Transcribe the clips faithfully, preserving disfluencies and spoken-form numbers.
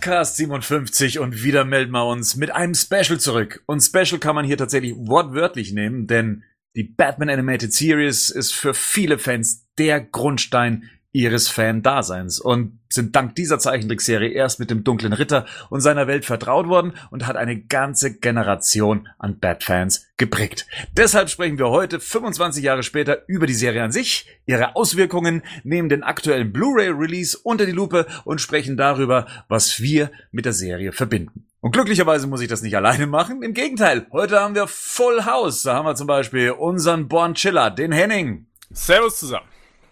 Podcast siebenundfünfzig und wieder melden wir uns mit einem Special zurück. Und Special kann man hier tatsächlich wortwörtlich nehmen, denn die Batman Animated Series ist für viele Fans der Grundstein ihres Fan-Daseins und sind dank dieser Zeichentrickserie erst mit dem Dunklen Ritter und seiner Welt vertraut worden und hat eine ganze Generation an Bat-Fans geprägt. Deshalb sprechen wir heute, fünfundzwanzig Jahre später, über die Serie an sich, ihre Auswirkungen, nehmen den aktuellen Blu-ray-Release unter die Lupe und sprechen darüber, was wir mit der Serie verbinden. Und glücklicherweise muss ich das nicht alleine machen. Im Gegenteil, heute haben wir Full House. Da haben wir zum Beispiel unseren Born Chiller, den Henning. Servus zusammen.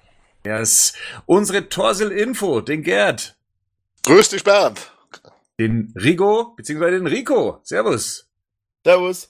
Er ist unsere Torsil-Info, den Gerd. Grüß dich, Bernd. Den Rigo, beziehungsweise den Rico. Servus. Servus.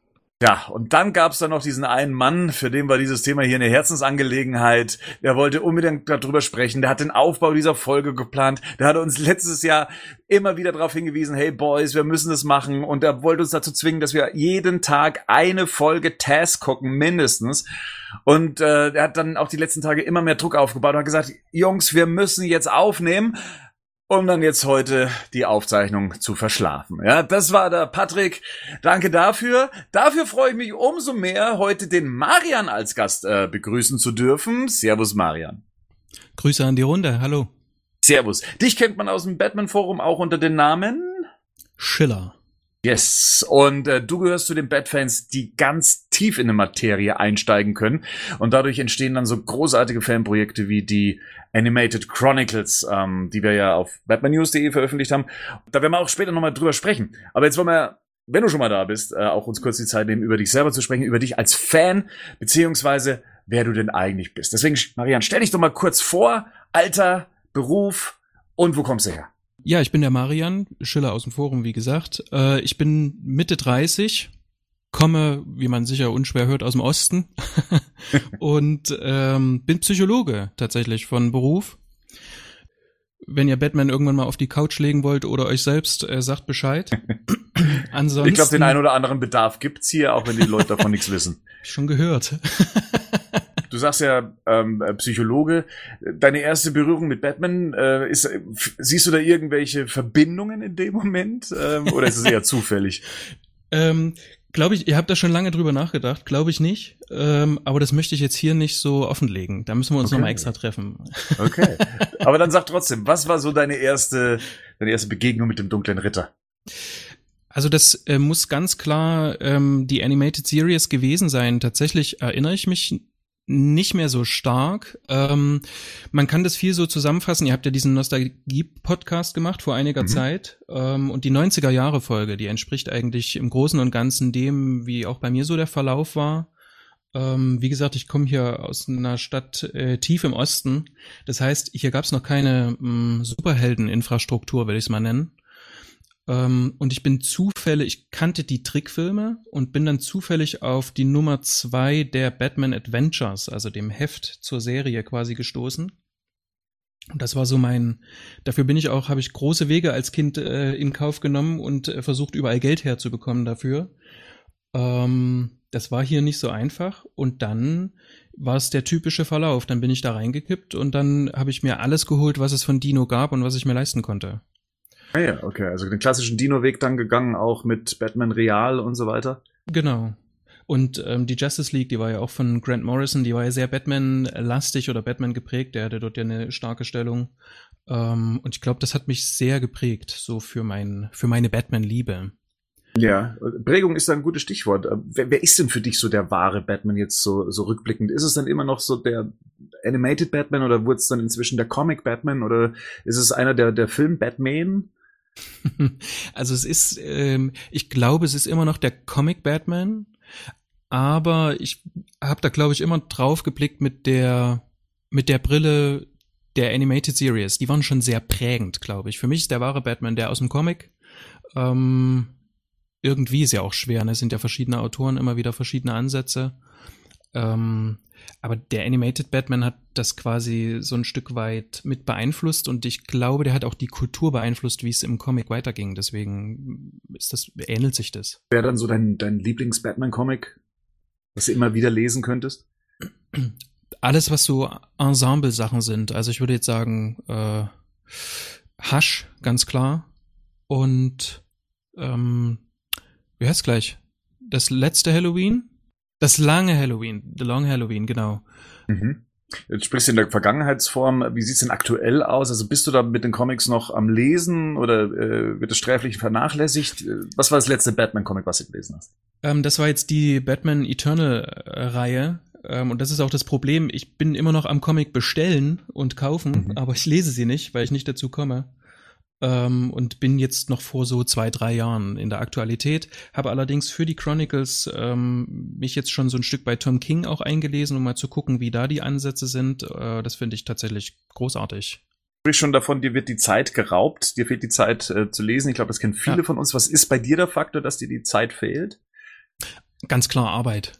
Ja, und dann gab's da noch diesen einen Mann, für den war dieses Thema hier eine Herzensangelegenheit. Der wollte unbedingt darüber sprechen. Der hat den Aufbau dieser Folge geplant. Der hat uns letztes Jahr immer wieder darauf hingewiesen, hey Boys, wir müssen das machen. Und er wollte uns dazu zwingen, dass wir jeden Tag eine Folge Taz gucken, mindestens. Und äh, er hat dann auch die letzten Tage immer mehr Druck aufgebaut und hat gesagt, Jungs, wir müssen jetzt aufnehmen, um dann jetzt heute die Aufzeichnung zu verschlafen. Ja, das war der Patrick. Danke dafür. Dafür freue ich mich umso mehr, heute den Marian als Gast äh, begrüßen zu dürfen. Servus, Marian. Grüße an die Runde. Hallo. Servus. Dich kennt man aus dem Batman-Forum auch unter dem Namen Schiller. Yes, und äh, du gehörst zu den Bat-Fans, die ganz tief in die Materie einsteigen können und dadurch entstehen dann so großartige Fanprojekte wie die Animated Chronicles, ähm, die wir ja auf batmannews punkt de veröffentlicht haben. Da werden wir auch später nochmal drüber sprechen. Aber jetzt wollen wir, wenn du schon mal da bist, äh, auch uns kurz die Zeit nehmen, über dich selber zu sprechen, über dich als Fan, beziehungsweise wer du denn eigentlich bist. Deswegen, Marian, stell dich doch mal kurz vor, Alter, Beruf und wo kommst du her? Ja, ich bin der Marian, Schiller aus dem Forum, wie gesagt. Äh, ich bin Mitte dreißig, komme, wie man sicher unschwer hört, aus dem Osten und ähm, bin Psychologe tatsächlich von Beruf. Wenn ihr Batman irgendwann mal auf die Couch legen wollt oder euch selbst, äh, sagt Bescheid. Ansonsten, ich glaube, den einen oder anderen Bedarf gibt's hier, auch wenn die Leute davon nichts wissen. Schon gehört. Du sagst ja ähm, Psychologe. Deine erste Berührung mit Batman, äh, ist, siehst du da irgendwelche Verbindungen in dem Moment? Ähm, oder ist es eher zufällig? ähm, glaube ich, ihr habt da schon lange drüber nachgedacht, glaube ich nicht. Ähm, aber das möchte ich jetzt hier nicht so offenlegen. Da müssen wir uns Okay. nochmal extra treffen. Okay. Aber dann sag trotzdem, was war so deine erste, deine erste Begegnung mit dem Dunklen Ritter? Also das äh, muss ganz klar ähm, die Animated Series gewesen sein. Tatsächlich erinnere ich mich nicht mehr so stark. Ähm, man kann das viel so zusammenfassen. Ihr habt ja diesen Nostalgie-Podcast gemacht vor einiger mhm. Zeit. Ähm, und die neunziger-Jahre-Folge, die entspricht eigentlich im Großen und Ganzen dem, wie auch bei mir so der Verlauf war. Ähm, wie gesagt, ich komme hier aus einer Stadt äh, tief im Osten. Das heißt, hier gab es noch keine mh, Superhelden-Infrastruktur, will ich es mal nennen. Um, und ich bin zufällig, ich kannte die Trickfilme und bin dann zufällig auf die Nummer zwei der Batman Adventures, also dem Heft zur Serie quasi gestoßen. Und das war so mein, dafür bin ich auch, habe ich große Wege als Kind äh, in Kauf genommen und äh, versucht, überall Geld herzubekommen dafür. Um, das war hier nicht so einfach und dann war es der typische Verlauf. Dann bin ich da reingekippt und dann habe ich mir alles geholt, was es von Dino gab und was ich mir leisten konnte. Ah ja, okay. Also den klassischen Dino-Weg dann gegangen, auch mit Batman Real und so weiter. Genau. Und ähm, die Justice League, die war ja auch von Grant Morrison, die war ja sehr Batman-lastig oder Batman geprägt. Der hatte dort ja eine starke Stellung. Ähm, und ich glaube, das hat mich sehr geprägt, so für mein, für meine Batman-Liebe. Ja, Prägung ist da ein gutes Stichwort. Wer, wer ist denn für dich so der wahre Batman jetzt so, so rückblickend? Ist es dann immer noch so der Animated Batman oder wurde es dann inzwischen der Comic Batman oder ist es einer der, der Film Batman? Also es ist, ähm, ich glaube, es ist immer noch der Comic Batman, aber ich habe da, glaube ich, immer drauf geblickt mit der mit der Brille der Animated Series. Die waren schon sehr prägend, glaube ich. Für mich ist der wahre Batman der aus dem Comic. Ähm, irgendwie ist ja auch schwer, ne? Es sind ja verschiedene Autoren, immer wieder verschiedene Ansätze. Ähm, aber der Animated Batman hat das quasi so ein Stück weit mit beeinflusst und ich glaube, der hat auch die Kultur beeinflusst, wie es im Comic weiterging. Deswegen ist das, ähnelt sich das. Wäre dann so dein, dein Lieblings-Batman-Comic, was du immer wieder lesen könntest? Alles, was so Ensemble-Sachen sind. Also ich würde jetzt sagen, äh, Hush, ganz klar. und ähm, wie heißt gleich? Das letzte Halloween? Das lange Halloween, The Long Halloween, genau. Mhm. Jetzt sprichst du in der Vergangenheitsform. Wie sieht's denn aktuell aus? Also bist du da mit den Comics noch am Lesen oder äh, wird es sträflich vernachlässigt? Was war das letzte Batman-Comic, was du gelesen hast? Ähm, das war jetzt die Batman Eternal-Reihe. Ähm, und das ist auch das Problem. Ich bin immer noch am Comic bestellen und kaufen, mhm. aber ich lese sie nicht, weil ich nicht dazu komme. Ähm, und bin jetzt noch vor so zwei, drei Jahren in der Aktualität. Habe allerdings für die Chronicles ähm, mich jetzt schon so ein Stück bei Tom King auch eingelesen, um mal zu gucken, wie da die Ansätze sind. Äh, das finde ich tatsächlich großartig. Sprich schon davon, dir wird die Zeit geraubt, dir fehlt die Zeit äh, zu lesen. Ich glaube, das kennen viele ja. von uns. Was ist bei dir der Faktor, dass dir die Zeit fehlt? Ganz klar Arbeit.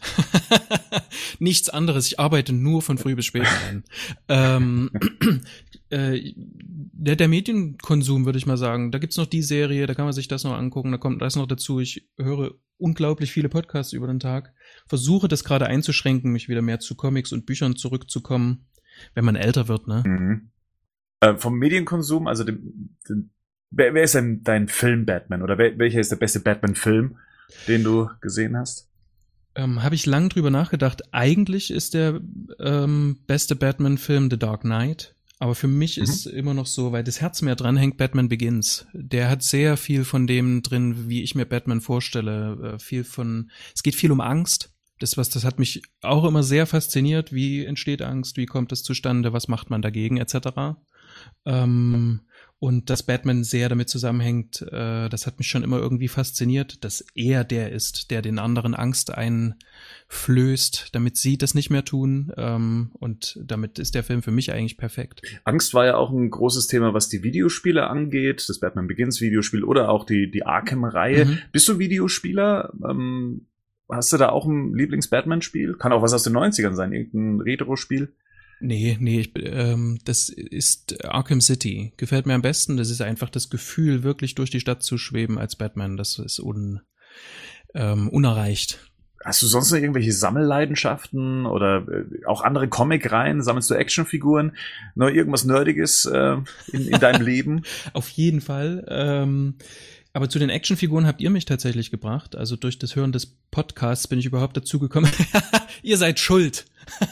Nichts anderes. Ich arbeite nur von früh bis spät ein. ähm, äh, der, der Medienkonsum, würde ich mal sagen. Da gibt's noch die Serie, da kann man sich das noch angucken, da kommt das noch dazu. Ich höre unglaublich viele Podcasts über den Tag. Versuche das gerade einzuschränken, mich wieder mehr zu Comics und Büchern zurückzukommen, wenn man älter wird, ne? Mhm. Äh, vom Medienkonsum, also dem, dem, wer, wer ist denn dein Film Batman? Oder wer, welcher ist der beste Batman-Film, den du gesehen hast? Ähm, habe ich lang drüber nachgedacht. Eigentlich ist der ähm, beste Batman-Film The Dark Knight, aber für mich mhm. ist immer noch so, weil das Herz mehr dran hängt, Batman Begins. Der hat sehr viel von dem drin, wie ich mir Batman vorstelle. Äh, viel von, es geht viel um Angst. Das was, das hat mich auch immer sehr fasziniert. Wie entsteht Angst? Wie kommt es zustande? Was macht man dagegen? et cetera. Ähm, Und dass Batman sehr damit zusammenhängt, äh, das hat mich schon immer irgendwie fasziniert, dass er der ist, der den anderen Angst einflößt, damit sie das nicht mehr tun. Ähm, und damit ist der Film für mich eigentlich perfekt. Angst war ja auch ein großes Thema, was die Videospiele angeht, das Batman Begins Videospiel oder auch die, die Arkham-Reihe. Mhm. Bist du Videospieler? Ähm, hast du da auch ein Lieblings-Batman-Spiel? Kann auch was aus den neunzigern sein, irgendein Retro-Spiel? Nee, nee, ich, ähm, das ist Arkham City. Gefällt mir am besten. Das ist einfach das Gefühl, wirklich durch die Stadt zu schweben als Batman. Das ist un, ähm, unerreicht. Hast du sonst noch irgendwelche Sammelleidenschaften oder äh, auch andere Comic-Reihen? Sammelst du Actionfiguren? Noch irgendwas Nerdiges äh, in, in deinem Leben? Auf jeden Fall. Ähm, aber zu den Actionfiguren habt ihr mich tatsächlich gebracht. Also durch das Hören des Podcasts bin ich überhaupt dazu gekommen. Ihr seid schuld.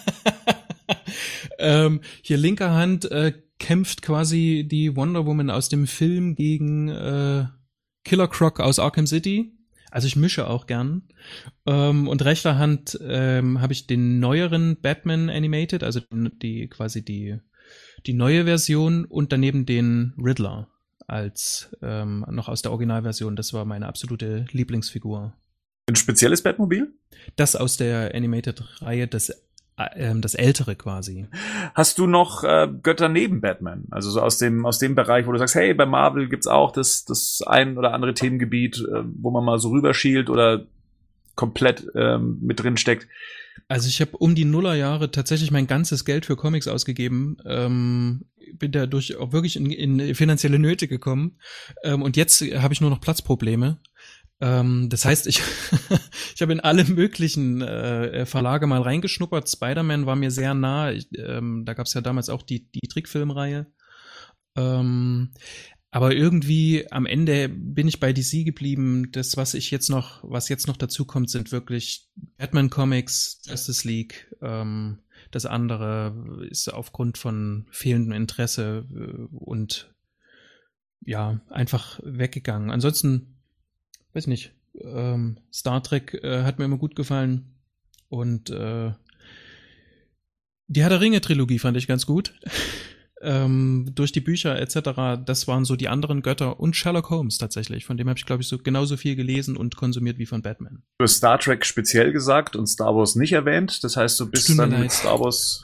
ähm, hier linker Hand äh, kämpft quasi die Wonder Woman aus dem Film gegen äh, Killer Croc aus Arkham City. Also ich mische auch gern. Ähm, und rechter Hand ähm, habe ich den neueren Batman Animated, also die quasi die die neue Version und daneben den Riddler als ähm, noch aus der Originalversion. Das war meine absolute Lieblingsfigur. Ein spezielles Batmobil? Das aus der Animated-Reihe, das äh, das ältere quasi. Hast du noch äh, Götter neben Batman? Also so aus dem aus dem Bereich, wo du sagst, hey, bei Marvel gibt's auch das das ein oder andere Themengebiet, äh, wo man mal so rüberschielt oder komplett ähm, mit drin steckt. Also ich habe um die Nullerjahre tatsächlich mein ganzes Geld für Comics ausgegeben, ähm, bin dadurch auch wirklich in, in finanzielle Nöte gekommen, ähm, und jetzt habe ich nur noch Platzprobleme. Ähm, das heißt, ich ich habe in alle möglichen äh, Verlage mal reingeschnuppert. Spider-Man war mir sehr nah. Ich, ähm, da gab es ja damals auch die die Trickfilmreihe. Ähm, aber irgendwie am Ende bin ich bei D C geblieben. Das, was ich jetzt noch, was jetzt noch dazu kommt, sind wirklich Batman-Comics, Justice League. Ähm, das andere ist aufgrund von fehlendem Interesse äh, und ja, einfach weggegangen. Ansonsten, weiß nicht, ähm, Star Trek äh, hat mir immer gut gefallen und äh, die Herr der Ringe-Trilogie fand ich ganz gut. Ähm, durch die Bücher et cetera, das waren so die anderen Götter und Sherlock Holmes tatsächlich. Von dem habe ich, glaube ich, so genauso viel gelesen und konsumiert wie von Batman. Du hast Star Trek speziell gesagt und Star Wars nicht erwähnt. Das heißt, du bist Stimmt dann leid. mit Star Wars.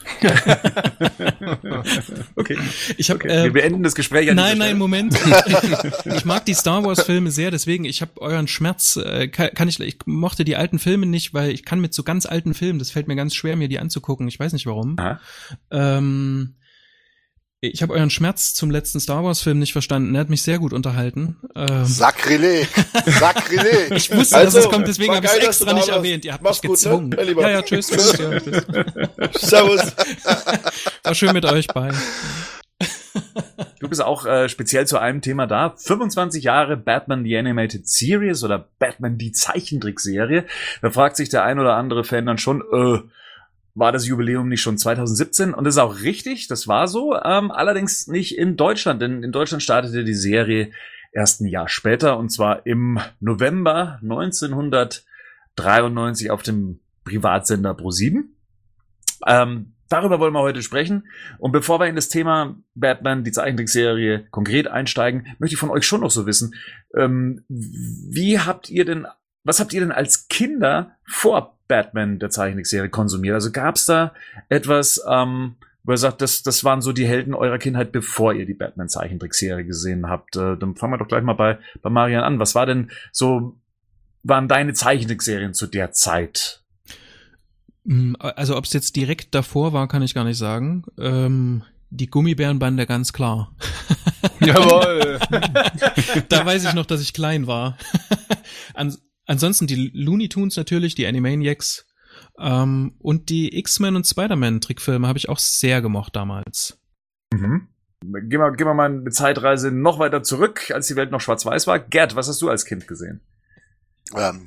Okay. Ich hab, okay. Äh, wir beenden das Gespräch an Nein, nein, Moment. Ich, ich mag die Star Wars Filme sehr, deswegen, ich habe euren Schmerz, äh, kann, kann ich, ich mochte die alten Filme nicht, weil ich kann mit so ganz alten Filmen, das fällt mir ganz schwer, mir die anzugucken. Ich weiß nicht warum. Aha. Ähm, Ich habe euren Schmerz zum letzten Star Wars Film nicht verstanden. Er hat mich sehr gut unterhalten. Ähm Sakrileg! Sakrileg! Ich wusste, also, dass es kommt, deswegen habe ich es extra nicht erwähnt. Ihr habt Mach's mich gut, gezwungen. Ne? Ja, ja, tschüss, tschüss. Ja, tschüss. Servus. War schön mit euch bei. du bist auch äh, speziell zu einem Thema da. fünfundzwanzig Jahre Batman The Animated Series oder Batman die Zeichentrickserie. Da fragt sich der ein oder andere Fan dann schon, äh, war das Jubiläum nicht schon zwanzig siebzehn? Und das ist auch richtig, das war so. Ähm, allerdings nicht in Deutschland, denn in Deutschland startete die Serie erst ein Jahr später, und zwar im November neunzehnhundertdreiundneunzig auf dem Privatsender ProSieben. Ähm, darüber wollen wir heute sprechen. Und bevor wir in das Thema Batman, die Zeichentrickserie, konkret einsteigen, möchte ich von euch schon noch so wissen, ähm, wie habt ihr denn, was habt ihr denn als Kinder vor Batman, der Zeichentrickserie, konsumiert? Also gab's da etwas, ähm, wo ihr sagt, das, das waren so die Helden eurer Kindheit, bevor ihr die Batman-Zeichentrickserie gesehen habt? Äh, dann fangen wir doch gleich mal bei, bei Marian an. Was war denn so, waren deine Zeichentrickserien zu der Zeit? Also ob es jetzt direkt davor war, kann ich gar nicht sagen. Ähm, die Gummibärenbande, ganz klar. Jawohl. Da weiß ich noch, dass ich klein war. An, ansonsten die Looney Tunes natürlich, die Animaniacs ähm, und die X-Men und Spider-Man-Trickfilme habe ich auch sehr gemocht damals. Mhm. Gehen wir, gehen wir mal eine Zeitreise noch weiter zurück, als die Welt noch schwarz-weiß war. Gerd, was hast du als Kind gesehen? Ähm.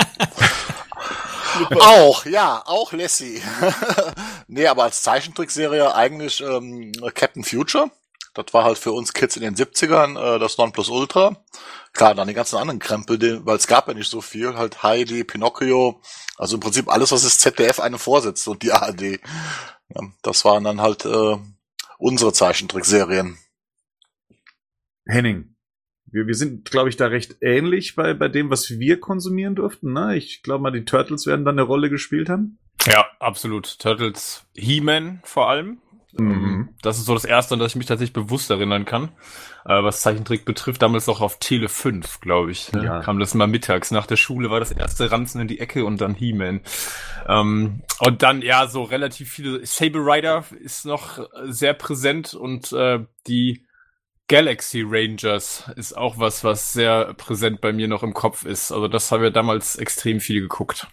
Auch, ja, auch Lassie. Nee, aber als Zeichentrickserie eigentlich ähm, Captain Future. Das war halt für uns Kids in den siebzigern äh, das Nonplusultra. Klar, dann die ganzen anderen Krempel, weil es gab ja nicht so viel. Halt Heidi, Pinocchio, also im Prinzip alles, was das Z D F einem vorsetzt und die A R D. Ja, das waren dann halt äh, unsere Zeichentrickserien. Henning, wir, wir sind, glaube ich, da recht ähnlich bei, bei dem, was wir konsumieren durften. Ne? Ich glaube mal, die Turtles werden dann eine Rolle gespielt haben. Ja, absolut. Turtles, He-Man vor allem. Mhm. Das ist so das Erste, an das ich mich tatsächlich bewusst erinnern kann. Äh, was Zeichentrick betrifft, damals noch auf Tele fünf, glaube ich. Ne? Ja. Kam das mal mittags. Nach der Schule war das erste Ranzen in die Ecke und dann He-Man. Ähm, und dann, ja, so relativ viele. Saber Rider ist noch sehr präsent und äh, die Galaxy Rangers ist auch was, was sehr präsent bei mir noch im Kopf ist. Also das haben wir damals extrem viel geguckt.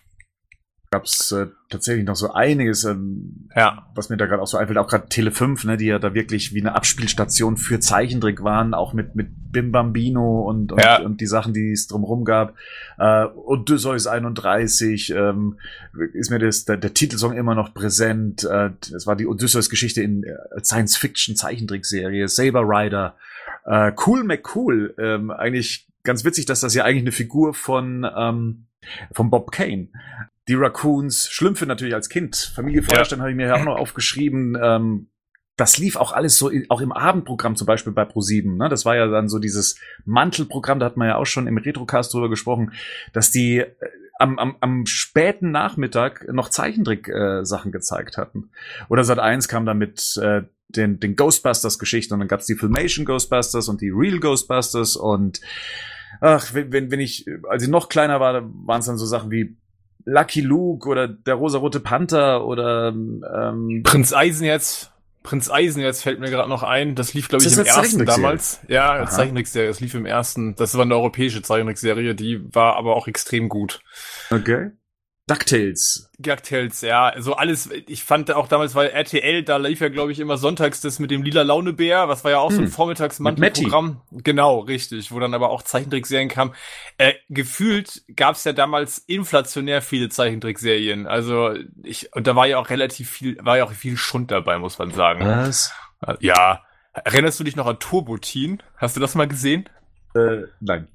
Gab's äh, tatsächlich noch so einiges, ähm, Ja. was mir da gerade auch so einfällt, auch gerade Tele fünf, ne, die ja da wirklich wie eine Abspielstation für Zeichentrick waren, auch mit mit Bim Bambino und und, Ja. und die Sachen, die es drumherum gab. Äh, Odysseus einunddreißig, ähm, ist mir das der, der Titelsong immer noch präsent. Äh, das war die Odysseus-Geschichte in äh, Science-Fiction-Zeichentrickserie, Saber Rider, äh, Cool McCool, ähm, eigentlich ganz witzig, dass das ja eigentlich eine Figur von ähm, von Bob Kane. Die Raccoons, Schlümpfe natürlich als Kind. Familie Feuerstein, ja. Habe ich mir ja auch noch aufgeschrieben. Ähm, das lief auch alles so, auch im Abendprogramm zum Beispiel bei ProSieben. Ne? Das war ja dann so dieses Mantelprogramm, da hat man ja auch schon im Retrocast drüber gesprochen, dass die äh, am, am, am späten Nachmittag noch Zeichentrick-Sachen äh, gezeigt hatten. Oder Sat eins kam dann mit äh, den, den Ghostbusters-Geschichten und dann gab's die Filmation Ghostbusters und die Real Ghostbusters und ach, wenn, wenn ich, als ich noch kleiner war, waren es dann so Sachen wie Lucky Luke oder der rosarote Panther oder ähm, Prinz Eisenherz. Prinz Eisenherz fällt mir gerade noch ein. Das lief, glaube ich, Das im ist ersten Zeichentrickserie? damals. Ja, als Aha. Zeichentrickserie. Das lief im ersten. Das war eine europäische Zeichentrickserie. Die war aber auch extrem gut. okay. DuckTales. DuckTales, ja. So alles. Ich fand auch damals, weil R T L, da lief ja, glaube ich, immer sonntags das mit dem lila Launebär. Was war ja auch so ein Hm. Vormittagsmantelprogramm. Genau, richtig. Wo dann aber auch Zeichentrickserien kamen. Äh, gefühlt gab es ja damals inflationär viele Zeichentrickserien. Also ich, und da war ja auch relativ viel, war ja auch viel Schund dabei, muss man sagen. Was? Ja. Erinnerst du dich noch an Turbotin? Hast du das mal gesehen? Äh, nein.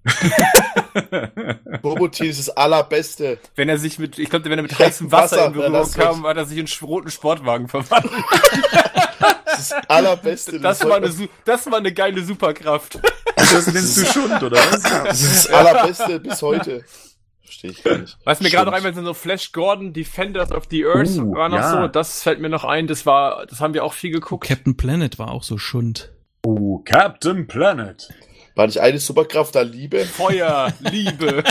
Bobotin ist das allerbeste. Wenn er sich mit, ich glaube, wenn er mit Ja, heißem Wasser, Wasser, in Berührung ja, das kam, hat er sich in einen roten Sportwagen verwandelt. Das ist das allerbeste. Das war eine, Su- das war eine geile Superkraft. Das nennst du Schund, oder was? Das ist das allerbeste bis heute. Verstehe ich gar nicht. Was mir gerade noch Stimmt. einmal sind so Flash Gordon, Defenders of the Earth Uh, war noch ja. so, das fällt mir noch ein, das war, das haben wir auch viel geguckt. Captain Planet war auch so Schund. Oh, Captain Planet. War nicht eine Superkraft da Liebe? Feuer, Liebe.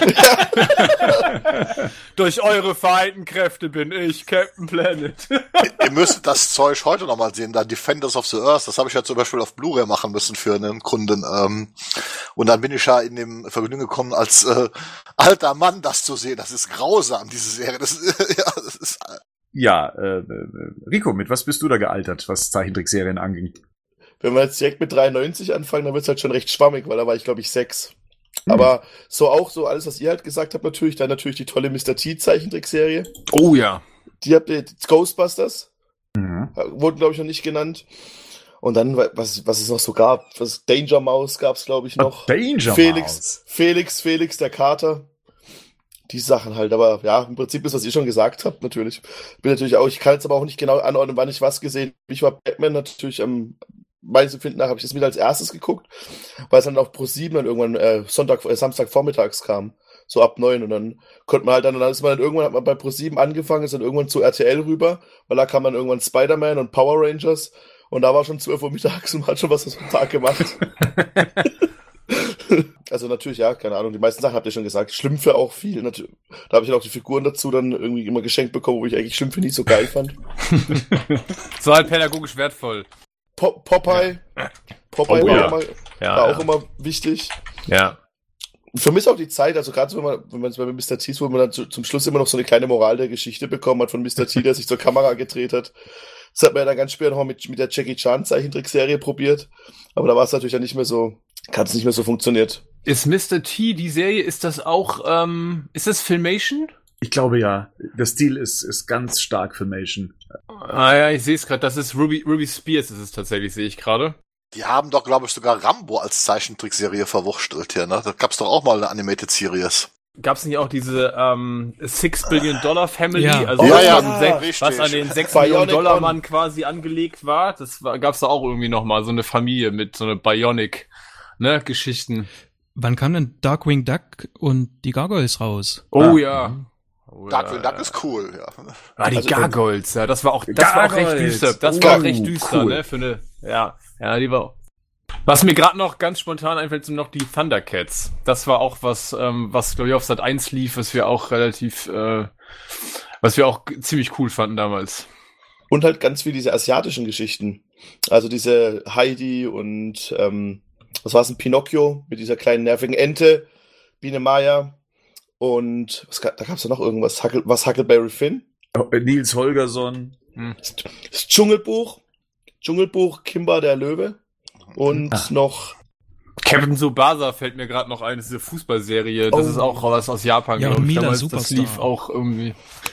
Durch eure vereinten Kräfte bin ich Captain Planet. Ihr müsstet das Zeug heute nochmal sehen, da Defenders of the Earth, das habe ich ja zum Beispiel auf Blu-ray machen müssen für einen Kunden. Ähm, und dann bin ich ja in dem Vergnügen gekommen, als äh, alter Mann das zu sehen. Das ist grausam, diese Serie. Das ist, ja, das ist Ja, äh, äh, Rico, mit was bist du da gealtert, was Zeichentrickserien anging? wenn wir jetzt direkt mit dreiundneunzig anfangen, dann wird's halt schon recht schwammig, weil da war ich, glaube ich, sechs. Hm. Aber so auch so alles, was ihr halt gesagt habt, natürlich, dann natürlich die tolle Mister T Zeichentrickserie. Oh ja. Die habt ihr, Ghostbusters, Mhm. wurden, glaube ich, noch nicht genannt. Und dann, was, was es noch so gab, was Danger Mouse gab's, glaube ich, noch. Danger Felix, Mouse. Felix, Felix, der Kater. Die Sachen halt, aber ja, im Prinzip ist, was ihr schon gesagt habt, natürlich. Bin natürlich auch, ich kann jetzt aber auch nicht genau anordnen, wann ich was gesehen habe. Ich war Batman natürlich am meines Empfinden nach, habe ich das mit als erstes geguckt, weil es dann auf Pro sieben dann irgendwann äh, Sonntag, äh, Samstag vormittags kam. So ab neun und dann konnte man halt dann, dann ist man dann irgendwann, hat man bei Pro sieben angefangen, ist dann irgendwann zu R T L rüber, weil da kam dann irgendwann Spider-Man und Power Rangers und da war schon zwölf Uhr mittags und man hat schon was am Tag gemacht. Also natürlich, ja, keine Ahnung, die meisten Sachen habt ihr schon gesagt. Schlümpfe auch viel. Natürlich. Da habe ich dann auch die Figuren dazu dann irgendwie immer geschenkt bekommen, wo ich eigentlich Schlümpfe nicht so geil fand. So halt pädagogisch wertvoll. Po- Popeye. Popeye Oh, war, ja. immer, Ja, war ja. auch immer wichtig. Ja. Ich vermisse auch die Zeit, also gerade so, wenn man, wenn man es bei Mister T ist, wo man dann zu, zum Schluss immer noch so eine kleine Moral der Geschichte bekommen hat von Mister T, der sich zur Kamera gedreht hat. Das hat man ja dann ganz später noch mit, mit der Jackie Chan Zeichentrickserie probiert. Aber da war es natürlich dann nicht mehr so, hat es nicht mehr so funktioniert. Ist Mister T, die Serie, ist das auch, ähm, ist das Filmation? Ich glaube ja. Der Stil ist, ist ganz stark Filmation. Ah ja, ich sehe es gerade, das ist Ruby, Ruby Spears ist es tatsächlich, sehe ich gerade. Die haben doch, glaube ich, sogar Rambo als Zeichentrickserie verwurschtelt hier, ne? Da gab's doch auch mal eine Animated Series. Gab's nicht auch diese ähm, Six Billion Dollar Family? Ja. Also Ja, was, ja, an sech- richtig. was an den sechs Bionic Millionen Dollar On. Mann quasi angelegt war. Das war, gab's da auch irgendwie nochmal so eine Familie mit so eine Bionic, ne, Geschichten. Wann kam denn Darkwing Duck und die Gargoyles raus? Oh Ah. ja. Oh, Darkwing ja. Duck ist cool, ja. Ah, die Also- Gargoyles, ja, das war auch, das war auch recht Gargoyles. düster. Das Oh, war auch recht düster, cool. ne, für eine, ja, ja, die war auch. Was mir gerade noch ganz spontan einfällt, sind noch die Thundercats. Das war auch was, ähm, was glaube ich auf Sat eins lief, was wir auch relativ, äh, was wir auch g- ziemlich cool fanden damals. Und halt ganz viel diese asiatischen Geschichten. Also diese Heidi und, ähm, was war es, ein Pinocchio mit dieser kleinen nervigen Ente, Biene Maya und was, ga- da gab es ja noch irgendwas, Huckle, was Huckleberry Finn? Oh, äh, Nils Holgersson. Das Dschungelbuch, Dschungelbuch Kimba der Löwe und Ach. noch Captain Tsubasa fällt mir gerade noch ein, das ist diese Fußballserie. Das Oh. ist auch was aus Japan, Ja, glaube und ich. Mila Damals, das Superstar. lief auch irgendwie.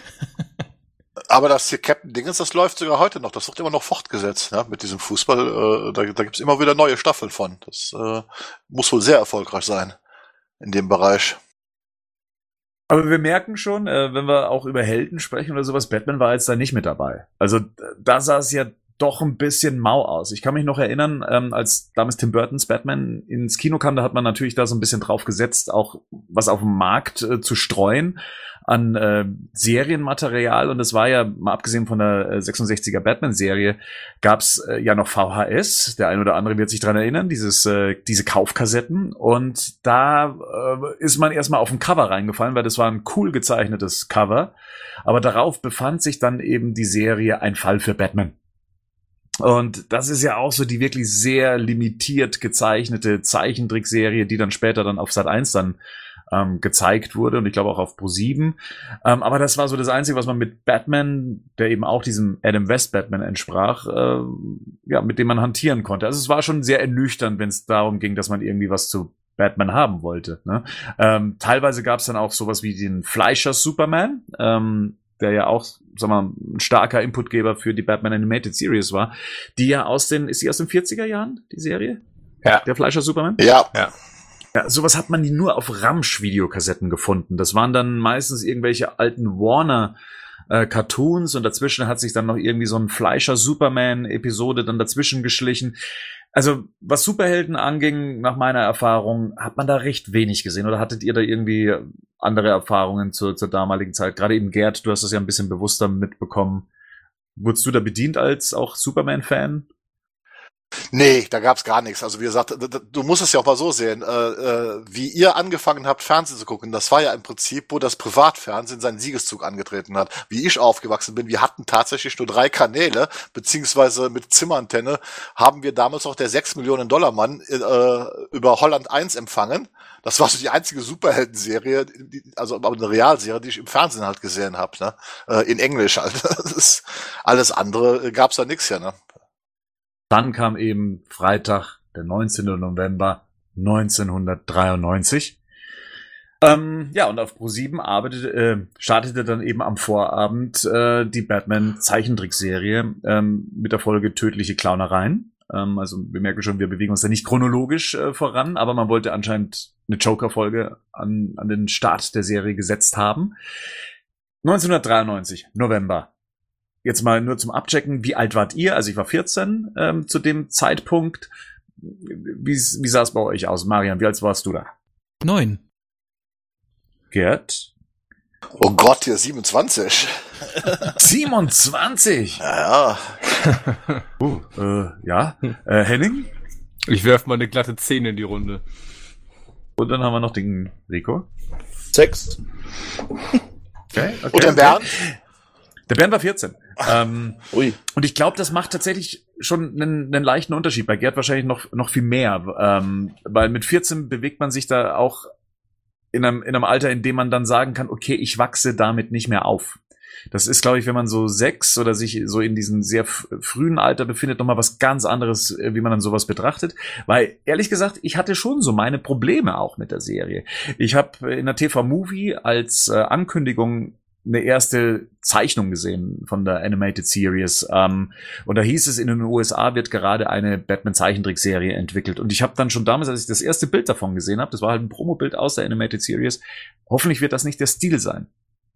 Aber das hier Captain Dingens, das läuft sogar heute noch. Das wird immer noch fortgesetzt, ja, mit diesem Fußball. Äh, da, da gibt's immer wieder neue Staffeln von. Das äh, muss wohl sehr erfolgreich sein in dem Bereich. Aber wir merken schon, äh, wenn wir auch über Helden sprechen oder sowas, Batman war jetzt da nicht mit dabei. Also d- da sah es ja doch ein bisschen mau aus. Ich kann mich noch erinnern, ähm, als damals Tim Burtons Batman ins Kino kam, da hat man natürlich da so ein bisschen drauf gesetzt, auch was auf dem Markt äh, zu streuen an äh, Serienmaterial. Und es war ja, mal abgesehen von der äh, sechsundsechziger Batman-Serie, gab's äh, ja noch V H S. Der ein oder andere wird sich dran erinnern, dieses äh, diese Kaufkassetten. Und da äh, ist man erstmal auf ein Cover reingefallen, weil das war ein cool gezeichnetes Cover. Aber darauf befand sich dann eben die Serie Ein Fall für Batman. Und das ist ja auch so die wirklich sehr limitiert gezeichnete Zeichentrickserie, die dann später dann auf Sat eins dann ähm, gezeigt wurde und ich glaube auch auf Pro sieben. Ähm, aber das war so das Einzige, was man mit Batman, der eben auch diesem Adam West Batman entsprach, äh, ja, mit dem man hantieren konnte. Also es war schon sehr ernüchternd, wenn es darum ging, dass man irgendwie was zu Batman haben wollte. Ne? Ähm, teilweise gab es dann auch sowas wie den Fleischer Superman, ähm, der ja auch, sag mal, ein starker Inputgeber für die Batman Animated Series war, die ja aus den, ist sie aus den vierziger Jahren, die Serie? Ja. Der Fleischer Superman? Ja, Ja, sowas hat man die nur auf Ramsch-Videokassetten gefunden. Das waren dann meistens irgendwelche alten Warner äh, Cartoons und dazwischen hat sich dann noch irgendwie so ein Fleischer Superman-Episode dann dazwischen geschlichen. Also, was Superhelden anging, nach meiner Erfahrung, hat man da recht wenig gesehen. Oder hattet ihr da irgendwie andere Erfahrungen zur, zur damaligen Zeit? Gerade eben Gerd, du hast das ja ein bisschen bewusster mitbekommen. Wurdest du da bedient als auch Superman-Fan? nee, da gab's gar nichts. Also wie gesagt, d- d- du musst es ja auch mal so sehen, äh, äh, wie ihr angefangen habt, Fernsehen zu gucken. Das war ja im Prinzip, wo das Privatfernsehen seinen Siegeszug angetreten hat. Wie ich aufgewachsen bin, wir hatten tatsächlich nur drei Kanäle, beziehungsweise mit Zimmerantenne haben wir damals auch der sechs Millionen Dollar Mann äh, über Holland eins empfangen. Das war so die einzige Superhelden-Serie, die, also aber eine Realserie, die ich im Fernsehen halt gesehen habe, ne? Äh, in Englisch halt. Das ist, alles andere äh, gab's da nix, ja, ne? Dann kam eben Freitag, der neunzehnten November neunzehnhundertdreiundneunzig. Ähm, ja, und auf ProSieben arbeitete, äh, startete dann eben am Vorabend äh, die Batman-Zeichentrickserie ähm, mit der Folge Tödliche Clownereien. Ähm, also wir merken schon, wir bewegen uns da nicht chronologisch äh, voran, aber man wollte anscheinend eine Joker-Folge an, an den Start der Serie gesetzt haben. neunzehnhundertdreiundneunzig, November. Jetzt mal nur zum Abchecken, wie alt wart ihr? Also ich war vierzehn ähm, zu dem Zeitpunkt. Wie, wie sah es bei euch aus? Marian, wie alt warst du da? Neun. Gerd? Oh Gott, hier siebenundzwanzig. siebenundzwanzig? Ja, ja. Uh, äh, ja. Äh, Henning? Ich werf mal eine glatte zehn in die Runde. Und dann haben wir noch den Rico. Sechs. Okay, okay, Und der okay. Bernd? Der Bernd war vierzehn. Ähm, Ui. und ich glaube, das macht tatsächlich schon einen, einen leichten Unterschied. Bei Gerd wahrscheinlich noch, noch viel mehr. Ähm, weil mit vierzehn bewegt man sich da auch in einem, in einem Alter, in dem man dann sagen kann, okay, ich wachse damit nicht mehr auf. Das ist, glaube ich, wenn man so sechs oder sich so in diesem sehr f- frühen Alter befindet, nochmal was ganz anderes, wie man dann sowas betrachtet. Weil, ehrlich gesagt, ich hatte schon so meine Probleme auch mit der Serie. Ich habe in der T V-Movie als äh, Ankündigung eine erste Zeichnung gesehen von der Animated Series. Ähm, und da hieß es, in den U S A wird gerade eine Batman-Zeichentrickserie entwickelt. Und ich habe dann schon damals, als ich das erste Bild davon gesehen habe, das war halt ein Promobild aus der Animated Series, hoffentlich wird das nicht der Stil sein.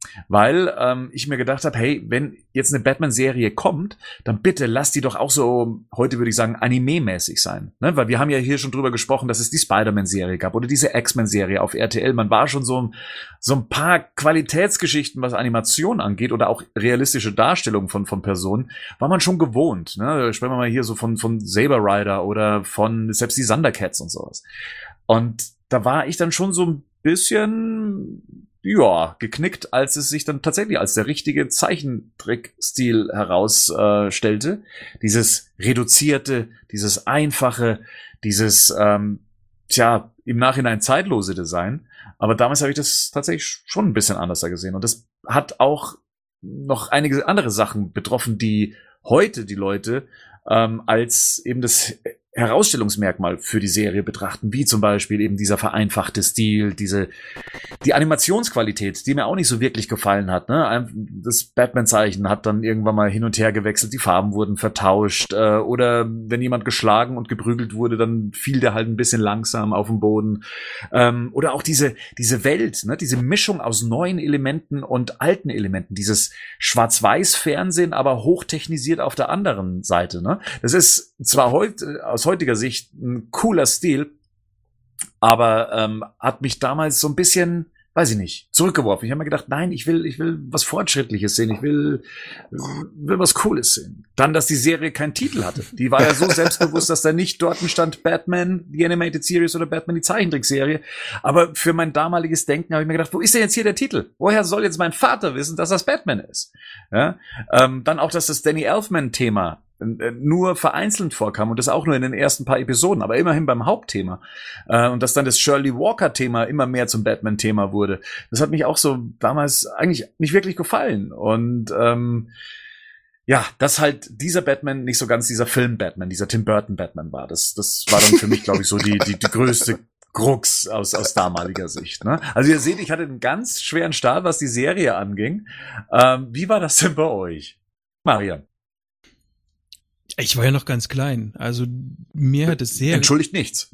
Weil ähm, ich mir gedacht habe, hey, wenn jetzt eine Batman-Serie kommt, dann bitte lass die doch auch so, heute würde ich sagen, anime-mäßig sein. Ne? Weil wir haben ja hier schon drüber gesprochen, dass es die Spider-Man-Serie gab oder diese X-Men-Serie auf R T L. Man war schon so, so ein paar Qualitätsgeschichten, was Animation angeht oder auch realistische Darstellungen von, von Personen, war man schon gewohnt. Ne? Sprechen wir mal hier so von, von Saber Rider oder von selbst die Thundercats und sowas. Und da war ich dann schon so ein bisschen... ja, geknickt, als es sich dann tatsächlich als der richtige Zeichentrickstil herausstellte. Äh, dieses reduzierte, dieses einfache, dieses, ähm, tja, im Nachhinein zeitlose Design. Aber damals habe ich das tatsächlich schon ein bisschen anders gesehen. Und das hat auch noch einige andere Sachen betroffen, die heute die Leute ähm, als eben das Herausstellungsmerkmal für die Serie betrachten, wie zum Beispiel eben dieser vereinfachte Stil, diese die Animationsqualität, die mir auch nicht so wirklich gefallen hat. Ne? Das Batman-Zeichen hat dann irgendwann mal hin und her gewechselt, die Farben wurden vertauscht äh, oder wenn jemand geschlagen und geprügelt wurde, dann fiel der halt ein bisschen langsam auf den Boden. Ähm, oder auch diese diese Welt, ne? Diese Mischung aus neuen Elementen und alten Elementen, dieses Schwarz-Weiß-Fernsehen, aber hochtechnisiert auf der anderen Seite. Ne? Das ist zwar heute aus heutiger Sicht ein cooler Stil, aber ähm, hat mich damals so ein bisschen, weiß ich nicht, zurückgeworfen. Ich habe mir gedacht, nein, ich will, ich will was Fortschrittliches sehen, ich will, will was Cooles sehen. Dann, dass die Serie keinen Titel hatte. Die war ja so selbstbewusst, dass da nicht dort stand Batman, die Animated Series oder Batman, die Zeichentrickserie. Aber für mein damaliges Denken habe ich mir gedacht, wo ist denn jetzt hier der Titel? Woher soll jetzt mein Vater wissen, dass das Batman ist? Ja? Ähm, dann auch, dass das Danny Elfman-Thema nur vereinzelt vorkam und das auch nur in den ersten paar Episoden, aber immerhin beim Hauptthema. Äh, und dass dann das Shirley Walker-Thema immer mehr zum Batman-Thema wurde. Das hat mich auch so damals eigentlich nicht wirklich gefallen. Und ähm, ja, dass halt dieser Batman nicht so ganz dieser Film-Batman, dieser Tim Burton-Batman war. Das, das war dann für mich, glaube ich, so die, die, die größte Krux aus, aus damaliger Sicht. Ne? Also ihr seht, ich hatte einen ganz schweren Start, was die Serie anging. Ähm, wie war das denn bei euch? Marian? Ich war ja noch ganz klein, also mir hat es sehr... Entschuldigt nichts.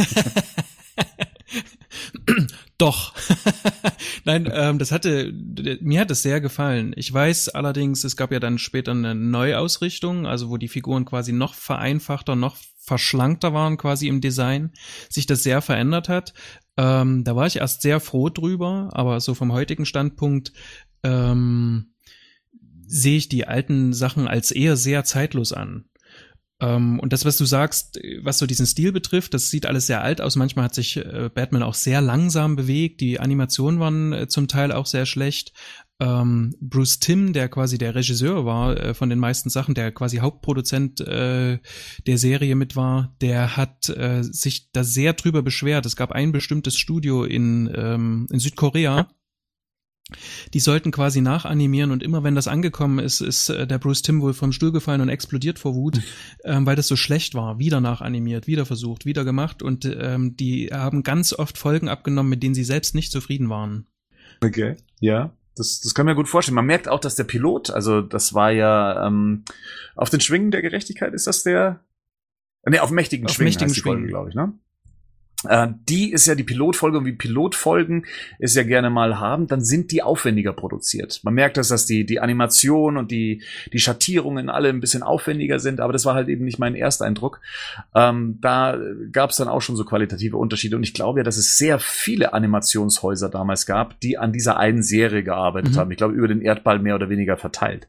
Doch. Nein, ähm, das hatte, mir hat es sehr gefallen. Ich weiß allerdings, es gab ja dann später eine Neuausrichtung, also wo die Figuren quasi noch vereinfachter, noch verschlankter waren quasi im Design, sich das sehr verändert hat. Ähm, da war ich erst sehr froh drüber, aber so vom heutigen Standpunkt ähm, sehe ich die alten Sachen als eher sehr zeitlos an. Um, und das, was du sagst, was so diesen Stil betrifft, das sieht alles sehr alt aus. Manchmal hat sich äh, Batman auch sehr langsam bewegt. Die Animationen waren äh, zum Teil auch sehr schlecht. Ähm, Bruce Timm, der quasi der Regisseur war äh, von den meisten Sachen, der quasi Hauptproduzent äh, der Serie mit war, der hat äh, sich da sehr drüber beschwert. Es gab ein bestimmtes Studio in, ähm, in Südkorea, Die sollten quasi nachanimieren und immer wenn das angekommen ist, ist äh, der Bruce Timm wohl vom Stuhl gefallen und explodiert vor Wut, mhm. ähm, weil das so schlecht war. Wieder nachanimiert, wieder versucht, wieder gemacht und ähm, die haben ganz oft Folgen abgenommen, mit denen sie selbst nicht zufrieden waren. Okay, ja. Das, das kann man gut vorstellen. Man merkt auch, dass der Pilot, also das war ja ähm, auf den Schwingen der Gerechtigkeit, ist das der? Ne, auf mächtigen auf Schwingen mächtigen heißt die Folge, Schwingen, glaube ich, ne? Äh, die ist ja die Pilotfolge und wie Pilotfolgen es ja gerne mal haben, dann sind die aufwendiger produziert. Man merkt, dass das die die Animation und die die Schattierungen alle ein bisschen aufwendiger sind, aber das war halt eben nicht mein Ersteindruck. Ähm, da gab es dann auch schon so qualitative Unterschiede und ich glaube ja, dass es sehr viele Animationshäuser damals gab, die an dieser einen Serie gearbeitet mhm. haben. Ich glaube, über den Erdball mehr oder weniger verteilt.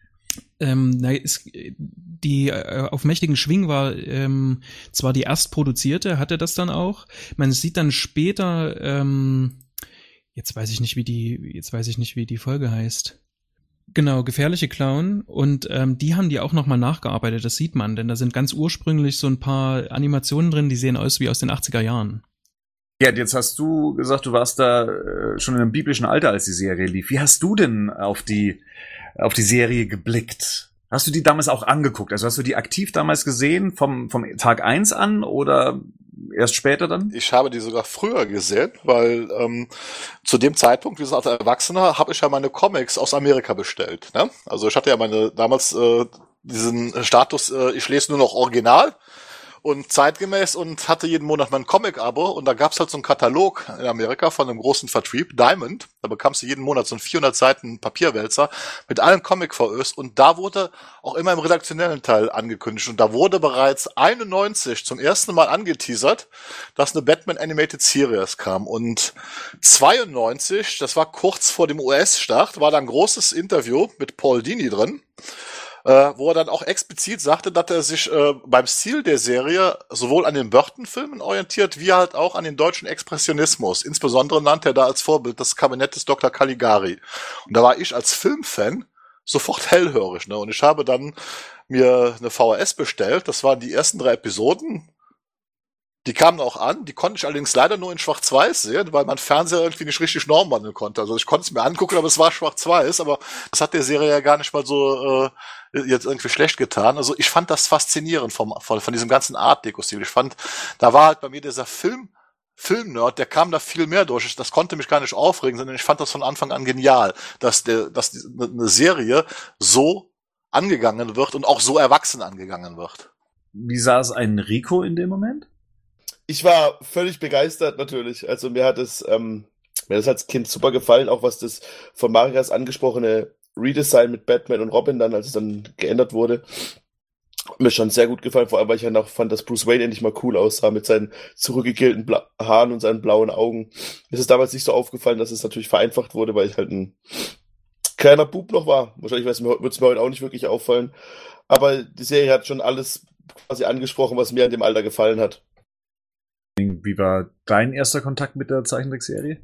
Ähm, na, ist, die äh, auf mächtigen Schwingen war ähm, zwar die erstproduzierte, hatte das dann auch. Man sieht dann später, ähm, jetzt weiß ich nicht, wie die, jetzt weiß ich nicht, wie die Folge heißt. Genau, Gefährliche Clown und ähm, die haben die auch nochmal nachgearbeitet, das sieht man, denn da sind ganz ursprünglich so ein paar Animationen drin, die sehen aus wie aus den achtziger Jahren. Ja, jetzt hast du gesagt, du warst da äh, schon in einem biblischen Alter, als die Serie lief. Wie hast du denn auf die auf die Serie geblickt? Hast du die damals auch angeguckt? Also hast du die aktiv damals gesehen, vom vom Tag eins an oder erst später dann? Ich habe die sogar früher gesehen, weil ähm, zu dem Zeitpunkt, wie gesagt, als Erwachsener, habe ich ja meine Comics aus Amerika bestellt. Ne? Also ich hatte ja meine damals äh, diesen Status, äh, ich lese nur noch Original und zeitgemäß und hatte jeden Monat mein Comic-Abo und da gab's halt so einen Katalog in Amerika von einem großen Vertrieb, Diamond, da bekamst du jeden Monat so einen vierhundert Seiten Papierwälzer mit allen Comic-V Ös und da wurde auch immer im redaktionellen Teil angekündigt und da wurde bereits einundneunzig zum ersten Mal angeteasert, dass eine Batman Animated Series kam und zweiundneunzig, das war kurz vor dem U S-Start, war da ein großes Interview mit Paul Dini drin, Äh, wo er dann auch explizit sagte, dass er sich äh, beim Stil der Serie sowohl an den Burton-Filmen orientiert, wie halt auch an den deutschen Expressionismus. Insbesondere nannte er da als Vorbild das Kabinett des Doktor Caligari. Und da war ich als Filmfan sofort hellhörig, ne? Und ich habe dann mir eine V H S bestellt. Das waren die ersten drei Episoden. Die kamen auch an, die konnte ich allerdings leider nur in Schwarz-Weiß sehen, weil mein Fernseher irgendwie nicht richtig normwandeln konnte. Also ich konnte es mir angucken, aber es war Schwarz-Weiß, aber das hat der Serie ja gar nicht mal so äh, jetzt irgendwie schlecht getan. Also ich fand das faszinierend vom, von, von diesem ganzen Art-Deco-Stil. Ich fand, da war halt bei mir dieser Film, Film-Nerd, der kam da viel mehr durch. Das konnte mich gar nicht aufregen, sondern ich fand das von Anfang an genial, dass der, dass die, eine Serie so angegangen wird und auch so erwachsen angegangen wird. Wie saß ein Rico in dem Moment? Ich war völlig begeistert natürlich. Also mir hat es, ähm, mir hat es als Kind super gefallen, auch was das von Marias angesprochene Redesign mit Batman und Robin dann, als es dann geändert wurde, mir schon sehr gut gefallen. Vor allem, weil ich ja noch fand, dass Bruce Wayne endlich mal cool aussah mit seinen zurückgegelten Bla- Haaren und seinen blauen Augen. Mir ist es damals nicht so aufgefallen, dass es natürlich vereinfacht wurde, weil ich halt ein kleiner Bub noch war. Wahrscheinlich wird es mir heute auch nicht wirklich auffallen. Aber die Serie hat schon alles quasi angesprochen, was mir an dem Alter gefallen hat. Wie war dein erster Kontakt mit der Zeichentrickserie?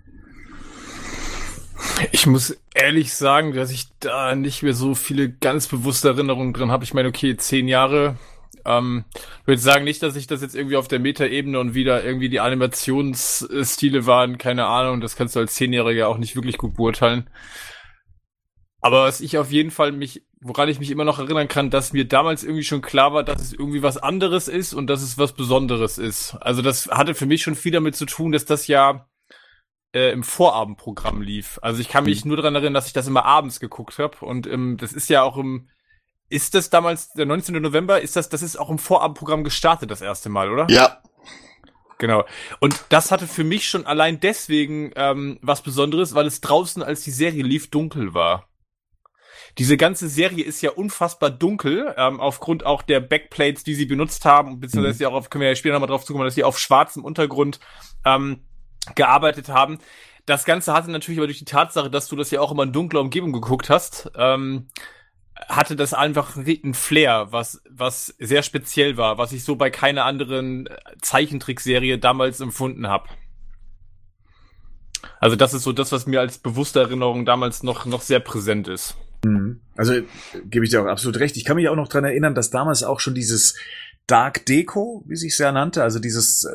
Ich muss ehrlich sagen, dass ich da nicht mehr so viele ganz bewusste Erinnerungen drin habe. Ich meine, okay, zehn Jahre. Ähm, ich würde sagen nicht, dass ich das jetzt irgendwie auf der Meta-Ebene und wieder irgendwie die Animationsstile waren, keine Ahnung. Das kannst du als Zehnjähriger auch nicht wirklich gut beurteilen. Aber was ich auf jeden Fall mich, woran ich mich immer noch erinnern kann, dass mir damals irgendwie schon klar war, dass es irgendwie was anderes ist und dass es was Besonderes ist. Also das hatte für mich schon viel damit zu tun, dass das ja äh, im Vorabendprogramm lief. Also ich kann mich mhm. nur daran erinnern, dass ich das immer abends geguckt habe und ähm, das ist ja auch im, ist das damals der neunzehnten November, ist das, das ist auch im Vorabendprogramm gestartet das erste Mal, oder? Ja. Genau. Und das hatte für mich schon allein deswegen ähm, was Besonderes, weil es draußen, als die Serie lief, dunkel war. Diese ganze Serie ist ja unfassbar dunkel, ähm, aufgrund auch der Backplates, die sie benutzt haben, beziehungsweise mhm. sie auch auf, können wir ja später nochmal drauf zukommen, dass sie auf schwarzem Untergrund ähm, gearbeitet haben. Das Ganze hatte natürlich aber durch die Tatsache, dass du das ja auch immer in dunkler Umgebung geguckt hast, ähm, hatte das einfach einen Flair, was was sehr speziell war, was ich so bei keiner anderen Zeichentrickserie damals empfunden habe. Also das ist so das, was mir als bewusste Erinnerung damals noch noch sehr präsent ist. Also gebe ich dir auch absolut recht. Ich kann mich auch noch dran erinnern, dass damals auch schon dieses Dark Deco, wie sich es ja nannte, also dieses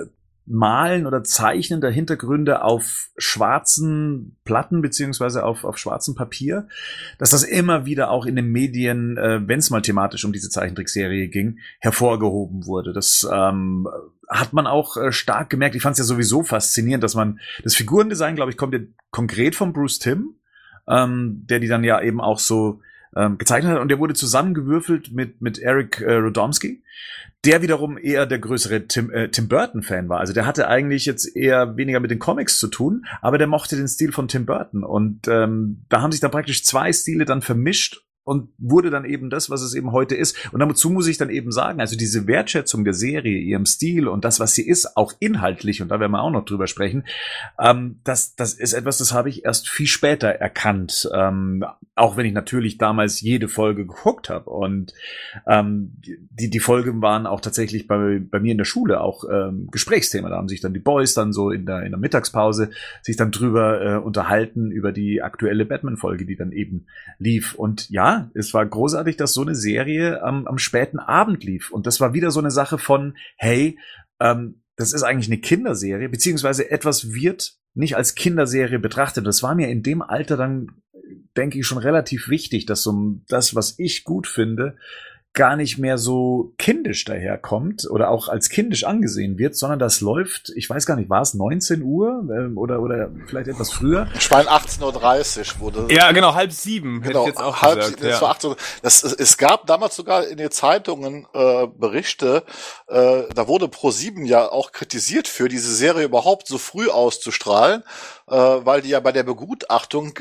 Malen oder Zeichnen der Hintergründe auf schwarzen Platten beziehungsweise auf, auf schwarzem Papier, dass das immer wieder auch in den Medien, äh, wenn es mal thematisch um diese Zeichentrickserie ging, hervorgehoben wurde. Das ähm, hat man auch äh, stark gemerkt. Ich fand es ja sowieso faszinierend, dass man das Figurendesign, glaube ich, kommt ja konkret von Bruce Timm, ähm, der die dann ja eben auch so ähm, gezeichnet hat, und der wurde zusammengewürfelt mit mit Eric äh, Radomski, der wiederum eher der größere Tim, äh, Tim Burton-Fan war. Also der hatte eigentlich jetzt eher weniger mit den Comics zu tun, aber der mochte den Stil von Tim Burton. Und ähm, da haben sich dann praktisch zwei Stile dann vermischt und wurde dann eben das, was es eben heute ist. Und dazu muss ich dann eben sagen, also diese Wertschätzung der Serie, ihrem Stil und das, was sie ist, auch inhaltlich, und da werden wir auch noch drüber sprechen, ähm, das, das ist etwas, das habe ich erst viel später erkannt. Ähm, auch wenn ich natürlich damals jede Folge geguckt habe. Und ähm, die, die Folgen waren auch tatsächlich bei, bei mir in der Schule auch ähm, Gesprächsthema. Da haben sich dann die Boys dann so in der, in der Mittagspause sich dann drüber äh, unterhalten, über die aktuelle Batman-Folge, die dann eben lief. Und ja, es war großartig, dass so eine Serie am, am späten Abend lief. Und das war wieder so eine Sache von, hey, ähm, das ist eigentlich eine Kinderserie, beziehungsweise etwas wird nicht als Kinderserie betrachtet. Das war mir in dem Alter dann, denke ich, schon relativ wichtig, dass so das, was ich gut finde, gar nicht mehr so kindisch daherkommt oder auch als kindisch angesehen wird, sondern das läuft, ich weiß gar nicht, war es neunzehn Uhr äh, oder oder vielleicht etwas früher? Ich meine achtzehn Uhr dreißig wurde. Ja, genau, halb sieben. Genau, hätte ich jetzt auch halb gesagt, sieben. Das ja. war achtzehn Uhr. Das, es gab damals sogar in den Zeitungen äh, Berichte, äh, da wurde ProSieben ja auch kritisiert für diese Serie überhaupt so früh auszustrahlen, äh, weil die ja bei der Begutachtung äh,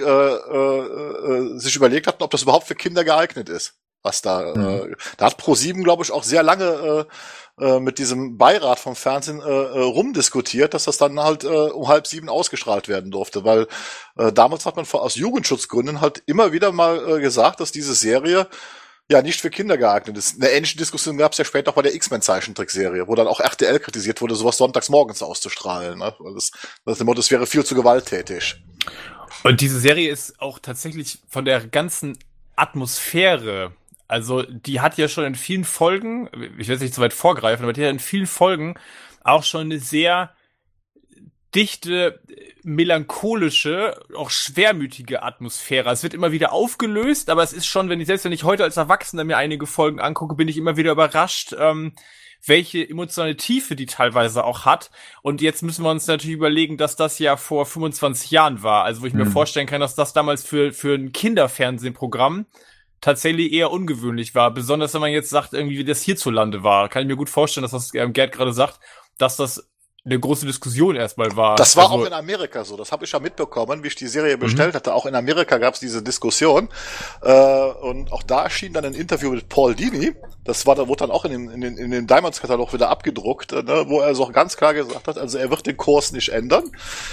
äh, sich überlegt hatten, ob das überhaupt für Kinder geeignet ist. Was da, mhm. äh, da hat ProSieben, glaube ich, auch sehr lange äh, äh, mit diesem Beirat vom Fernsehen äh, äh, rumdiskutiert, dass das dann halt äh, um halb sieben ausgestrahlt werden durfte, weil äh, damals hat man aus Jugendschutzgründen halt immer wieder mal äh, gesagt, dass diese Serie ja nicht für Kinder geeignet ist. Eine ähnliche Diskussion gab es ja später auch bei der X-Men-Zeichentrickserie, wo dann auch R T L kritisiert wurde, sowas sonntags morgens auszustrahlen. Ne? Das, das, das wäre viel zu gewalttätig. Und diese Serie ist auch tatsächlich von der ganzen Atmosphäre, also die hat ja schon in vielen Folgen, ich will jetzt nicht zu weit vorgreifen, aber die hat in vielen Folgen auch schon eine sehr dichte, melancholische, auch schwermütige Atmosphäre. Es wird immer wieder aufgelöst, aber es ist schon, wenn ich selbst wenn ich heute als Erwachsener mir einige Folgen angucke, bin ich immer wieder überrascht, ähm, welche emotionale Tiefe die teilweise auch hat. Und jetzt müssen wir uns natürlich überlegen, dass das ja vor fünfundzwanzig Jahren war. Also wo ich mhm. mir vorstellen kann, dass das damals für für ein Kinderfernsehprogramm tatsächlich eher ungewöhnlich war. Besonders wenn man jetzt sagt, irgendwie wie das hierzulande war. Kann ich mir gut vorstellen, dass das ähm, Gerd gerade sagt, dass das eine große Diskussion erstmal war. Das war also, auch in Amerika so. Das habe ich ja mitbekommen, wie ich die Serie bestellt mhm. hatte. Auch in Amerika gab es diese Diskussion. Äh, und auch da erschien dann ein Interview mit Paul Dini. Das war, da wurde dann auch in den, in den, in den Diamonds-Katalog wieder abgedruckt, ne, wo er so ganz klar gesagt hat, also er wird den Kurs nicht ändern.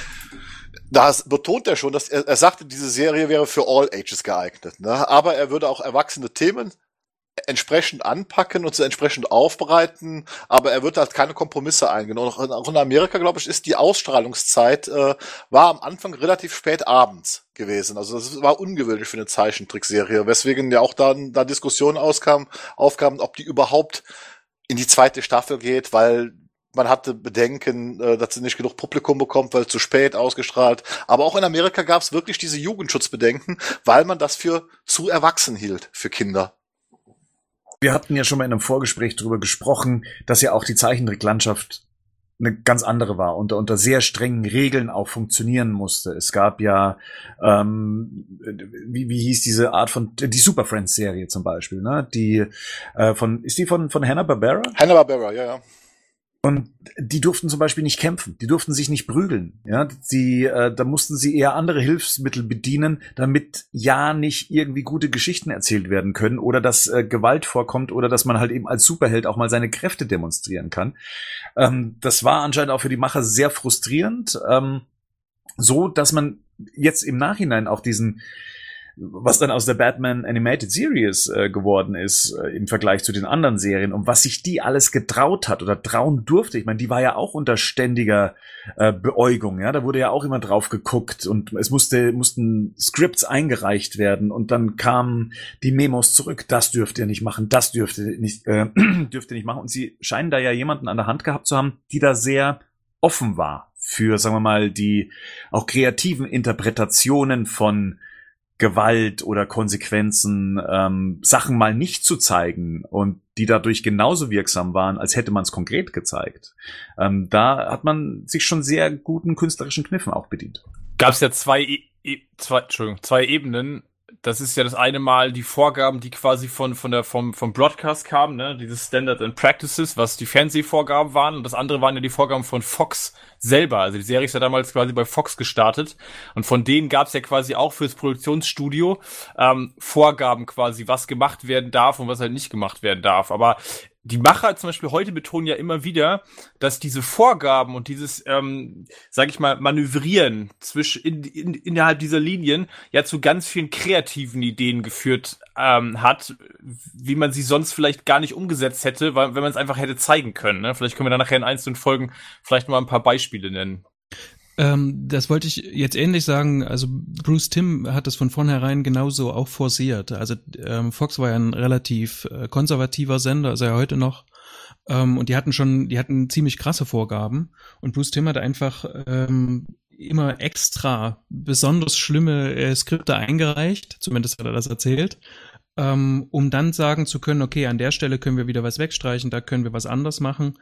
Da betont er schon, dass er, er sagte, diese Serie wäre für all ages geeignet. Ne? Aber er würde auch erwachsene Themen entsprechend anpacken und so entsprechend aufbereiten, aber er wird halt keine Kompromisse eingehen. Und auch in Amerika, glaube ich, ist die Ausstrahlungszeit, äh, war am Anfang relativ spät abends gewesen. Also das war ungewöhnlich für eine Zeichentrickserie, weswegen ja auch dann da Diskussionen auskam, aufkamen, ob die überhaupt in die zweite Staffel geht, weil man hatte Bedenken, äh, dass sie nicht genug Publikum bekommt, weil zu spät ausgestrahlt. Aber auch in Amerika gab es wirklich diese Jugendschutzbedenken, weil man das für zu erwachsen hielt für Kinder. Wir hatten ja schon mal in einem Vorgespräch darüber gesprochen, dass ja auch die Zeichentricklandschaft eine ganz andere war, unter unter sehr strengen Regeln auch funktionieren musste. Es gab ja, ähm, wie wie hieß diese Art von, die Super Friends Serie zum Beispiel, ne? Die äh, von, ist die von von Hanna-Barbera? Hanna-Barbera, ja, ja. Und die durften zum Beispiel nicht kämpfen, die durften sich nicht prügeln. Ja, sie, äh, da mussten sie eher andere Hilfsmittel bedienen, damit ja nicht irgendwie gute Geschichten erzählt werden können oder dass äh, Gewalt vorkommt oder dass man halt eben als Superheld auch mal seine Kräfte demonstrieren kann. Ähm, das war anscheinend auch für die Macher sehr frustrierend, ähm, so dass man jetzt im Nachhinein auch diesen, was dann aus der Batman Animated Series äh, geworden ist äh, im Vergleich zu den anderen Serien und was sich die alles getraut hat oder trauen durfte. Ich meine, die war ja auch unter ständiger äh, Beäugung, ja, da wurde ja auch immer drauf geguckt und es musste mussten Scripts eingereicht werden und dann kamen die Memos zurück. Das dürft ihr nicht machen, das dürft ihr nicht äh, dürft ihr nicht machen und sie scheinen da ja jemanden an der Hand gehabt zu haben, die da sehr offen war für, sagen wir mal, die auch kreativen Interpretationen von Gewalt oder Konsequenzen, ähm, Sachen mal nicht zu zeigen und die dadurch genauso wirksam waren, als hätte man es konkret gezeigt. Ähm, da hat man sich schon sehr guten künstlerischen Kniffen auch bedient. Gab es ja zwei, e- e- zwei, Entschuldigung, zwei Ebenen. Das ist ja das eine Mal die Vorgaben, die quasi von von der vom vom Broadcast kamen, ne, dieses Standard and Practices, was die Fernsehvorgaben waren, und das andere waren ja die Vorgaben von Fox selber. Also die Serie ist ja damals quasi bei Fox gestartet und von denen gab es ja quasi auch fürs Produktionsstudio ähm, Vorgaben quasi, was gemacht werden darf und was halt nicht gemacht werden darf. Aber die Macher zum Beispiel heute betonen ja immer wieder, dass diese Vorgaben und dieses, ähm, sag ich mal, Manövrieren zwischen in, in, innerhalb dieser Linien ja zu ganz vielen kreativen Ideen geführt ähm, hat, wie man sie sonst vielleicht gar nicht umgesetzt hätte, weil wenn man es einfach hätte zeigen können. Ne? Vielleicht können wir dann nachher in einzelnen Folgen vielleicht mal ein paar Beispiele nennen. Ähm, das wollte ich jetzt ähnlich sagen. Also Bruce Timm hat das von vornherein genauso auch forciert. Also ähm, Fox war ja ein relativ äh, konservativer Sender, ist er ja heute noch. Ähm, und die hatten schon, die hatten ziemlich krasse Vorgaben. Und Bruce Timm hat einfach ähm, immer extra besonders schlimme äh, Skripte eingereicht. Zumindest hat er das erzählt. Ähm, um dann sagen zu können, okay, an der Stelle können wir wieder was wegstreichen, da können wir was anders machen.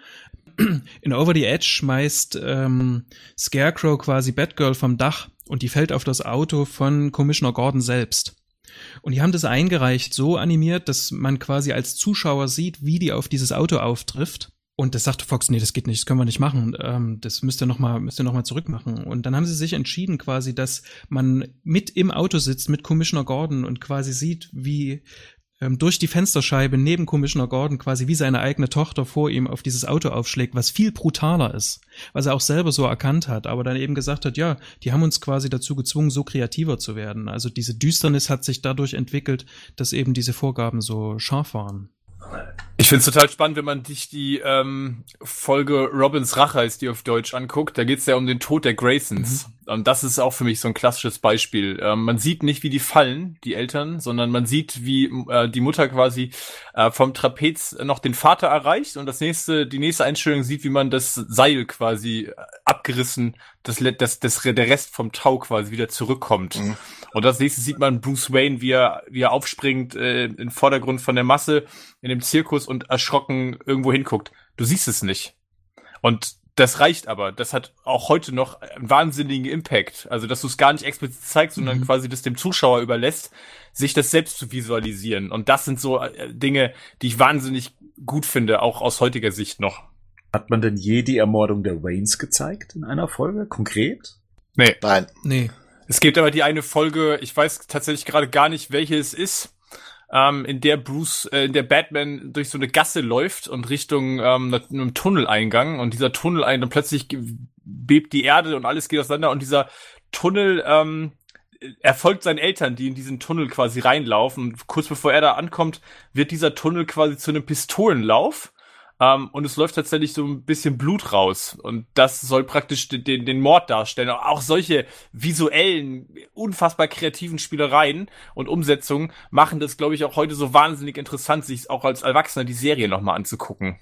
In Over the Edge schmeißt ähm, Scarecrow quasi Batgirl vom Dach und die fällt auf das Auto von Commissioner Gordon selbst. Und die haben das eingereicht, so animiert, dass man quasi als Zuschauer sieht, wie die auf dieses Auto auftrifft. Und das sagte Fox, nee, das geht nicht, das können wir nicht machen, ähm, das müsst ihr noch mal, müsst ihr noch mal zurückmachen. Und dann haben sie sich entschieden quasi, dass man mit im Auto sitzt mit Commissioner Gordon und quasi sieht, wie ähm, durch die Fensterscheibe neben Commissioner Gordon quasi wie seine eigene Tochter vor ihm auf dieses Auto aufschlägt, was viel brutaler ist, was er auch selber so erkannt hat, aber dann eben gesagt hat, ja, die haben uns quasi dazu gezwungen, so kreativer zu werden. Also diese Düsternis hat sich dadurch entwickelt, dass eben diese Vorgaben so scharf waren. Ich find's total spannend, wenn man sich die ähm, Folge Robins Rache heißt, die auf Deutsch anguckt. Da geht's ja um den Tod der Graysons. Mhm. Und das ist auch für mich so ein klassisches Beispiel. Ähm, man sieht nicht, wie die fallen, die Eltern, sondern man sieht, wie äh, die Mutter quasi äh, vom Trapez noch den Vater erreicht und das nächste, die nächste Einstellung sieht, wie man das Seil quasi abgerissen, das, das, das der Rest vom Tau quasi wieder zurückkommt. Mhm. Und das nächste sieht man Bruce Wayne, wie er, wie er aufspringt äh, im Vordergrund von der Masse in dem Zirkus und erschrocken irgendwo hinguckt. Du siehst es nicht. Und das reicht aber. Das hat auch heute noch einen wahnsinnigen Impact. Also, dass du es gar nicht explizit zeigst, sondern mhm. quasi das dem Zuschauer überlässt, sich das selbst zu visualisieren. Und das sind so äh, Dinge, die ich wahnsinnig gut finde, auch aus heutiger Sicht noch. Hat man denn je die Ermordung der Waynes gezeigt in einer Folge? Konkret? Nee. Nein. Nee. Es gibt aber die eine Folge, ich weiß tatsächlich gerade gar nicht, welche es ist, ähm, in der Bruce, äh, in der Batman durch so eine Gasse läuft und Richtung ähm, einem Tunneleingang und dieser Tunneleingang, plötzlich bebt die Erde und alles geht auseinander und dieser Tunnel ähm, er folgt seinen Eltern, die in diesen Tunnel quasi reinlaufen und kurz bevor er da ankommt, wird dieser Tunnel quasi zu einem Pistolenlauf. Um, und es läuft tatsächlich so ein bisschen Blut raus. Und das soll praktisch den, den, den Mord darstellen. Auch solche visuellen, unfassbar kreativen Spielereien und Umsetzungen machen das, glaube ich, auch heute so wahnsinnig interessant, sich auch als Erwachsener die Serie nochmal anzugucken.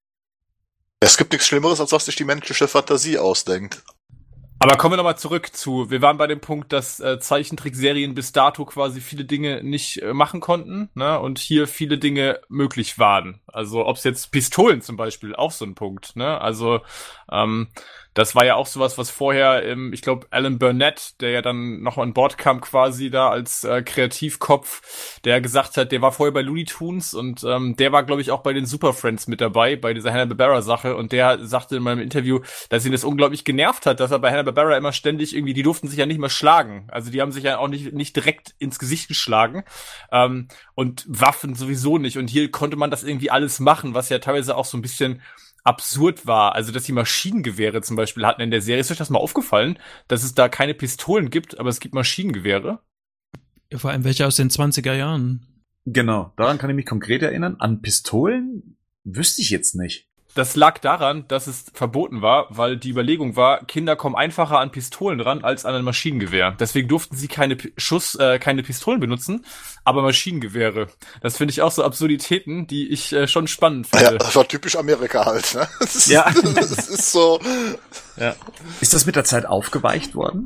Es gibt nichts Schlimmeres, als was sich die menschliche Fantasie ausdenkt. Aber kommen wir nochmal zurück zu, wir waren bei dem Punkt, dass äh, Zeichentrickserien bis dato quasi viele Dinge nicht äh, machen konnten, ne, und hier viele Dinge möglich waren. Also ob es jetzt Pistolen zum Beispiel, auch so ein Punkt, ne, also ähm, das war ja auch sowas, was vorher, ähm, ich glaube, Alan Burnett, der ja dann noch an Bord kam quasi da als äh, Kreativkopf, der gesagt hat, der war vorher bei Looney Tunes und ähm, der war, glaube ich, auch bei den Super Friends mit dabei, bei dieser Hanna-Barbera-Sache und der sagte in meinem Interview, dass ihn das unglaublich genervt hat, dass er bei Hanna-Barbera immer ständig irgendwie, die durften sich ja nicht mehr schlagen, also die haben sich ja auch nicht nicht direkt ins Gesicht geschlagen ähm, und Waffen sowieso nicht und hier konnte man das irgendwie alles machen, was ja teilweise auch so ein bisschen absurd war, also dass die Maschinengewehre zum Beispiel hatten in der Serie. Ist euch das mal aufgefallen, dass es da keine Pistolen gibt, aber es gibt Maschinengewehre? Ja, vor allem welche aus den zwanziger Jahren. Genau, daran kann ich mich konkret erinnern. An Pistolen wüsste ich jetzt nicht. das lag daran, dass es verboten war, weil die Überlegung war, Kinder kommen einfacher an Pistolen ran als an ein Maschinengewehr. Deswegen durften sie keine P- Schuss, äh, keine Pistolen benutzen, aber Maschinengewehre. Das finde ich auch so Absurditäten, die ich äh, schon spannend finde. Ja, das war typisch Amerika halt, ne? Das ist, Ja. das ist so. Ja. Ist das mit der Zeit aufgeweicht worden?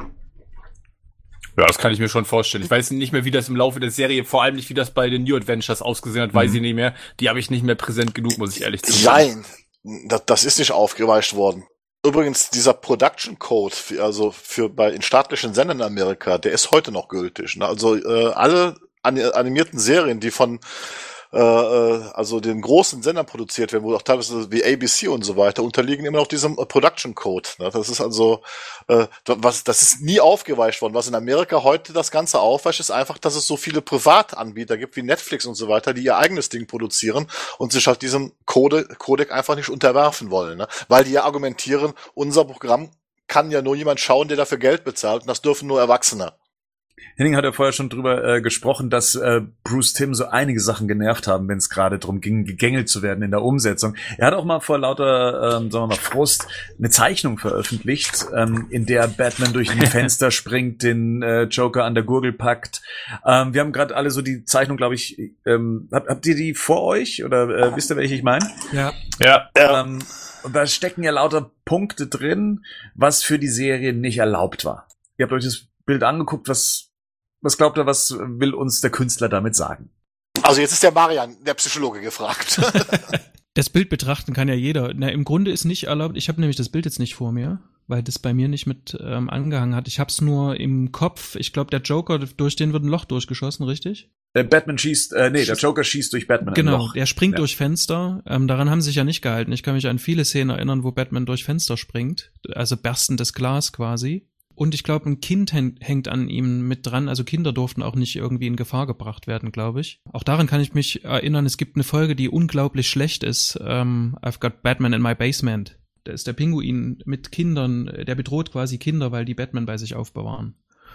Ja, das kann ich mir schon vorstellen. Ich weiß nicht mehr, wie das im Laufe der Serie, vor allem nicht, wie das bei den New Adventures ausgesehen hat, weiß Mhm. ich nicht mehr. Die habe ich nicht mehr präsent genug, muss ich ehrlich zugeben. Nein, das, das ist nicht aufgeweicht worden. Übrigens, dieser Production Code, für, also für bei in staatlichen Sendern in Amerika, der ist heute noch gültig. Ne? Also äh, alle an, animierten Serien, die von äh, also den großen Sendern produziert werden, wo auch teilweise wie A B C und so weiter, unterliegen immer noch diesem äh, Production Code. Ne? Das ist also äh, was, das ist nie aufgeweicht worden. Was in Amerika heute das Ganze aufweicht, ist einfach, dass es so viele Privatanbieter gibt wie Netflix und so weiter, die ihr eigenes Ding produzieren und sich halt diesem Code, Codec einfach nicht unterwerfen wollen. Ne? Weil die ja argumentieren, unser Programm kann ja nur jemand schauen, der dafür Geld bezahlt, und das dürfen nur Erwachsene. Henning hat ja vorher schon drüber äh, gesprochen, dass äh, Bruce Timm so einige Sachen genervt haben, wenn es gerade darum ging, gegängelt zu werden in der Umsetzung. Er hat auch mal vor lauter, ähm, sagen wir mal, Frust eine Zeichnung veröffentlicht, ähm, in der Batman durch ein Fenster springt, den äh, Joker an der Gurgel packt. Ähm, wir haben gerade alle so die Zeichnung, glaube ich, ähm, habt, habt ihr die vor euch oder äh, wisst ihr, welche ich meine? Ja. Ja. Ähm, und da stecken ja lauter Punkte drin, was für die Serie nicht erlaubt war. Ihr habt euch das Bild angeguckt, was Was glaubt ihr, was will uns der Künstler damit sagen? Also jetzt ist der Marian, der Psychologe, gefragt. Das Bild betrachten kann ja jeder. Na, im Grunde ist nicht erlaubt, ich habe nämlich das Bild jetzt nicht vor mir, weil das bei mir nicht mit ähm, angehangen hat. Ich hab's nur im Kopf. Ich glaube, der Joker, durch den wird ein Loch durchgeschossen, richtig? Äh, Batman schießt, äh, nee, der Joker schießt durch Batman ein Genau, Loch. der springt Ja. durch Fenster. Ähm, daran haben sie sich ja nicht gehalten. Ich kann mich an viele Szenen erinnern, wo Batman durch Fenster springt. Also berstendes Glas quasi. Und ich glaube, ein Kind häng, hängt an ihm mit dran. Also Kinder durften auch nicht irgendwie in Gefahr gebracht werden, glaube ich. Auch daran kann ich mich erinnern, es gibt eine Folge, die unglaublich schlecht ist. Ähm, I've got Batman in my basement. Da ist der Pinguin mit Kindern, der bedroht quasi Kinder, weil die Batman bei sich aufbewahren.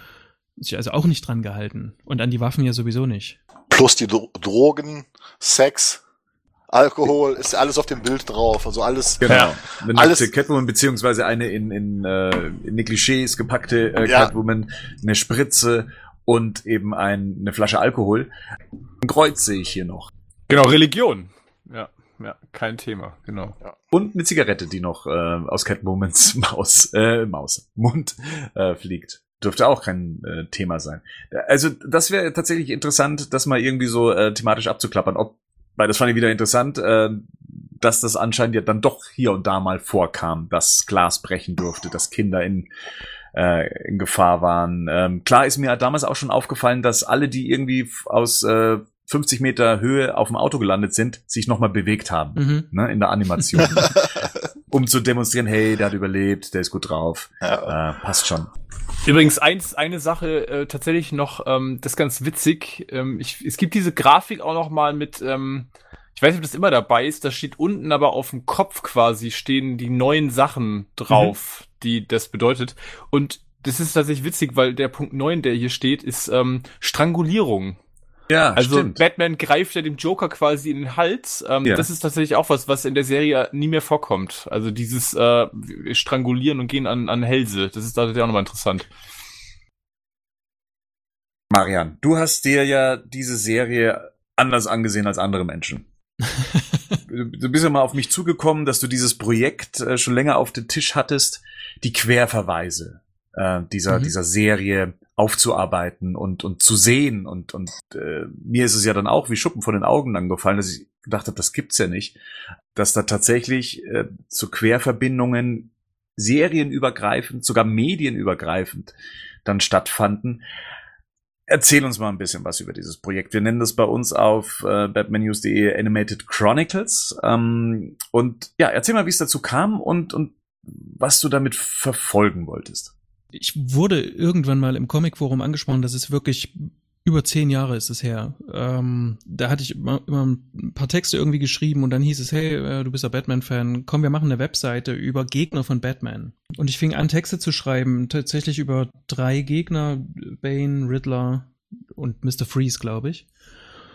Sich also auch nicht dran gehalten. Und an die Waffen ja sowieso nicht. Plus die Dro- Drogen, Sex, Alkohol, ist alles auf dem Bild drauf. Also alles. Genau. Ja. Eine Alles- nackte Catwoman, beziehungsweise eine in, in, äh, in Klischees gepackte äh, Ja. Catwoman, eine Spritze und eben ein, eine Flasche Alkohol. Ein Kreuz sehe ich hier noch. Genau, Religion. Ja, ja, kein Thema, genau. Und eine Zigarette, die noch äh, aus Catwomans Maus, äh, Maus, Mund äh, fliegt. Dürfte auch kein äh, Thema sein. Also das wäre tatsächlich interessant, das mal irgendwie so äh, thematisch abzuklappern. Ob, weil das fand ich wieder interessant, äh, dass das anscheinend ja dann doch hier und da mal vorkam, dass Glas brechen durfte, dass Kinder in äh, in Gefahr waren. Ähm, klar ist mir damals auch schon aufgefallen, dass alle, die irgendwie aus äh, fünfzig Meter Höhe auf dem Auto gelandet sind, sich nochmal bewegt haben, Mhm. ne, in der Animation. Um zu demonstrieren, hey, der hat überlebt, der ist gut drauf. Ja. Äh, passt schon. Übrigens, eins, eine Sache äh, tatsächlich noch, ähm, das ist ganz witzig. Ähm, ich, es gibt diese Grafik auch noch mal mit, ähm, ich weiß nicht, ob das immer dabei ist, da steht unten aber auf dem Kopf quasi, stehen die neuen Sachen drauf, mhm. die das bedeutet. Und das ist tatsächlich witzig, weil der Punkt neun, der hier steht, ist ähm, Strangulierung. Ja, Also stimmt. Batman greift ja dem Joker quasi in den Hals. Ähm, Ja. Das ist tatsächlich auch was, was in der Serie nie mehr vorkommt. Also dieses äh, wir Strangulieren und gehen an, an Hälse. Das ist tatsächlich auch nochmal interessant. Marian, du hast dir ja diese Serie anders angesehen als andere Menschen. Du du bist ja mal auf mich zugekommen, dass du dieses Projekt äh, schon länger auf dem Tisch hattest, die Querverweise äh, dieser Mhm. dieser Serie aufzuarbeiten und und zu sehen und und äh, mir ist es ja dann auch wie Schuppen von den Augen dann gefallen, dass ich gedacht habe, das gibt's ja nicht, dass da tatsächlich äh, so Querverbindungen serienübergreifend, sogar medienübergreifend dann stattfanden. Erzähl uns mal ein bisschen was über dieses Projekt. Wir nennen das bei uns auf äh, batman news punkt de Animated Chronicles. Ähm, und ja, erzähl mal, wie es dazu kam und, und was du damit verfolgen wolltest. Ich wurde irgendwann mal im Comicforum angesprochen, das ist wirklich über zehn Jahre ist es her. Ähm, da hatte ich immer, immer ein paar Texte irgendwie geschrieben und dann hieß es, hey, äh, du bist ja Batman-Fan, komm, wir machen eine Webseite über Gegner von Batman. Und ich fing an, Texte zu schreiben, tatsächlich über drei Gegner, Bane, Riddler und Mister Freeze, glaube ich.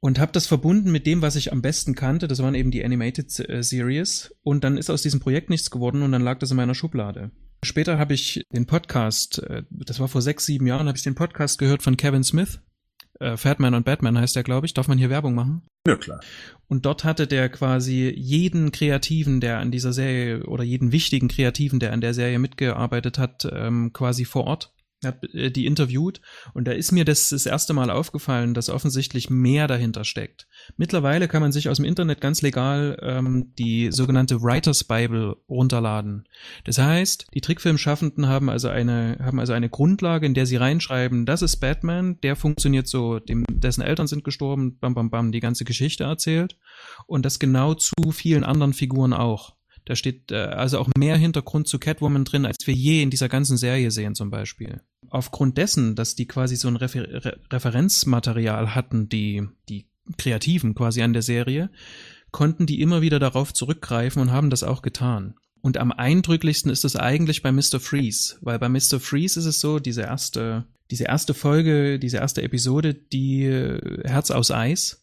Und habe das verbunden mit dem, was ich am besten kannte. Das waren eben die Animated äh, Series. Und dann ist aus diesem Projekt nichts geworden und dann lag das in meiner Schublade. Später habe ich den Podcast, äh, das war vor sechs, sieben Jahren, habe ich den Podcast gehört von Kevin Smith. Äh, Fatman und Batman heißt der, glaube ich. Darf man hier Werbung machen? Ja, klar. Und dort hatte der quasi jeden Kreativen, der an dieser Serie, oder jeden wichtigen Kreativen, der an der Serie mitgearbeitet hat, ähm, quasi vor Ort. Hat die interviewt und da ist mir das das erste Mal aufgefallen, dass offensichtlich mehr dahinter steckt. Mittlerweile kann man sich aus dem Internet ganz legal ähm, die sogenannte Writers Bible runterladen. Das heißt, die Trickfilmschaffenden haben also eine haben also eine Grundlage, in der sie reinschreiben, das ist Batman, der funktioniert so, dem, dessen Eltern sind gestorben, bam bam bam, die ganze Geschichte erzählt und das genau zu vielen anderen Figuren auch. Da steht äh, also auch mehr Hintergrund zu Catwoman drin, als wir je in dieser ganzen Serie sehen zum Beispiel. Aufgrund dessen, dass die quasi so ein Refer- Re- Referenzmaterial hatten, die, die Kreativen quasi an der Serie, konnten die immer wieder darauf zurückgreifen und haben das auch getan. Und am eindrücklichsten ist es eigentlich bei Mister Freeze, weil bei Mister Freeze ist es so, diese erste, diese erste Folge, diese erste Episode, die äh, Herz aus Eis,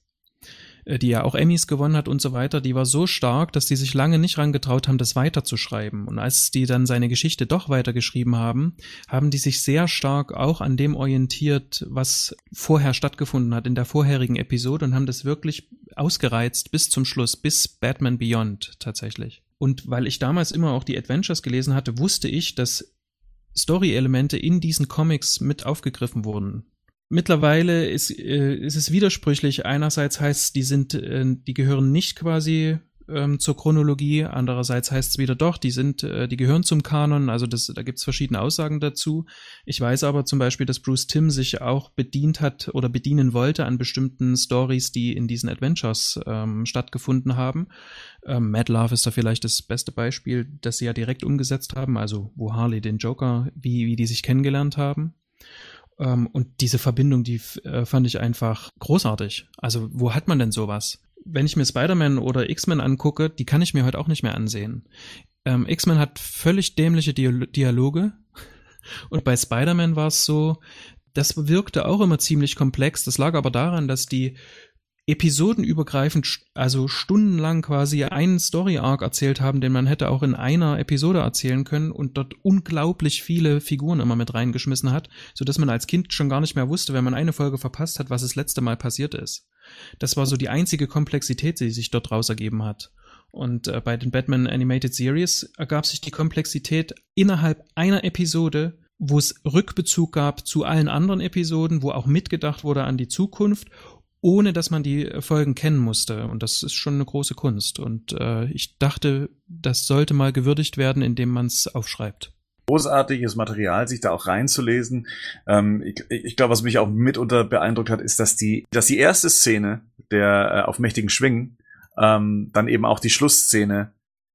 die ja auch Emmys gewonnen hat und so weiter, die war so stark, dass die sich lange nicht rangetraut haben, das weiterzuschreiben. Und als die dann seine Geschichte doch weitergeschrieben haben, haben die sich sehr stark auch an dem orientiert, was vorher stattgefunden hat in der vorherigen Episode und haben das wirklich ausgereizt bis zum Schluss, bis Batman Beyond tatsächlich. Und weil ich damals immer auch die Adventures gelesen hatte, wusste ich, dass Story-Elemente in diesen Comics mit aufgegriffen wurden. Mittlerweile ist, äh, ist es widersprüchlich. Einerseits heißt es, die sind, äh, die gehören nicht quasi ähm, zur Chronologie. Andererseits heißt es wieder doch, die sind, äh, die gehören zum Kanon. Also das, da gibt es verschiedene Aussagen dazu. Ich weiß aber zum Beispiel, dass Bruce Timm sich auch bedient hat oder bedienen wollte an bestimmten Stories, die in diesen Adventures ähm, stattgefunden haben. Ähm, Mad Love ist da vielleicht das beste Beispiel, das sie ja direkt umgesetzt haben. Also wo Harley den Joker, wie, wie die sich kennengelernt haben. Um, und diese Verbindung, die äh, fand ich einfach großartig. Also wo hat man denn sowas? Wenn ich mir Spider-Man oder X-Men angucke, die kann ich mir heute auch nicht mehr ansehen. Ähm, X-Men hat völlig dämliche Di- Dialoge und bei Spider-Man war es so, das wirkte auch immer ziemlich komplex. Das lag aber daran, dass die episodenübergreifend, also stundenlang quasi einen Story-Arc erzählt haben, den man hätte auch in einer Episode erzählen können und dort unglaublich viele Figuren immer mit reingeschmissen hat, sodass man als Kind schon gar nicht mehr wusste, wenn man eine Folge verpasst hat, was das letzte Mal passiert ist. Das war so die einzige Komplexität, die sich dort raus ergeben hat. Und äh, bei den Batman Animated Series ergab sich die Komplexität innerhalb einer Episode, wo es Rückbezug gab zu allen anderen Episoden, wo auch mitgedacht wurde an die Zukunft, ohne dass man die Folgen kennen musste. Und das ist schon eine große Kunst. Und äh, ich dachte, das sollte mal gewürdigt werden, indem man es aufschreibt. Großartiges Material, sich da auch reinzulesen. Ähm, ich ich glaube, was mich auch mitunter beeindruckt hat, ist, dass die, dass die erste Szene der äh, auf mächtigen Schwingen ähm, dann eben auch die Schlussszene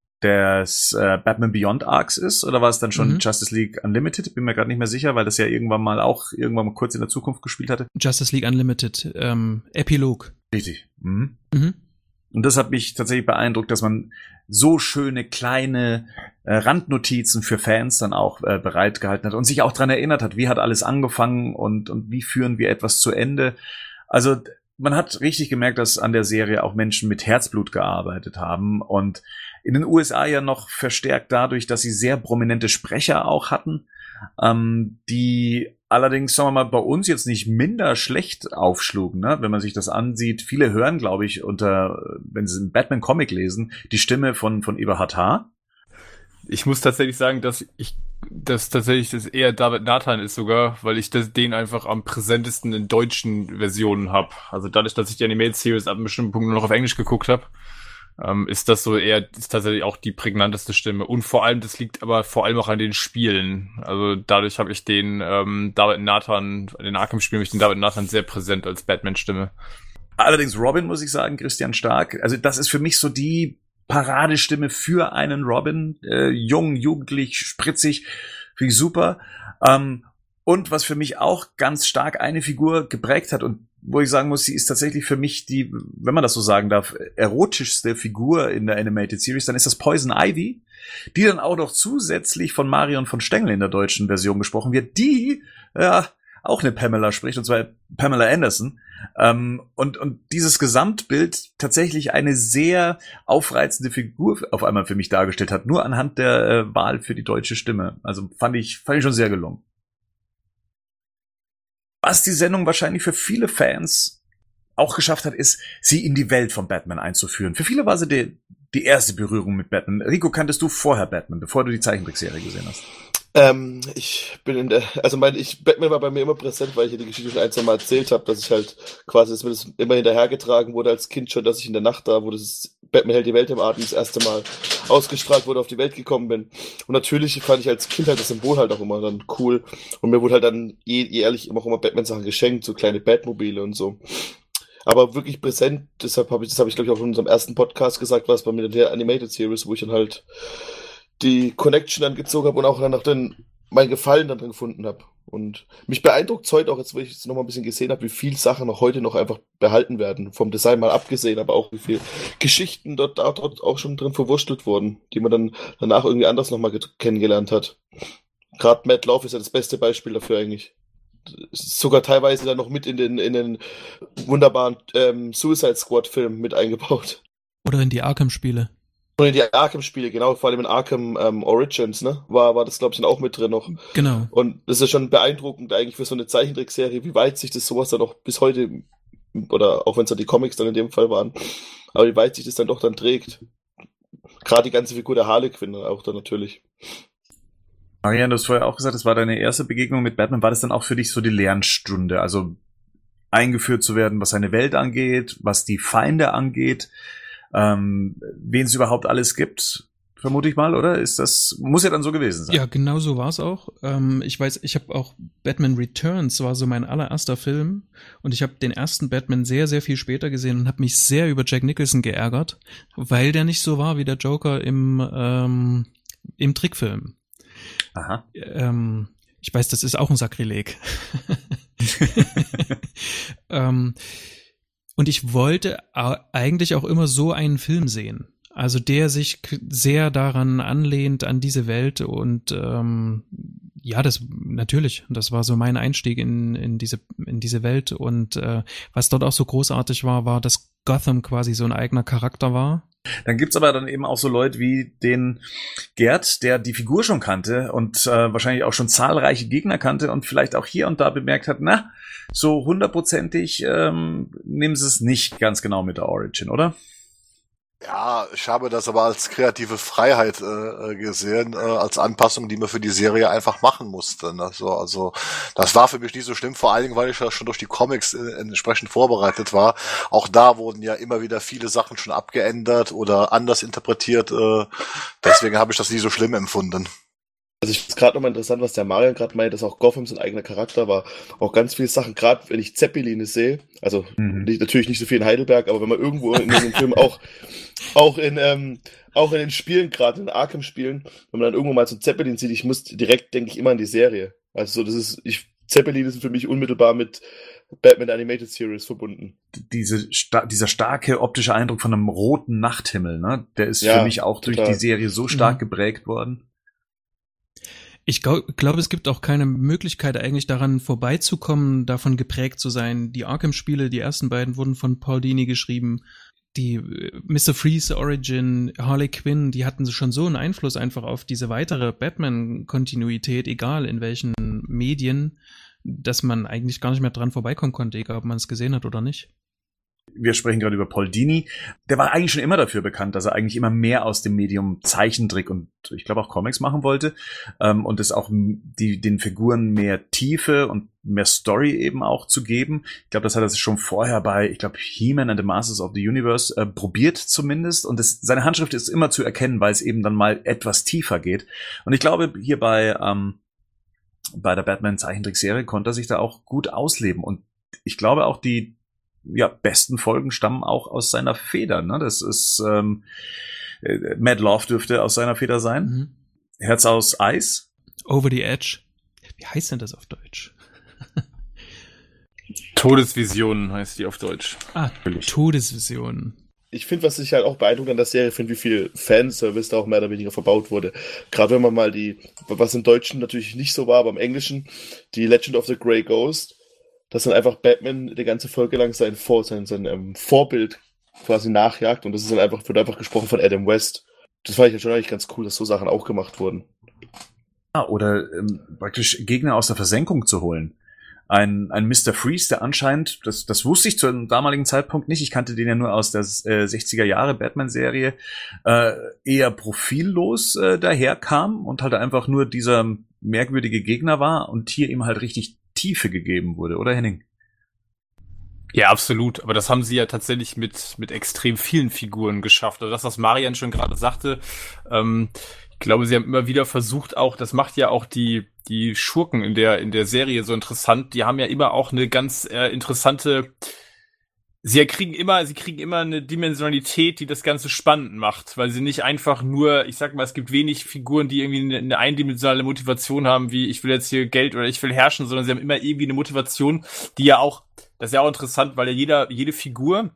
des äh, Batman Beyond Arcs ist, oder war es dann schon mhm. Justice League Unlimited? Bin mir gerade nicht mehr sicher, weil das ja irgendwann mal auch irgendwann mal kurz in der Zukunft gespielt hatte. Justice League Unlimited, ähm, Epilog. Richtig. Mhm. Mhm. Und das hat mich tatsächlich beeindruckt, dass man so schöne kleine äh, Randnotizen für Fans dann auch äh, bereitgehalten hat und sich auch dran erinnert hat, wie hat alles angefangen und und wie führen wir etwas zu Ende. Also man hat richtig gemerkt, dass an der Serie auch Menschen mit Herzblut gearbeitet haben und in den U S A ja noch verstärkt dadurch, dass sie sehr prominente Sprecher auch hatten, ähm, die allerdings, sagen wir mal, bei uns jetzt nicht minder schlecht aufschlugen, ne? Wenn man sich das ansieht. Viele hören, glaube ich, unter, wenn sie einen Batman-Comic lesen, die Stimme von von Eberhard H. Ich muss tatsächlich sagen, dass ich das tatsächlich das eher David Nathan ist sogar, weil ich das, den einfach am präsentesten in deutschen Versionen habe. Also dadurch, dass ich die Animated Series ab einem bestimmten Punkt nur noch auf Englisch geguckt habe, ähm, ist das so eher, ist tatsächlich auch die prägnanteste Stimme. Und vor allem, das liegt aber vor allem auch an den Spielen. Also dadurch habe ich den ähm, David Nathan, den Arkham-Spielen habe ich den David Nathan sehr präsent als Batman-Stimme. Allerdings Robin, muss ich sagen, Christian Stark. Also das ist für mich so die Paradestimme für einen Robin. Äh, jung, jugendlich, spritzig, finde ich super. Ähm, und was für mich auch ganz stark eine Figur geprägt hat und wo ich sagen muss, sie ist tatsächlich für mich die, wenn man das so sagen darf, erotischste Figur in der Animated Series, dann ist das Poison Ivy, die dann auch noch zusätzlich von Marion von Stengel in der deutschen Version gesprochen wird, die, ja, auch eine Pamela spricht, und zwar Pamela Anderson. Ähm, und, und dieses Gesamtbild tatsächlich eine sehr aufreizende Figur auf einmal für mich dargestellt hat, nur anhand der äh, Wahl für die deutsche Stimme. Also fand ich, fand ich schon sehr gelungen. Was die Sendung wahrscheinlich für viele Fans auch geschafft hat, ist, sie in die Welt von Batman einzuführen. Für viele war sie die, die erste Berührung mit Batman. Rico, kanntest du vorher Batman, bevor du die Zeichentrickserie gesehen hast? Ähm, ich bin in der, also mein, ich, Batman war bei mir immer präsent, weil ich ja die Geschichte schon ein, zwei Mal erzählt habe, dass ich halt quasi, dass mir das immer hinterhergetragen wurde als Kind schon, dass ich in der Nacht da, wo das Batman hält die Welt im Atem das erste Mal ausgestrahlt wurde, auf die Welt gekommen bin. Und natürlich fand ich als Kind halt das Symbol halt auch immer dann cool. Und mir wurde halt dann jährlich immer auch immer Batman-Sachen geschenkt, so kleine Batmobile und so. Aber wirklich präsent, deshalb habe ich, das habe ich glaube ich auch in unserem ersten Podcast gesagt, war es bei mir der Animated Series, wo ich dann halt die Connection dann gezogen habe und auch dann nach den, mein Gefallen dann drin gefunden habe. Und mich beeindruckt es heute auch, jetzt wo ich es nochmal ein bisschen gesehen habe, wie viel Sachen noch heute noch einfach behalten werden. Vom Design mal abgesehen, aber auch wie viel Geschichten dort, dort auch schon drin verwurstelt wurden, die man dann danach irgendwie anders nochmal kennengelernt hat. Gerade Matt Love ist ja das beste Beispiel dafür eigentlich. Sogar teilweise dann noch mit in den, in den wunderbaren ähm, Suicide Squad-Film mit eingebaut. Oder in die Arkham-Spiele. Und in die Arkham-Spiele, genau, vor allem in Arkham ähm, Origins, ne, war, war das, glaube ich, dann auch mit drin noch. Genau. Und das ist schon beeindruckend eigentlich für so eine Zeichentrickserie, wie weit sich das sowas dann auch bis heute, oder auch wenn es dann die Comics dann in dem Fall waren, aber wie weit sich das dann doch dann trägt. Gerade die ganze Figur der Harlequin auch dann natürlich. Marianne, du hast vorher auch gesagt, das war deine erste Begegnung mit Batman. War das dann auch für dich so die Lernstunde? Also eingeführt zu werden, was seine Welt angeht, was die Feinde angeht, ähm, wen es überhaupt alles gibt, vermute ich mal, oder? Ist das, muss ja dann so gewesen sein. Ja, genau so war es auch. Ähm, ich weiß, ich habe auch Batman Returns, war so mein allererster Film, und ich habe den ersten Batman sehr, sehr viel später gesehen und habe mich sehr über Jack Nicholson geärgert, weil der nicht so war wie der Joker im, ähm, im Trickfilm. Aha. Ähm, ich weiß, das ist auch ein Sakrileg. ähm, und ich wollte eigentlich auch immer so einen Film sehen. Also der sich sehr daran anlehnt, an diese Welt, und ähm, ja, das natürlich, das war so mein Einstieg in, in diese in diese Welt, und äh, was dort auch so großartig war, war, dass Gotham quasi so ein eigener Charakter war. Dann gibt's aber dann eben auch so Leute wie den Gerd, der die Figur schon kannte und äh, wahrscheinlich auch schon zahlreiche Gegner kannte und vielleicht auch hier und da bemerkt hat, na, so hundertprozentig ähm, nehmen sie es nicht ganz genau mit der Origin, oder? Ja, ich habe das aber als kreative Freiheit äh, gesehen, äh, als Anpassung, die man für die Serie einfach machen musste. Ne? So, also das war für mich nicht so schlimm, vor allen Dingen, weil ich ja schon durch die Comics äh, entsprechend vorbereitet war. Auch da wurden ja immer wieder viele Sachen schon abgeändert oder anders interpretiert. Äh, deswegen habe ich das nie so schlimm empfunden. Also ich finde es gerade nochmal interessant, was der Marian gerade meint, dass auch Gotham so ein eigener Charakter war. Auch ganz viele Sachen, gerade wenn ich Zeppeline sehe, also mhm. nicht, natürlich nicht so viel in Heidelberg, aber wenn man irgendwo in diesem Film auch auch in ähm, auch in den Spielen, gerade in Arkham-Spielen, wenn man dann irgendwo mal so Zeppelin sieht, ich muss direkt, denke ich, immer an die Serie. Also so, das ist, ich Zeppelin sind für mich unmittelbar mit Batman Animated Series verbunden. Diese, sta- dieser starke optische Eindruck von einem roten Nachthimmel, ne, der ist ja, für mich auch total. durch die Serie so stark mhm. geprägt worden. Ich glaube, es gibt auch keine Möglichkeit eigentlich daran vorbeizukommen, davon geprägt zu sein. Die Arkham-Spiele, die ersten beiden, wurden von Paul Dini geschrieben. Die Mister Freeze Origin, Harley Quinn, die hatten schon so einen Einfluss einfach auf diese weitere Batman-Kontinuität, egal in welchen Medien, dass man eigentlich gar nicht mehr dran vorbeikommen konnte, egal ob man es gesehen hat oder nicht. Wir sprechen gerade über Paul Dini. Der war eigentlich schon immer dafür bekannt, dass er eigentlich immer mehr aus dem Medium Zeichentrick und ich glaube auch Comics machen wollte, ähm, und es auch die, den Figuren mehr Tiefe und mehr Story eben auch zu geben. Ich glaube, das hat er schon vorher bei, ich glaube, He-Man and the Masters of the Universe äh, probiert zumindest, und das, seine Handschrift ist immer zu erkennen, weil es eben dann mal etwas tiefer geht. Und ich glaube, hier bei, ähm, bei der Batman-Zeichentrickserie konnte er sich da auch gut ausleben, und ich glaube auch die ja, besten Folgen stammen auch aus seiner Feder, ne? Das ist ähm, Mad Love dürfte aus seiner Feder sein. Mhm. Herz aus Eis. Over the Edge. Wie heißt denn das auf Deutsch? Todesvisionen heißt die auf Deutsch. Ah, Todesvisionen. ich finde, was ich halt auch beeindruckend an der Serie finde, wie viel Fanservice da auch mehr oder weniger verbaut wurde. Gerade wenn man mal die, was im Deutschen natürlich nicht so war, aber im Englischen, die Legend of the Grey Ghost, dass dann einfach Batman die ganze Folge lang sein, Vor, sein, sein ähm, Vorbild quasi nachjagt und das ist dann einfach, wird einfach gesprochen von Adam West. Das fand ich ja schon eigentlich ganz cool, dass so Sachen auch gemacht wurden. Ja, oder ähm, praktisch Gegner aus der Versenkung zu holen. Ein, ein Mister Freeze, der anscheinend, das, das wusste ich zu einem damaligen Zeitpunkt nicht, ich kannte den ja nur aus der äh, sechziger Jahre Batman-Serie, äh, eher profillos äh, daherkam und halt einfach nur dieser merkwürdige Gegner war und hier ihm halt richtig Tiefe gegeben wurde, oder Henning? Ja, absolut. Aber das haben sie ja tatsächlich mit mit extrem vielen Figuren geschafft. Also das, was Marian schon gerade sagte, ähm, ich glaube, sie haben immer wieder versucht auch, das macht ja auch die die Schurken in der in der Serie so interessant. Die haben ja immer auch eine ganz äh, interessante, sie kriegen immer, sie kriegen immer eine Dimensionalität, die das Ganze spannend macht, weil sie nicht einfach nur, ich sag mal, es gibt wenig Figuren, die irgendwie eine, eine eindimensionale Motivation haben, wie ich will jetzt hier Geld oder ich will herrschen, sondern sie haben immer irgendwie eine Motivation, die ja auch, das ist ja auch interessant, weil ja jeder, jede Figur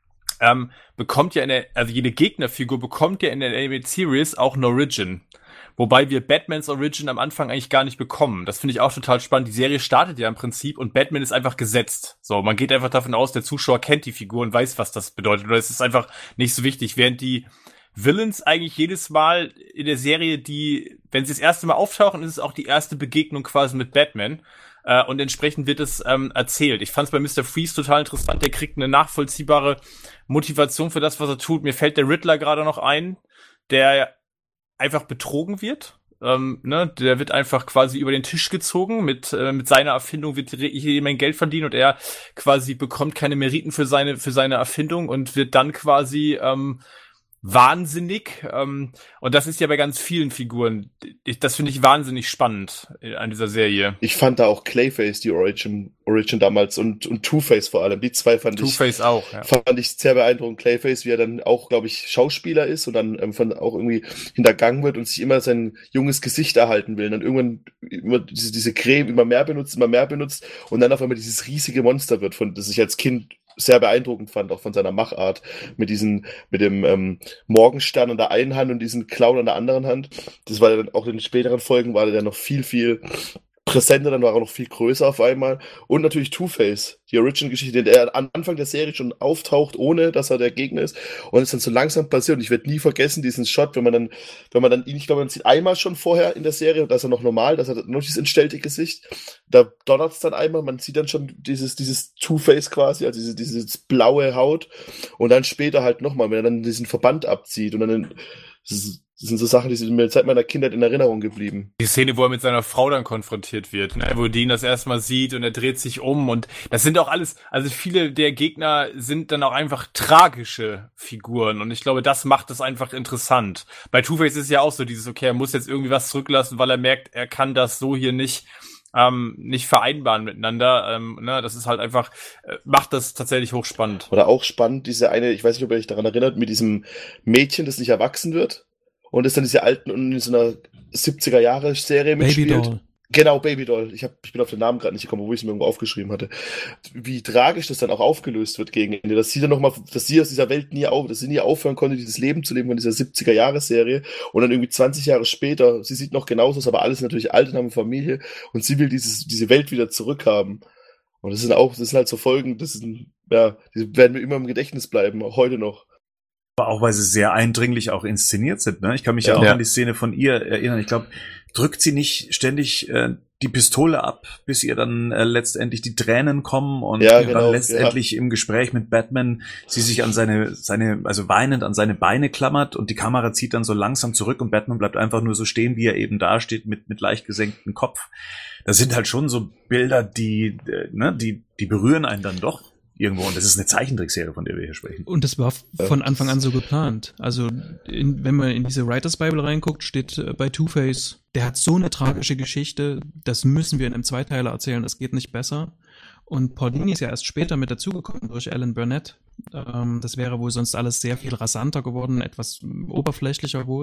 ähm, bekommt ja in der, also jede Gegnerfigur bekommt ja in der Animated Series auch eine Origin. Wobei wir Batmans Origin am Anfang eigentlich gar nicht bekommen. Das finde ich auch total spannend. Die Serie startet ja im Prinzip und Batman ist einfach gesetzt. So, man geht einfach davon aus, der Zuschauer kennt die Figur und weiß, was das bedeutet. Oder es ist einfach nicht so wichtig. Während die Villains eigentlich jedes Mal in der Serie, die, wenn sie das erste Mal auftauchen, ist es auch die erste Begegnung quasi mit Batman. Äh, und entsprechend wird es ähm, erzählt. Ich fand es bei Mister Freeze total interessant. Der kriegt eine nachvollziehbare Motivation für das, was er tut. Mir fällt der Riddler gerade noch ein, der einfach betrogen wird. Ähm, ne, der wird einfach quasi über den Tisch gezogen. Mit äh, mit seiner Erfindung wird hier jemand Geld verdienen und er quasi bekommt keine Meriten für seine für seine Erfindung und wird dann quasi ähm, wahnsinnig. Ähm, und das ist ja bei ganz vielen Figuren. Ich, das finde ich wahnsinnig spannend an dieser Serie. Ich fand da auch Clayface, die Origin, Origin damals und, und Two-Face vor allem. Die zwei fand Two-Face ich, auch, ja. fand ich sehr beeindruckend. Clayface, wie er dann auch, glaube ich, Schauspieler ist und dann ähm, von, auch irgendwie hintergangen wird und sich immer sein junges Gesicht erhalten will. Und dann irgendwann immer diese, diese Creme immer mehr benutzt, immer mehr benutzt und dann auf einmal dieses riesige Monster wird, von das ich als Kind sehr beeindruckend fand, auch von seiner Machart, mit diesen, mit dem ähm, Morgenstern an der einen Hand und diesen Clown an der anderen Hand. Das war dann auch in den späteren Folgen, war der dann noch viel, viel präsenter, dann war er noch viel größer auf einmal. Und natürlich Two-Face, die Origin-Geschichte, der am Anfang der Serie schon auftaucht, ohne dass er der Gegner ist. Und es dann so langsam passiert. Und ich werde nie vergessen, diesen Shot, wenn man dann, wenn man dann ihn, ich glaube, man sieht einmal schon vorher in der Serie, da ist er noch normal, dass er noch dieses entstellte Gesicht. Da donnert es dann einmal, man sieht dann schon dieses, dieses Two-Face quasi, also diese, dieses blaue Haut. Und dann später halt nochmal, wenn er dann diesen Verband abzieht und dann, das sind so Sachen, die sind mir seit meiner Kindheit in Erinnerung geblieben. Die Szene, wo er mit seiner Frau dann konfrontiert wird, ne? Wo die ihn das erste Mal sieht und er dreht sich um und das sind auch alles, also viele der Gegner sind dann auch einfach tragische Figuren und ich glaube, das macht es einfach interessant. Bei Two-Face ist es ja auch so dieses, okay, er muss jetzt irgendwie was zurücklassen, weil er merkt, er kann das so hier nicht ähm, nicht vereinbaren miteinander. Ähm, ne? Das ist halt einfach, äh, macht das tatsächlich hochspannend. Oder auch spannend, diese eine, ich weiß nicht, ob ihr euch daran erinnert, mit diesem Mädchen, das nicht erwachsen wird. Und ist dann diese alten und in so einer siebziger-Jahre-Serie mitspielt. Babydoll. Genau, Babydoll. Ich, hab, ich bin auf den Namen gerade nicht gekommen, wo ich es mir irgendwo aufgeschrieben hatte. Wie tragisch das dann auch aufgelöst wird gegen Ende. Dass sie dann nochmal, dass sie aus dieser Welt nie auf, dass sie nie aufhören konnte, dieses Leben zu leben von dieser siebziger-Jahre-Serie. Und dann irgendwie zwanzig Jahre später, sie sieht noch genauso aus, aber alles natürlich alt und haben Familie. Und sie will dieses, diese Welt wieder zurückhaben. Und das sind auch, das sind halt so Folgen, das sind, ja, die werden mir immer im Gedächtnis bleiben, auch heute noch. Aber auch, weil sie sehr eindringlich auch inszeniert sind. Ne? Ich kann mich ja, ja auch ja. an die Szene von ihr erinnern. Ich glaube, drückt sie nicht ständig äh, die Pistole ab, bis ihr dann äh, letztendlich die Tränen kommen und ja, genau, dann letztendlich ja. im Gespräch mit Batman sie sich an seine, seine, also weinend an seine Beine klammert und die Kamera zieht dann so langsam zurück und Batman bleibt einfach nur so stehen, wie er eben da steht, mit, mit leicht gesenktem Kopf. Das sind halt schon so Bilder, die, äh, ne, die, die berühren einen dann doch irgendwo. Und das ist eine Zeichentrickserie, von der wir hier sprechen. Und das war von Anfang an so geplant. Also in, wenn man in diese Writers Bible reinguckt, steht äh, bei Two-Face, der hat so eine tragische Geschichte, das müssen wir in einem Zweiteiler erzählen, das geht nicht besser. Und Paul Dini ist ja erst später mit dazugekommen durch Alan Burnett. Ähm, das wäre wohl sonst alles sehr viel rasanter geworden, etwas oberflächlicher wohl.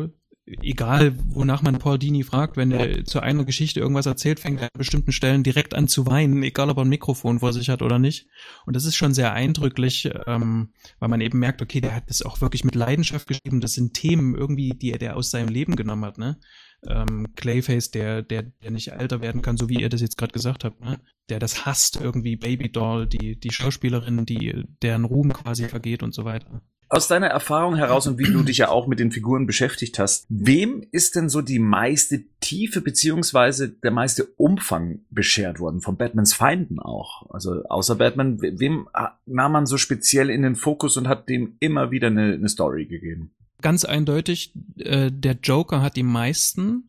egal wonach man Paul Dini fragt, wenn er zu einer Geschichte irgendwas erzählt, fängt er an bestimmten Stellen direkt an zu weinen, egal ob er ein Mikrofon vor sich hat oder nicht. Und das ist schon sehr eindrücklich, ähm, weil man eben merkt, okay, der hat das auch wirklich mit Leidenschaft geschrieben. Das sind Themen irgendwie, die er der aus seinem Leben genommen hat, ne? Ähm, Clayface, der, der, der nicht älter werden kann, so wie ihr das jetzt gerade gesagt habt, ne? Der das hasst, irgendwie Baby Doll, die, die Schauspielerin, die, deren Ruhm quasi vergeht und so weiter. Aus deiner Erfahrung heraus und wie du dich ja auch mit den Figuren beschäftigt hast, wem ist denn so die meiste Tiefe beziehungsweise der meiste Umfang beschert worden? Von Batmans Feinden auch? Also außer Batman, wem nahm man so speziell in den Fokus und hat dem immer wieder eine, eine Story gegeben? Ganz eindeutig, äh, der Joker hat die meisten.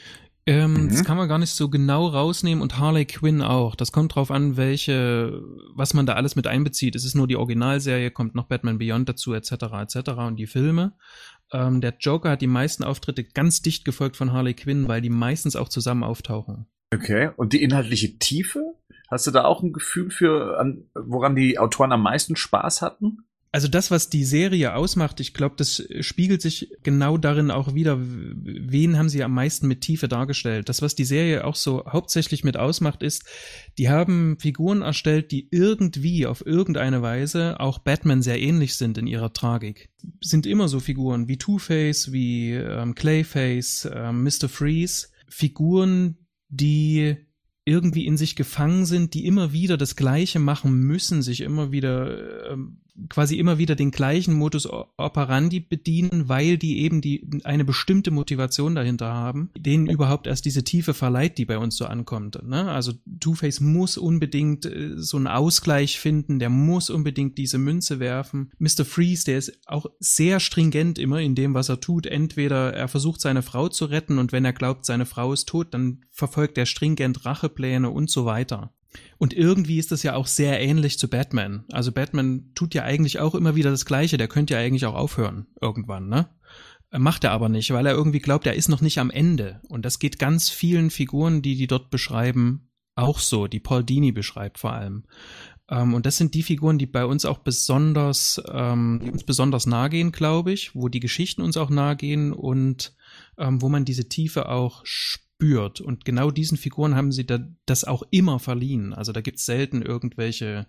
Ähm, mhm. Das kann man gar nicht so genau rausnehmen und Harley Quinn auch. Das kommt drauf an, welche, was man da alles mit einbezieht. Es ist nur die Originalserie, kommt noch Batman Beyond dazu, et cetera, et cetera und die Filme. Ähm, der Joker hat die meisten Auftritte ganz dicht gefolgt von Harley Quinn, weil die meistens auch zusammen auftauchen. Okay, und die inhaltliche Tiefe? Hast du da auch ein Gefühl für, an, woran die Autoren am meisten Spaß hatten? Also das, was die Serie ausmacht, ich glaube, das spiegelt sich genau darin auch wieder, wen haben sie am meisten mit Tiefe dargestellt. Das, was die Serie auch so hauptsächlich mit ausmacht, ist, die haben Figuren erstellt, die irgendwie auf irgendeine Weise auch Batman sehr ähnlich sind in ihrer Tragik. Sind immer so Figuren wie Two-Face, wie ähm, Clayface, ähm, Mister Freeze. Figuren, die irgendwie in sich gefangen sind, die immer wieder das Gleiche machen müssen, sich immer wieder ähm, quasi immer wieder den gleichen Modus operandi bedienen, weil die eben die eine bestimmte Motivation dahinter haben, denen überhaupt erst diese Tiefe verleiht, die bei uns so ankommt. Ne? Also Two-Face muss unbedingt äh, so einen Ausgleich finden, der muss unbedingt diese Münze werfen. Mister Freeze, der ist auch sehr stringent immer in dem, was er tut. Entweder er versucht, seine Frau zu retten und wenn er glaubt, seine Frau ist tot, dann verfolgt er stringent Rachepläne und so weiter. Und irgendwie ist das ja auch sehr ähnlich zu Batman. Also Batman tut ja eigentlich auch immer wieder das Gleiche. Der könnte ja eigentlich auch aufhören irgendwann, ne? Macht er aber nicht, weil er irgendwie glaubt, er ist noch nicht am Ende. Und das geht ganz vielen Figuren, die die dort beschreiben, auch so. Die Paul Dini beschreibt vor allem. Ähm, und das sind die Figuren, die bei uns auch besonders, ähm, die uns besonders nahe gehen, glaube ich, wo die Geschichten uns auch nahe gehen und ähm, wo man diese Tiefe auch spürt. Und genau diesen Figuren haben sie da, das auch immer verliehen. Also da gibt's selten irgendwelche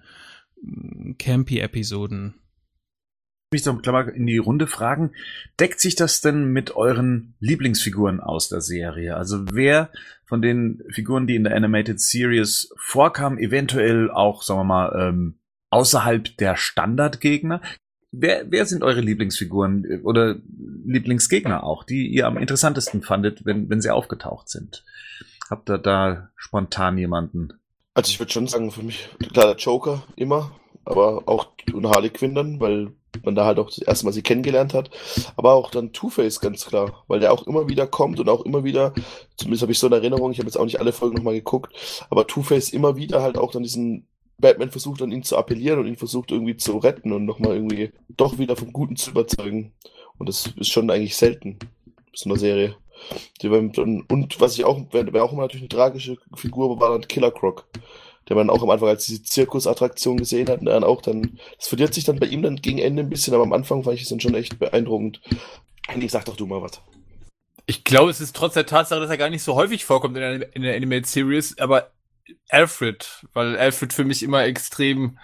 Campy-Episoden. Ich mich doch mal in die Runde fragen, deckt sich das denn mit euren Lieblingsfiguren aus der Serie? Also wer von den Figuren, die in der Animated Series vorkamen, eventuell auch, sagen wir mal, ähm, außerhalb der Standardgegner? Wer, wer sind eure Lieblingsfiguren oder Lieblingsgegner auch, die ihr am interessantesten fandet, wenn, wenn sie aufgetaucht sind? Habt ihr da spontan jemanden? Also ich würde schon sagen, für mich klar der Joker immer, aber auch und Harley Quinn dann, weil man da halt auch das erste Mal sie kennengelernt hat. Aber auch dann Two-Face ganz klar, weil der auch immer wieder kommt und auch immer wieder, zumindest habe ich so eine Erinnerung, ich habe jetzt auch nicht alle Folgen nochmal geguckt, aber Two-Face immer wieder halt auch dann diesen Batman versucht an ihn zu appellieren und ihn versucht irgendwie zu retten und nochmal irgendwie doch wieder vom Guten zu überzeugen. Und das ist schon eigentlich selten in so einer Serie. Die, und was ich auch, wer, wer auch immer natürlich eine tragische Figur war, dann Killer Croc. Der man auch am Anfang als diese Zirkusattraktion gesehen hat und dann auch dann, das verliert sich dann bei ihm dann gegen Ende ein bisschen, aber am Anfang fand ich es dann schon echt beeindruckend. Andy, sag doch du mal was. Ich glaube, es ist trotz der Tatsache, dass er gar nicht so häufig vorkommt in der, in der Animated Series, aber Alfred, weil Alfred für mich immer extrem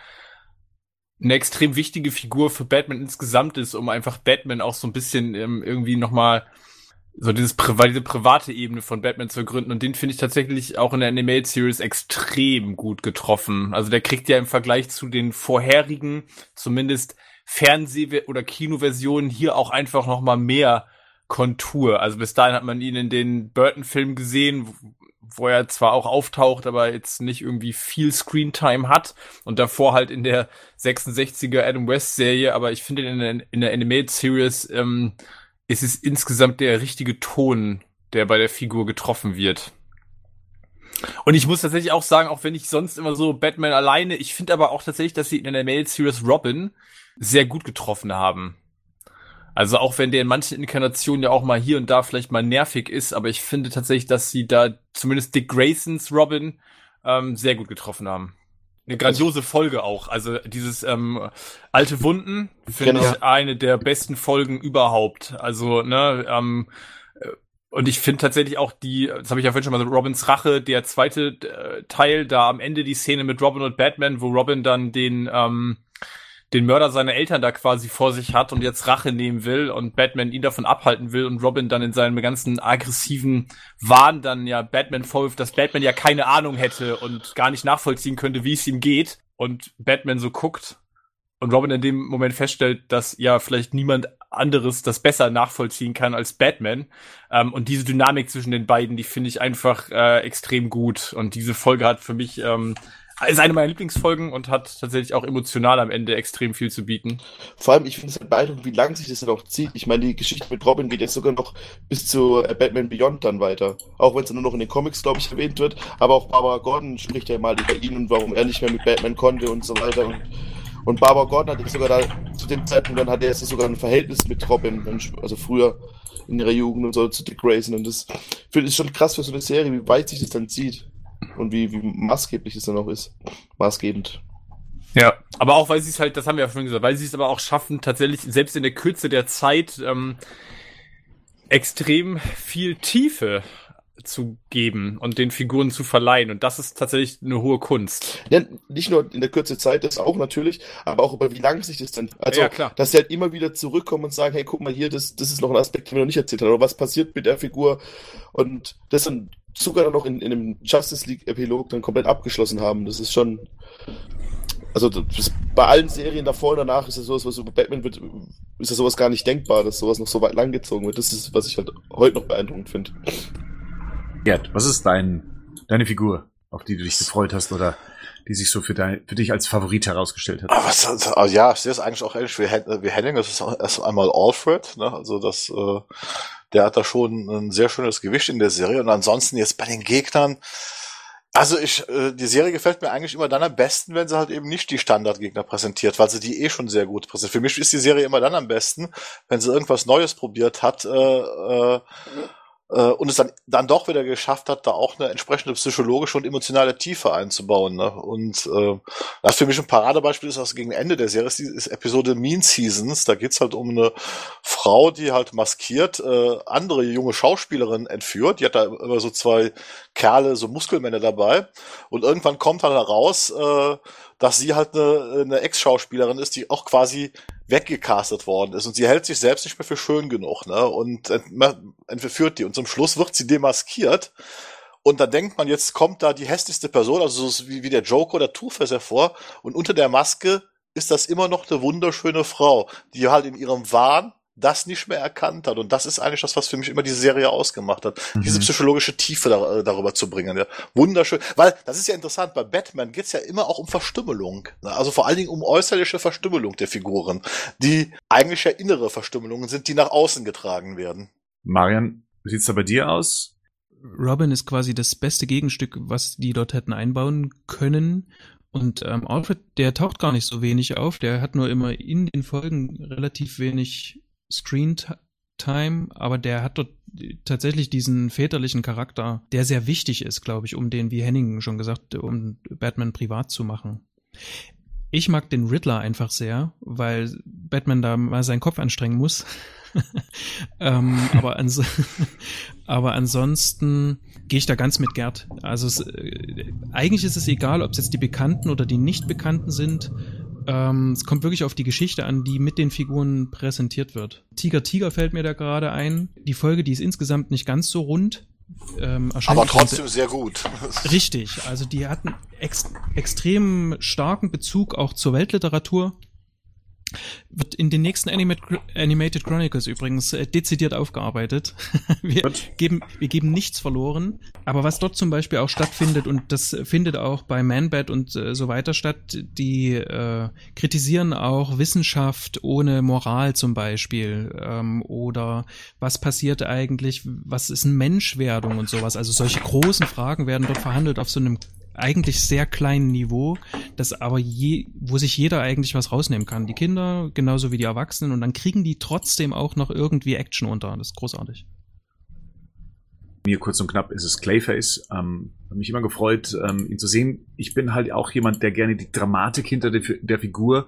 eine extrem wichtige Figur für Batman insgesamt ist, um einfach Batman auch so ein bisschen ähm, irgendwie nochmal so dieses Pri- diese private Ebene von Batman zu ergründen und den finde ich tatsächlich auch in der Animated Series extrem gut getroffen. Also der kriegt ja im Vergleich zu den vorherigen, zumindest Fernseh- oder Kinoversionen hier auch einfach nochmal mehr Kontur. Also bis dahin hat man ihn in den Burton-Filmen gesehen, wo er zwar auch auftaucht, aber jetzt nicht irgendwie viel Screentime hat und davor halt in der sechsundsechziger Adam West Serie, aber ich finde in der, in der Animated Series ähm, ist es insgesamt der richtige Ton, der bei der Figur getroffen wird. Und ich muss tatsächlich auch sagen, auch wenn ich sonst immer so Batman alleine, ich finde aber auch tatsächlich, dass sie in der Animated Series Robin sehr gut getroffen haben. Also auch wenn der in manchen Inkarnationen ja auch mal hier und da vielleicht mal nervig ist, aber ich finde tatsächlich, dass sie da zumindest Dick Graysons Robin ähm, sehr gut getroffen haben. Eine grandiose Folge auch. Also dieses ähm, alte Wunden finde Genau. ich eine der besten Folgen überhaupt. Also ne, ähm, Und ich finde tatsächlich auch die, das habe ich ja vorhin schon mal, Robins Rache, der zweite äh, Teil, da am Ende die Szene mit Robin und Batman, wo Robin dann den ähm, den Mörder seiner Eltern da quasi vor sich hat und jetzt Rache nehmen will und Batman ihn davon abhalten will und Robin dann in seinem ganzen aggressiven Wahn dann ja Batman vorwirft, dass Batman ja keine Ahnung hätte und gar nicht nachvollziehen könnte, wie es ihm geht, und Batman so guckt und Robin in dem Moment feststellt, dass ja vielleicht niemand anderes das besser nachvollziehen kann als Batman. Ähm, und diese Dynamik zwischen den beiden, die finde ich einfach äh, extrem gut. Und diese Folge hat für mich ähm, ist eine meiner Lieblingsfolgen und hat tatsächlich auch emotional am Ende extrem viel zu bieten. Vor allem, ich finde es halt beeindruckend, wie lang sich das dann auch zieht. Ich meine, die Geschichte mit Robin geht jetzt sogar noch bis zu äh, Batman Beyond dann weiter. Auch wenn es nur noch in den Comics, glaube ich, erwähnt wird. Aber auch Barbara Gordon spricht ja mal über ihn und warum er nicht mehr mit Batman konnte und so weiter. Und, und Barbara Gordon hatte sogar da, zu dem Zeitpunkt, dann hatte er sogar ein Verhältnis mit Robin, also früher in ihrer Jugend und so, zu Dick Grayson. Und das finde ich schon krass für so eine Serie, wie weit sich das dann zieht. Und wie, wie maßgeblich es dann auch ist. Maßgebend. Ja, aber auch, weil sie es halt, das haben wir ja schon gesagt, weil sie es aber auch schaffen, tatsächlich selbst in der Kürze der Zeit ähm, extrem viel Tiefe zu geben und den Figuren zu verleihen. Und das ist tatsächlich eine hohe Kunst. Ja, nicht nur in der Kürze der Zeit, das auch natürlich, aber auch über wie lange sich das dann... Also, ja, klar. Dass sie halt immer wieder zurückkommen und sagen, hey, guck mal hier, das, das ist noch ein Aspekt, den wir noch nicht erzählt haben. Oder was passiert mit der Figur? Und das dann sogar dann noch in, in einem Justice League-Epilog dann komplett abgeschlossen haben. Das ist schon... Also das, bei allen Serien davor und danach ist das sowas, was über Batman wird, ist das sowas gar nicht denkbar, dass sowas noch so weit langgezogen wird. Das ist, was ich halt heute noch beeindruckend finde. Gerd, was ist dein, deine Figur, auf die du dich gefreut hast oder die sich so für, dein, für dich als Favorit herausgestellt hat? Aber was, also ja, ich sehe es eigentlich auch ähnlich wie, wie Henning. Das ist erst einmal Alfred, ne? Also das, äh, der hat da schon ein sehr schönes Gewicht in der Serie. Und ansonsten jetzt bei den Gegnern, also ich, äh, die Serie gefällt mir eigentlich immer dann am besten, wenn sie halt eben nicht die Standardgegner präsentiert, weil sie die eh schon sehr gut präsentiert. Für mich ist die Serie immer dann am besten, wenn sie irgendwas Neues probiert hat, äh, äh, und es dann dann doch wieder geschafft hat, da auch eine entsprechende psychologische und emotionale Tiefe einzubauen. Ne? Und äh, das für mich ein Paradebeispiel ist, also gegen Ende der Serie ist die ist Episode Mean Seasons. Da geht's halt um eine Frau, die halt maskiert äh, andere junge Schauspielerinnen entführt. Die hat da immer so zwei Kerle, so Muskelmänner dabei. Und irgendwann kommt dann heraus, äh, dass sie halt eine, eine Ex-Schauspielerin ist, die auch quasi weggecastet worden ist. Und sie hält sich selbst nicht mehr für schön genug, ne? Und entführt die. Und zum Schluss wird sie demaskiert. Und dann denkt man, jetzt kommt da die hässlichste Person, also so wie, wie der Joker oder Two-Face hervor. Und unter der Maske ist das immer noch eine wunderschöne Frau, die halt in ihrem Wahn das nicht mehr erkannt hat. Und das ist eigentlich das, was für mich immer diese Serie ausgemacht hat. Mhm. Diese psychologische Tiefe da, darüber zu bringen. Ja. Wunderschön. Weil, das ist ja interessant, bei Batman geht's ja immer auch um Verstümmelung. Ne? Also vor allen Dingen um äußerliche Verstümmelung der Figuren, die eigentlich ja innere Verstümmelungen sind, die nach außen getragen werden. Marian, wie sieht's da bei dir aus? Robin ist quasi das beste Gegenstück, was die dort hätten einbauen können. Und ähm, Alfred, der taucht gar nicht so wenig auf. Der hat nur immer in den Folgen relativ wenig Screen-Time, aber der hat dort tatsächlich diesen väterlichen Charakter, der sehr wichtig ist, glaube ich, um den, wie Henning schon gesagt, um Batman privat zu machen. Ich mag den Riddler einfach sehr, weil Batman da mal seinen Kopf anstrengen muss. ähm, aber, ans- aber ansonsten gehe ich da ganz mit Gerd. Also es, äh, eigentlich ist es egal, ob es jetzt die Bekannten oder die Nicht-Bekannten sind. Ähm, es kommt wirklich auf die Geschichte an, die mit den Figuren präsentiert wird. Tiger Tiger fällt mir da gerade ein. Die Folge, die ist insgesamt nicht ganz so rund. Ähm, aber trotzdem sehr gut. Richtig, also die hatten ex- extrem starken Bezug auch zur Weltliteratur. Wird in den nächsten Animated, Animated Chronicles übrigens äh, dezidiert aufgearbeitet. wir, geben, wir geben nichts verloren. Aber was dort zum Beispiel auch stattfindet, und das findet auch bei Man-Bat und äh, so weiter statt, die äh, kritisieren auch Wissenschaft ohne Moral zum Beispiel. Ähm, oder was passiert eigentlich, was ist eine Menschwerdung und sowas. Also solche großen Fragen werden dort verhandelt auf so einem eigentlich sehr kleinen Niveau, das aber je, wo sich jeder eigentlich was rausnehmen kann. Die Kinder genauso wie die Erwachsenen, und dann kriegen die trotzdem auch noch irgendwie Action unter. Das ist großartig. Mir kurz und knapp ist es Clayface. Ähm, habe mich immer gefreut, ähm, ihn zu sehen. Ich bin halt auch jemand, der gerne die Dramatik hinter der, der Figur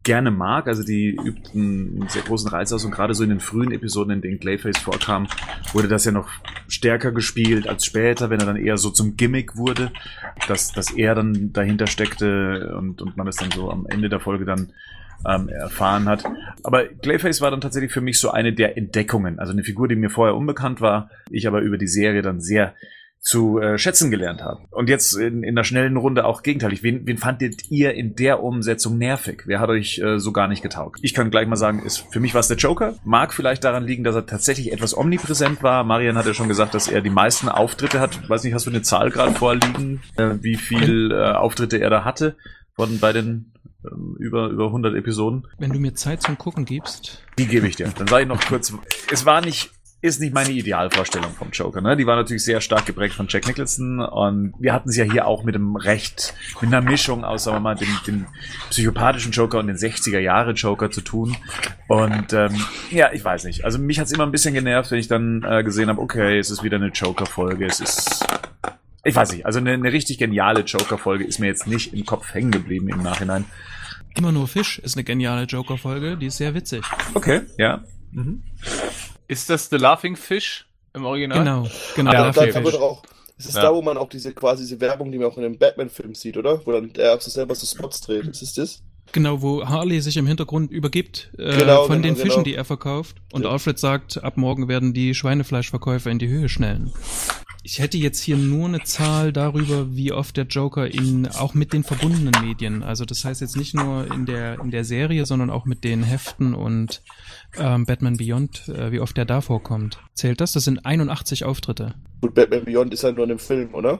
gerne mag. Also die übt einen sehr großen Reiz aus und gerade so in den frühen Episoden, in denen Clayface vorkam, wurde das ja noch stärker gespielt als später, wenn er dann eher so zum Gimmick wurde, dass, dass er dann dahinter steckte und, und man es dann so am Ende der Folge dann ähm, erfahren hat. Aber Clayface war dann tatsächlich für mich so eine der Entdeckungen. Also eine Figur, die mir vorher unbekannt war, ich aber über die Serie dann sehr zu äh, schätzen gelernt habe. Und jetzt in, in der schnellen Runde auch gegenteilig. Wen, wen fandet ihr in der Umsetzung nervig? Wer hat euch äh, so gar nicht getaugt? Ich kann gleich mal sagen, ist für mich war es der Joker. Mag vielleicht daran liegen, dass er tatsächlich etwas omnipräsent war. Marian hat ja schon gesagt, dass er die meisten Auftritte hat. Weiß nicht, hast du eine Zahl gerade vorliegen, äh, wie viel äh, Auftritte er da hatte von bei den ähm, über über hundert Episoden? Wenn du mir Zeit zum Gucken gibst. Die gebe ich dir. Dann sage ich noch kurz, es war nicht ist nicht meine Idealvorstellung vom Joker, ne? Die war natürlich sehr stark geprägt von Jack Nicholson und wir hatten es ja hier auch mit einem recht, mit einer Mischung aus, sagen wir mal, dem, dem psychopathischen Joker und den sechziger-Jahre-Joker zu tun und ähm, ja, ich weiß nicht. Also mich hat's immer ein bisschen genervt, wenn ich dann äh, gesehen habe, okay, es ist wieder eine Joker-Folge, es ist, ich weiß nicht, also eine, eine richtig geniale Joker-Folge ist mir jetzt nicht im Kopf hängen geblieben im Nachhinein. Immer nur Fisch ist eine geniale Joker-Folge, die ist sehr witzig. Okay, ja. Mhm. Ist das The Laughing Fish im Original? Genau, genau. Ja, Ja, da okay. kann man doch auch, es ist Ja. da, wo man auch diese quasi diese Werbung, die man auch in einem Batman-Film sieht, oder? Wo dann der auch so selber so Spots dreht. Ist es das? Genau, wo Harley sich im Hintergrund übergibt äh, Genau, von genau, den Fischen, genau. die er verkauft. Und Ja. Alfred sagt, ab morgen werden die Schweinefleischverkäufe in die Höhe schnellen. Ich hätte jetzt hier nur eine Zahl darüber, wie oft der Joker in, auch mit den verbundenen Medien, also das heißt jetzt nicht nur in der in der Serie, sondern auch mit den Heften und ähm, Batman Beyond, äh, wie oft der da vorkommt. Zählt das? Das sind einundachtzig Auftritte. Gut, Batman Beyond ist halt nur in einem Film, oder?